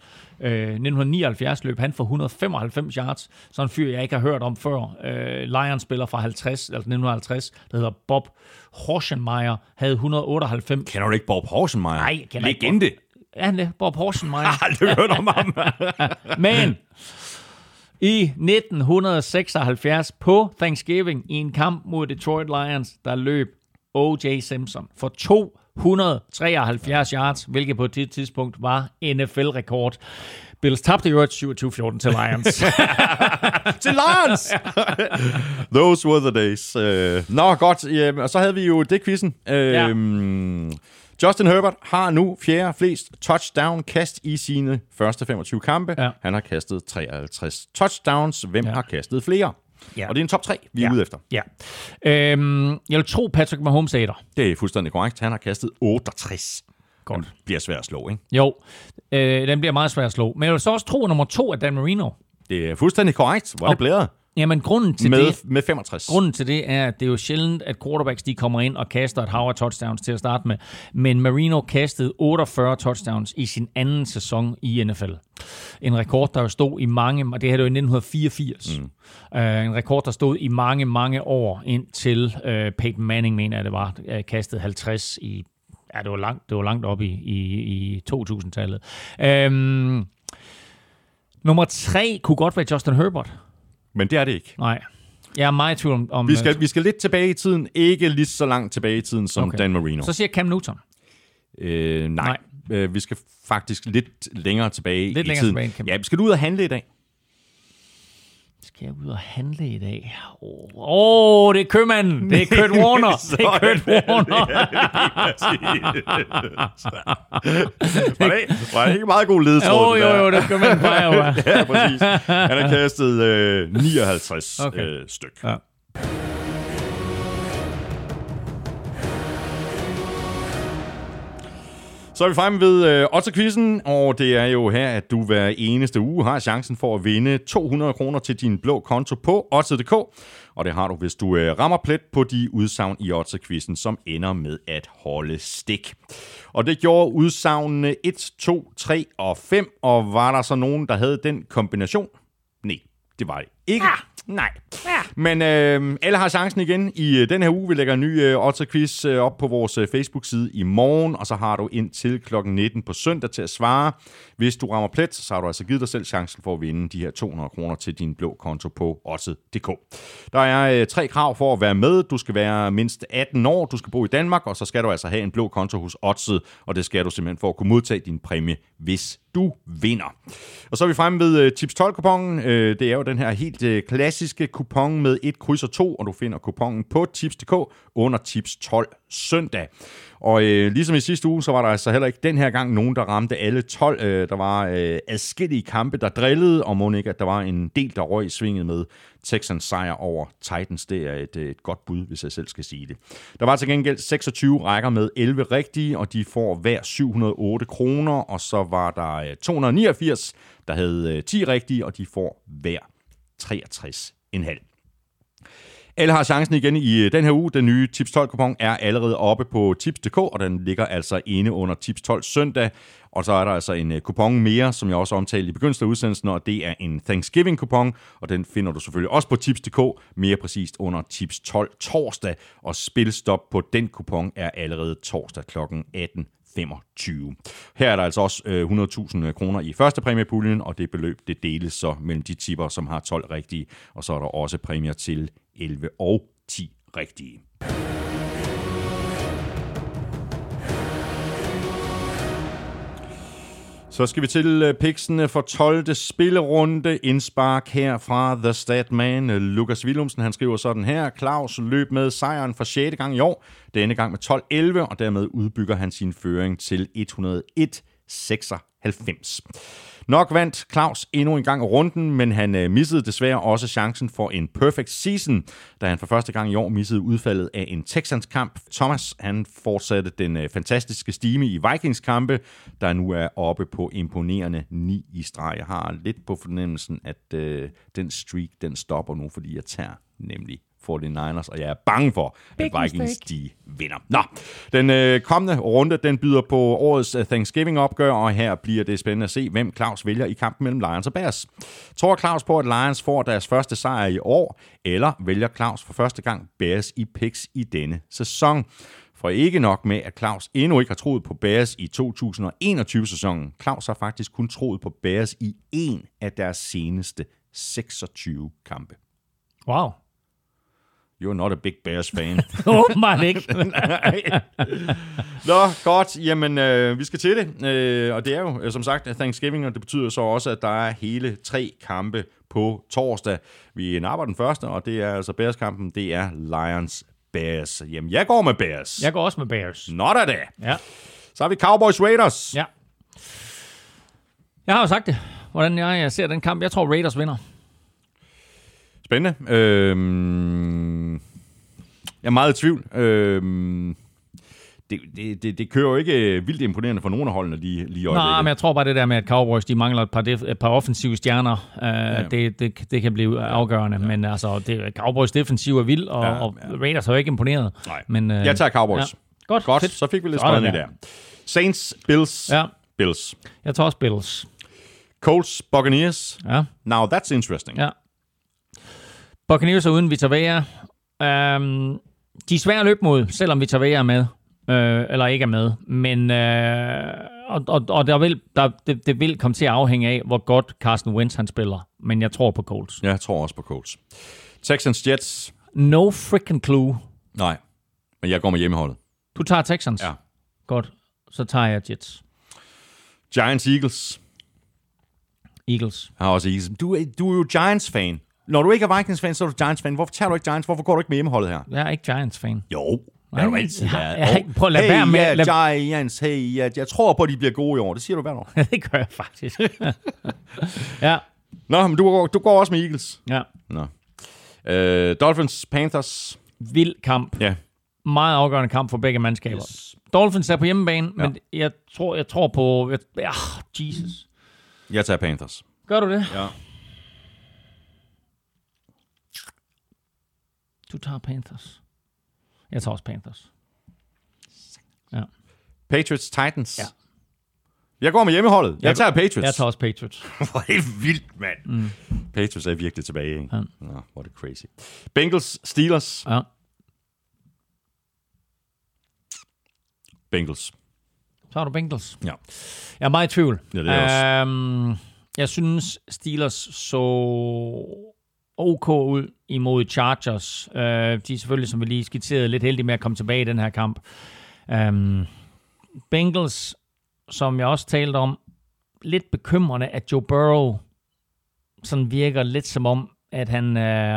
Speaker 3: 1979 løb han for 195 yards. Sådan en fyr, jeg ikke har hørt om før. Lions spiller fra 1950, der hedder Bob Horsenmeyer, havde 198.
Speaker 1: Kender du ikke Bob Horsenmeyer?
Speaker 3: Nej, jeg kender
Speaker 1: legende.
Speaker 3: Ikke Bob. Ja, han er Bob Horsenmeyer.
Speaker 1: Jeg har aldrig hørt om ham.
Speaker 3: Men i 1976 på Thanksgiving i en kamp mod Detroit Lions, der løb O.J. Simpson for 273 yards, hvilket på det tidspunkt var NFL-rekord. Bills tabte i øvrigt 27-14 til Lions.
Speaker 1: Til Lions! Those were the days. Nå, godt. Og så havde vi jo det quizzen. Justin Herbert har nu fjerde flest touchdown-kast i sine første 25 kampe. Ja. Han har kastet 53 touchdowns. Hvem har kastet flere? Ja. Og det er en top 3, vi er ude efter.
Speaker 3: Ja. Jeg vil tro, Patrick Mahomes æder.
Speaker 1: Det er fuldstændig korrekt. Han har kastet 68. Godt. Den bliver svær at slå, ikke?
Speaker 3: Jo, den bliver meget svær at slå. Men jeg vil så også tro, at nummer 2 er Dan Marino.
Speaker 1: Det er fuldstændig korrekt. Hvor er det blæret?
Speaker 3: Jamen, grunden til
Speaker 1: med 65.
Speaker 3: Grunden til det er, at det er jo sjældent, at quarterbacks de kommer ind og kaster et hav af touchdowns til at starte med. Men Marino kastede 48 touchdowns i sin anden sæson i NFL. En rekord, der jo stod i mange, og det her det var i 1984. En rekord, der stod i mange, mange år indtil Peyton Manning, mener jeg det var, kastede 50 i... Ja, det var langt op i 2000-tallet. Nummer 3 kunne godt være Justin Herbert.
Speaker 1: Men det er det ikke.
Speaker 3: Nej. Jeg er meget i tvivl om...
Speaker 1: Vi skal lidt tilbage i tiden. Ikke lige så langt tilbage i tiden som Dan Marino.
Speaker 3: Så siger Cam Newton.
Speaker 1: Nej. Vi skal faktisk lidt længere tilbage i tiden.
Speaker 3: Tilbage,
Speaker 1: ja, skal du ud og handle i dag?
Speaker 3: Skal jeg ud og handle i dag? Det er købmanden. Det er Kurt Warner. Det er Kurt Warner.
Speaker 1: Var det ikke meget god ledetråd?
Speaker 3: Jo, det er købmanden på Iowa.
Speaker 1: Ja, præcis. Han har kastet 59 styk. Ja. Så er vi fremme ved Odds-quizzen, og det er jo her, at du hver eneste uge har chancen for at vinde 200 kroner til din blå konto på Odds.dk. Og det har du, hvis du rammer plet på de udsagn i Odds-quizzen, som ender med at holde stik. Og det gjorde udsagnene 1, 2, 3 og 5, og var der så nogen, der havde den kombination? Nej, det var det ikke. Nej. Ja. Men alle har chancen igen i den her uge. Vi lægger en ny Odds-quiz op på vores Facebook-side i morgen, og så har du indtil klokken 19 på søndag til at svare. Hvis du rammer plet, så har du altså givet dig selv chancen for at vinde de her 200 kroner til din blå konto på Odds.dk. Der er 3 krav for at være med. Du skal være mindst 18 år, du skal bo i Danmark, og så skal du altså have en blå konto hos Odds, og det skal du simpelthen for at kunne modtage din præmie, hvis du vinder. Og så er vi fremme ved Tips 12-kuponen. Det er jo den her helt klassiske kupon med 1 kryds og 2, og du finder kuponen på Tips.dk under Tips 12 søndag. Og ligesom i sidste uge, så var der altså heller ikke den her gang nogen, der ramte alle 12. Der var adskillige kampe, der drillede, og må ikke, at der var en del, der røg i svinget med Texans sejr over Titans. Det er et godt bud, hvis jeg selv skal sige det. Der var til gengæld 26 rækker med 11 rigtige, og de får hver 708 kroner, og så var der 289, der havde 10 rigtige, og de får hver 63,5. Alle har chancen igen i den her uge. Den nye Tips 12-kupon er allerede oppe på tips.dk, og den ligger altså inde under Tips 12 søndag. Og så er der altså en kupon mere, som jeg også omtalte i begyndelsen af udsendelsen, og det er en Thanksgiving-kupon, og den finder du selvfølgelig også på tips.dk, mere præcist under Tips 12 torsdag. Og spilstop på den kupon er allerede torsdag kl. 18:25. Her er der altså også 100.000 kroner i første præmiepuljen, og det beløb det deles så mellem de tipper, som har 12 rigtige, og så er der også præmier til 11 og 10 rigtige. Så skal vi til picksene for 12. spillerunde. Indspark her fra The Statman. Lukas Willumsen, han skriver sådan her. Claus løb med sejren for 6. gang i år. Denne gang med 12-11, og dermed udbygger han sin føring til 101-96. Nok vandt Claus endnu en gang runden, men han missede desværre også chancen for en perfect season, da han for første gang i år missede udfaldet af en Texans-kamp. Thomas, han fortsatte den fantastiske stime i Vikings-kampe, der nu er oppe på imponerende 9 i streg. Jeg har lidt på fornemmelsen, at den streak, den stopper nu, fordi jeg tager nemlig 49ers, og jeg er bange for, at Vikings de vinder. Nå, den kommende runde, den byder på årets Thanksgiving-opgør, og her bliver det spændende at se, hvem Claus vælger i kampen mellem Lions og Bears. Tror Claus på, at Lions får deres første sejr i år, eller vælger Claus for første gang Bears i picks i denne sæson? For ikke nok med, at Claus endnu ikke har troet på Bears i 2021-sæsonen. Claus har faktisk kun troet på Bears i en af deres seneste 26 kampe.
Speaker 3: Wow.
Speaker 1: You're not a big Bears fan.
Speaker 3: Åbenbart ikke.
Speaker 1: Nå, godt. Jamen, vi skal til det. Og det er jo, som sagt, Thanksgiving, og det betyder så også, at der er hele 3 kampe på torsdag. Vi napper den første, og det er altså Bears-kampen. Det er Lions-Bears. Jamen, jeg går med Bears.
Speaker 3: Jeg går også med Bears.
Speaker 1: Not a day.
Speaker 3: Ja.
Speaker 1: Så har vi Cowboys-Raiders.
Speaker 3: Ja. Jeg har jo sagt det, hvordan jeg ser den kamp. Jeg tror, Raiders vinder.
Speaker 1: Spændende. Jeg er meget i tvivl. Det kører jo ikke vildt imponerende for nogen af holdene lige i øjeblikket.
Speaker 3: Nej, men jeg tror bare det der med, at Cowboys de mangler et par offensive stjerner. Det kan blive afgørende. Ja. Men altså, Cowboys defensiv er vild, og Raiders har jo ikke imponeret.
Speaker 1: Nej.
Speaker 3: Men,
Speaker 1: jeg tager Cowboys.
Speaker 3: Ja. Godt.
Speaker 1: Så fik vi lidt spændende der. Saints, Bills.
Speaker 3: Ja.
Speaker 1: Bills.
Speaker 3: Jeg tager også Bills.
Speaker 1: Colts, Buccaneers.
Speaker 3: Ja.
Speaker 1: Now that's interesting.
Speaker 3: Ja. Buccaneers er uden Vita Vea. De er svære at løbe mod, selvom Vita Vea er med. Eller ikke er med. Men det vil komme til at afhænge af, hvor godt Carson Wentz han spiller. Men jeg tror på Colts.
Speaker 1: Jeg tror også på Colts. Texans, Jets.
Speaker 3: No freaking clue.
Speaker 1: Nej, men jeg går med hjemmeholdet.
Speaker 3: Du tager Texans?
Speaker 1: Ja.
Speaker 3: Godt, så tager jeg Jets.
Speaker 1: Giants, Eagles.
Speaker 3: Eagles.
Speaker 1: Jeg har også Eagles. Du er jo Giants-fan. Når du ikke er Vikings-fan, så er du Giants-fan. Hvorfor tager du ikke Giants? Hvorfor går du ikke med hjemmeholdet her?
Speaker 3: Jeg er ikke Giants-fan.
Speaker 1: Jo.
Speaker 3: Nej, prøv at lade være med.
Speaker 1: Giants, jeg tror på, at de bliver gode i år. Det siger du hvert år.
Speaker 3: Det gør jeg faktisk. Ja.
Speaker 1: Nå, men du går også med Eagles.
Speaker 3: Ja.
Speaker 1: Nå. Dolphins, Panthers.
Speaker 3: Vild kamp.
Speaker 1: Ja.
Speaker 3: Meget afgørende kamp for begge mandskaber. Yes. Dolphins er på hjemmebane, men jeg tror på... Jesus.
Speaker 1: Jeg tager Panthers.
Speaker 3: Gør du det?
Speaker 1: Ja.
Speaker 3: Du tager Panthers. Jeg tager også Panthers. Ja.
Speaker 1: Patriots, Titans.
Speaker 3: Ja.
Speaker 1: Jeg går med hjemmeholdet. Jeg tager Patriots.
Speaker 3: Jeg tager også Patriots.
Speaker 1: Hvor er det vildt, mand. Patriots er virkelig tilbage, ikke?
Speaker 3: Ja.
Speaker 1: Nå, hvor er det crazy. Bengals, Steelers.
Speaker 3: Ja.
Speaker 1: Bengals.
Speaker 3: Så har du Bengals.
Speaker 1: Ja.
Speaker 3: Jeg er meget i tvivl.
Speaker 1: Ja, det er også.
Speaker 3: Jeg synes, Steelers så OK ud imod Chargers. De er selvfølgelig, som vi lige skitserede, lidt heldige med at komme tilbage i den her kamp. Bengals, som jeg også talte om, lidt bekymrende, at Joe Burrow sådan virker lidt som om, at han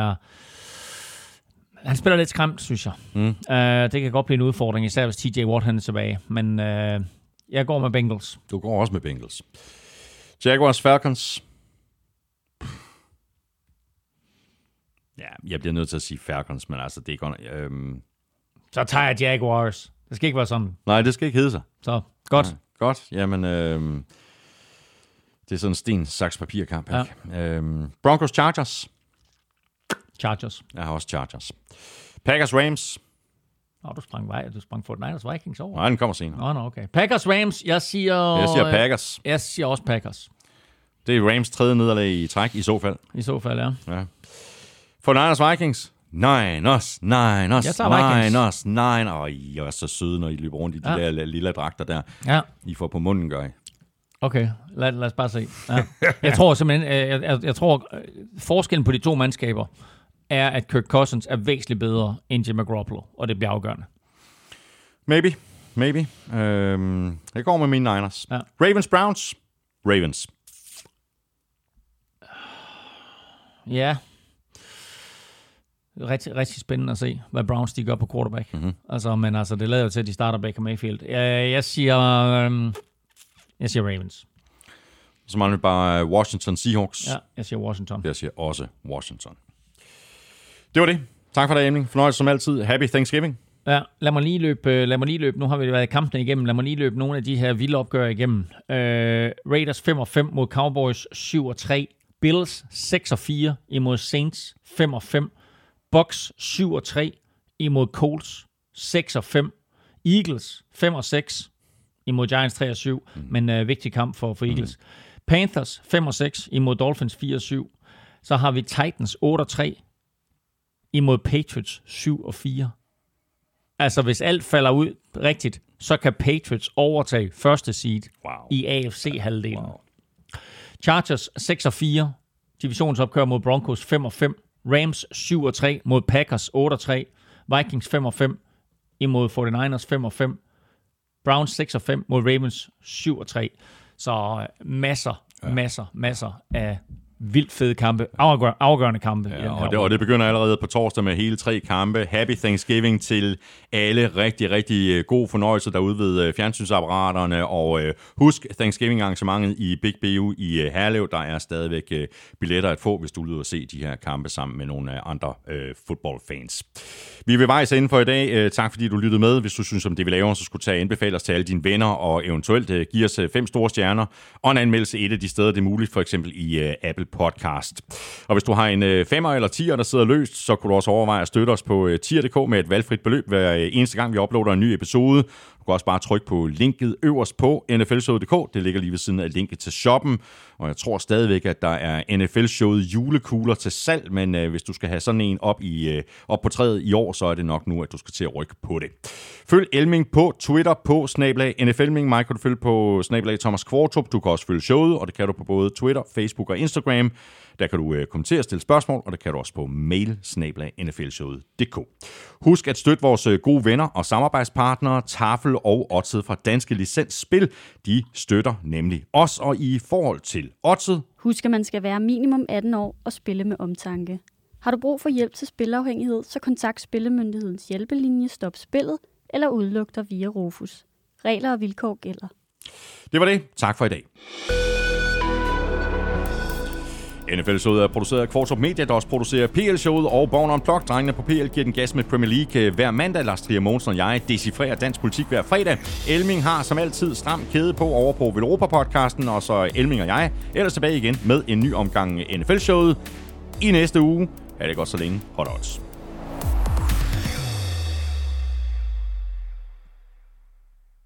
Speaker 3: spiller lidt skræmt, synes jeg. Det kan godt blive en udfordring, især hvis TJ Watt han er tilbage. Men jeg går med Bengals.
Speaker 1: Du går også med Bengals. Jaguars, Falcons. Ja, jeg bliver nødt til at sige Falcons, men altså, det er godt...
Speaker 3: Så tager jeg Jaguars. Det skal ikke være sådan.
Speaker 1: Nej, det skal ikke hedde sig.
Speaker 3: Så, godt.
Speaker 1: Ja, godt, jamen... det er sådan en sten, saks, papir-kamp. Ja. Broncos, Chargers.
Speaker 3: Chargers.
Speaker 1: Jeg har også Chargers. Packers Rams.
Speaker 3: Du sprang 49ers Vikings over.
Speaker 1: Nej, den kommer senere.
Speaker 3: Nå, okay. Packers Rams, jeg siger
Speaker 1: Packers.
Speaker 3: Jeg siger også Packers.
Speaker 1: Det er Rams tredje nederlag i træk, i så fald.
Speaker 3: I så fald, ja.
Speaker 1: 49ers Vikings. Niners.
Speaker 3: Jeg tager Vikings.
Speaker 1: Niners. I er så søde, når I løber rundt i de der lille dragter der.
Speaker 3: Ja.
Speaker 1: I får på munden, gør I.
Speaker 3: Okay, lad os bare se. Ja. Jeg tror simpelthen, jeg tror forskellen på de to mandskaber er, at Kirk Cousins er væsentligt bedre end Jimmy Garoppolo, og det bliver afgørende.
Speaker 1: Maybe. Jeg går med mine Niners.
Speaker 3: Ja.
Speaker 1: Ravens-Browns. Ravens.
Speaker 3: Ja. Rigtig, rigtig spændende at se, hvad Browns de gør på quarterback. Mm-hmm. Men det lader jo til, at de starter Baker Mayfield. Jeg siger Ravens.
Speaker 1: Så mangler vi bare Washington Seahawks.
Speaker 3: Ja, jeg siger Washington.
Speaker 1: Jeg siger også Washington. Det var det. Tak for det, Emling. Fornøjelse som altid. Happy Thanksgiving.
Speaker 3: Ja, lad mig lige løbe. Nu har vi været i kampene igennem. Lad mig lige løbe nogle af de her vilde opgør igennem. Raiders 5-5 mod Cowboys 7-3. Bills 6-4 imod Saints 5-5. Bucks 7-3 imod Colts 6-5. Eagles 5-6 imod Giants 3-7. Men vigtig kamp for Eagles. Panthers 5-6 imod Dolphins 4-7. Så har vi Titans 8-3 imod Patriots 7-4. Altså, hvis alt falder ud rigtigt, så kan Patriots overtage første seed i AFC-halvdelen. Wow. Chargers 6-4. Divisionsopgør mod Broncos 5-5. Rams 7-3 mod Packers 8-3. Vikings 5-5 imod 49ers 5-5. Browns 6-5 mod Ravens 7-3. Så masser af vildt fede kampe, afgørende kampe.
Speaker 1: Ja, og det begynder allerede på torsdag med hele 3 kampe. Happy Thanksgiving til alle. Rigtig, rigtig god fornøjelse derude ved fjernsynsapparaterne. Og husk Thanksgiving-arrangementet i Big BU i Herlev. Der er stadigvæk billetter at få, hvis du vil se de her kampe sammen med nogle andre fodboldfans. Vi vil vejs inden for i dag. Tak fordi du lyttede med. Hvis du synes om det, vi laver, så skulle du anbefale os til alle dine venner og eventuelt give os 5 store stjerner og en anmeldelse et af de steder, det er muligt, for eksempel i Apple Podcast. Og hvis du har en 5'er eller 10'er, der sidder løst, så kunne du også overveje at støtte os på tier.dk med et valgfrit beløb hver eneste gang, vi uploader en ny episode. Du kan også bare trykke på linket øverst på nflshowet.dk. Det ligger lige ved siden af linket til shoppen. Og jeg tror stadigvæk, at der er NFL-showet julekugler til salg, men hvis du skal have sådan en op på træet i år, så er det nok nu, at du skal til at rykke på det. Følg Elming på Twitter på @NFLming. Mig kan du følge på @Thomas Kvartrup. Du kan også følge showet, og det kan du på både Twitter, Facebook og Instagram. Der kan du kommentere og stille spørgsmål, og det kan du også på mail @nflshowet.dk. Husk at støtte vores gode venner og samarbejdspartnere, Tafel og Odset fra Danske Licensspil. De støtter nemlig os, og i forhold til Odset.
Speaker 2: Husk, at man skal være minimum 18 år og spille med omtanke. Har du brug for hjælp til spilafhængighed, så kontakt Spillemyndighedens hjælpelinje Stop Spillet eller udluk dig via Rufus. Regler og vilkår gælder.
Speaker 1: Det var det. Tak for i dag. NFL-showet er produceret af Kvartrup Media, der også producerer PL-showet og Born Unplugged. Drengene på PL giver den gas med Premier League hver mandag. Lars Trier Mogensen og jeg decifrerer dansk politik hver fredag. Elming har som altid stram kæde på over på Velropa-podcasten, og så Elming og jeg ellers tilbage igen med en ny omgang NFL-showet i næste uge. Ha' det godt så længe. Hot odds.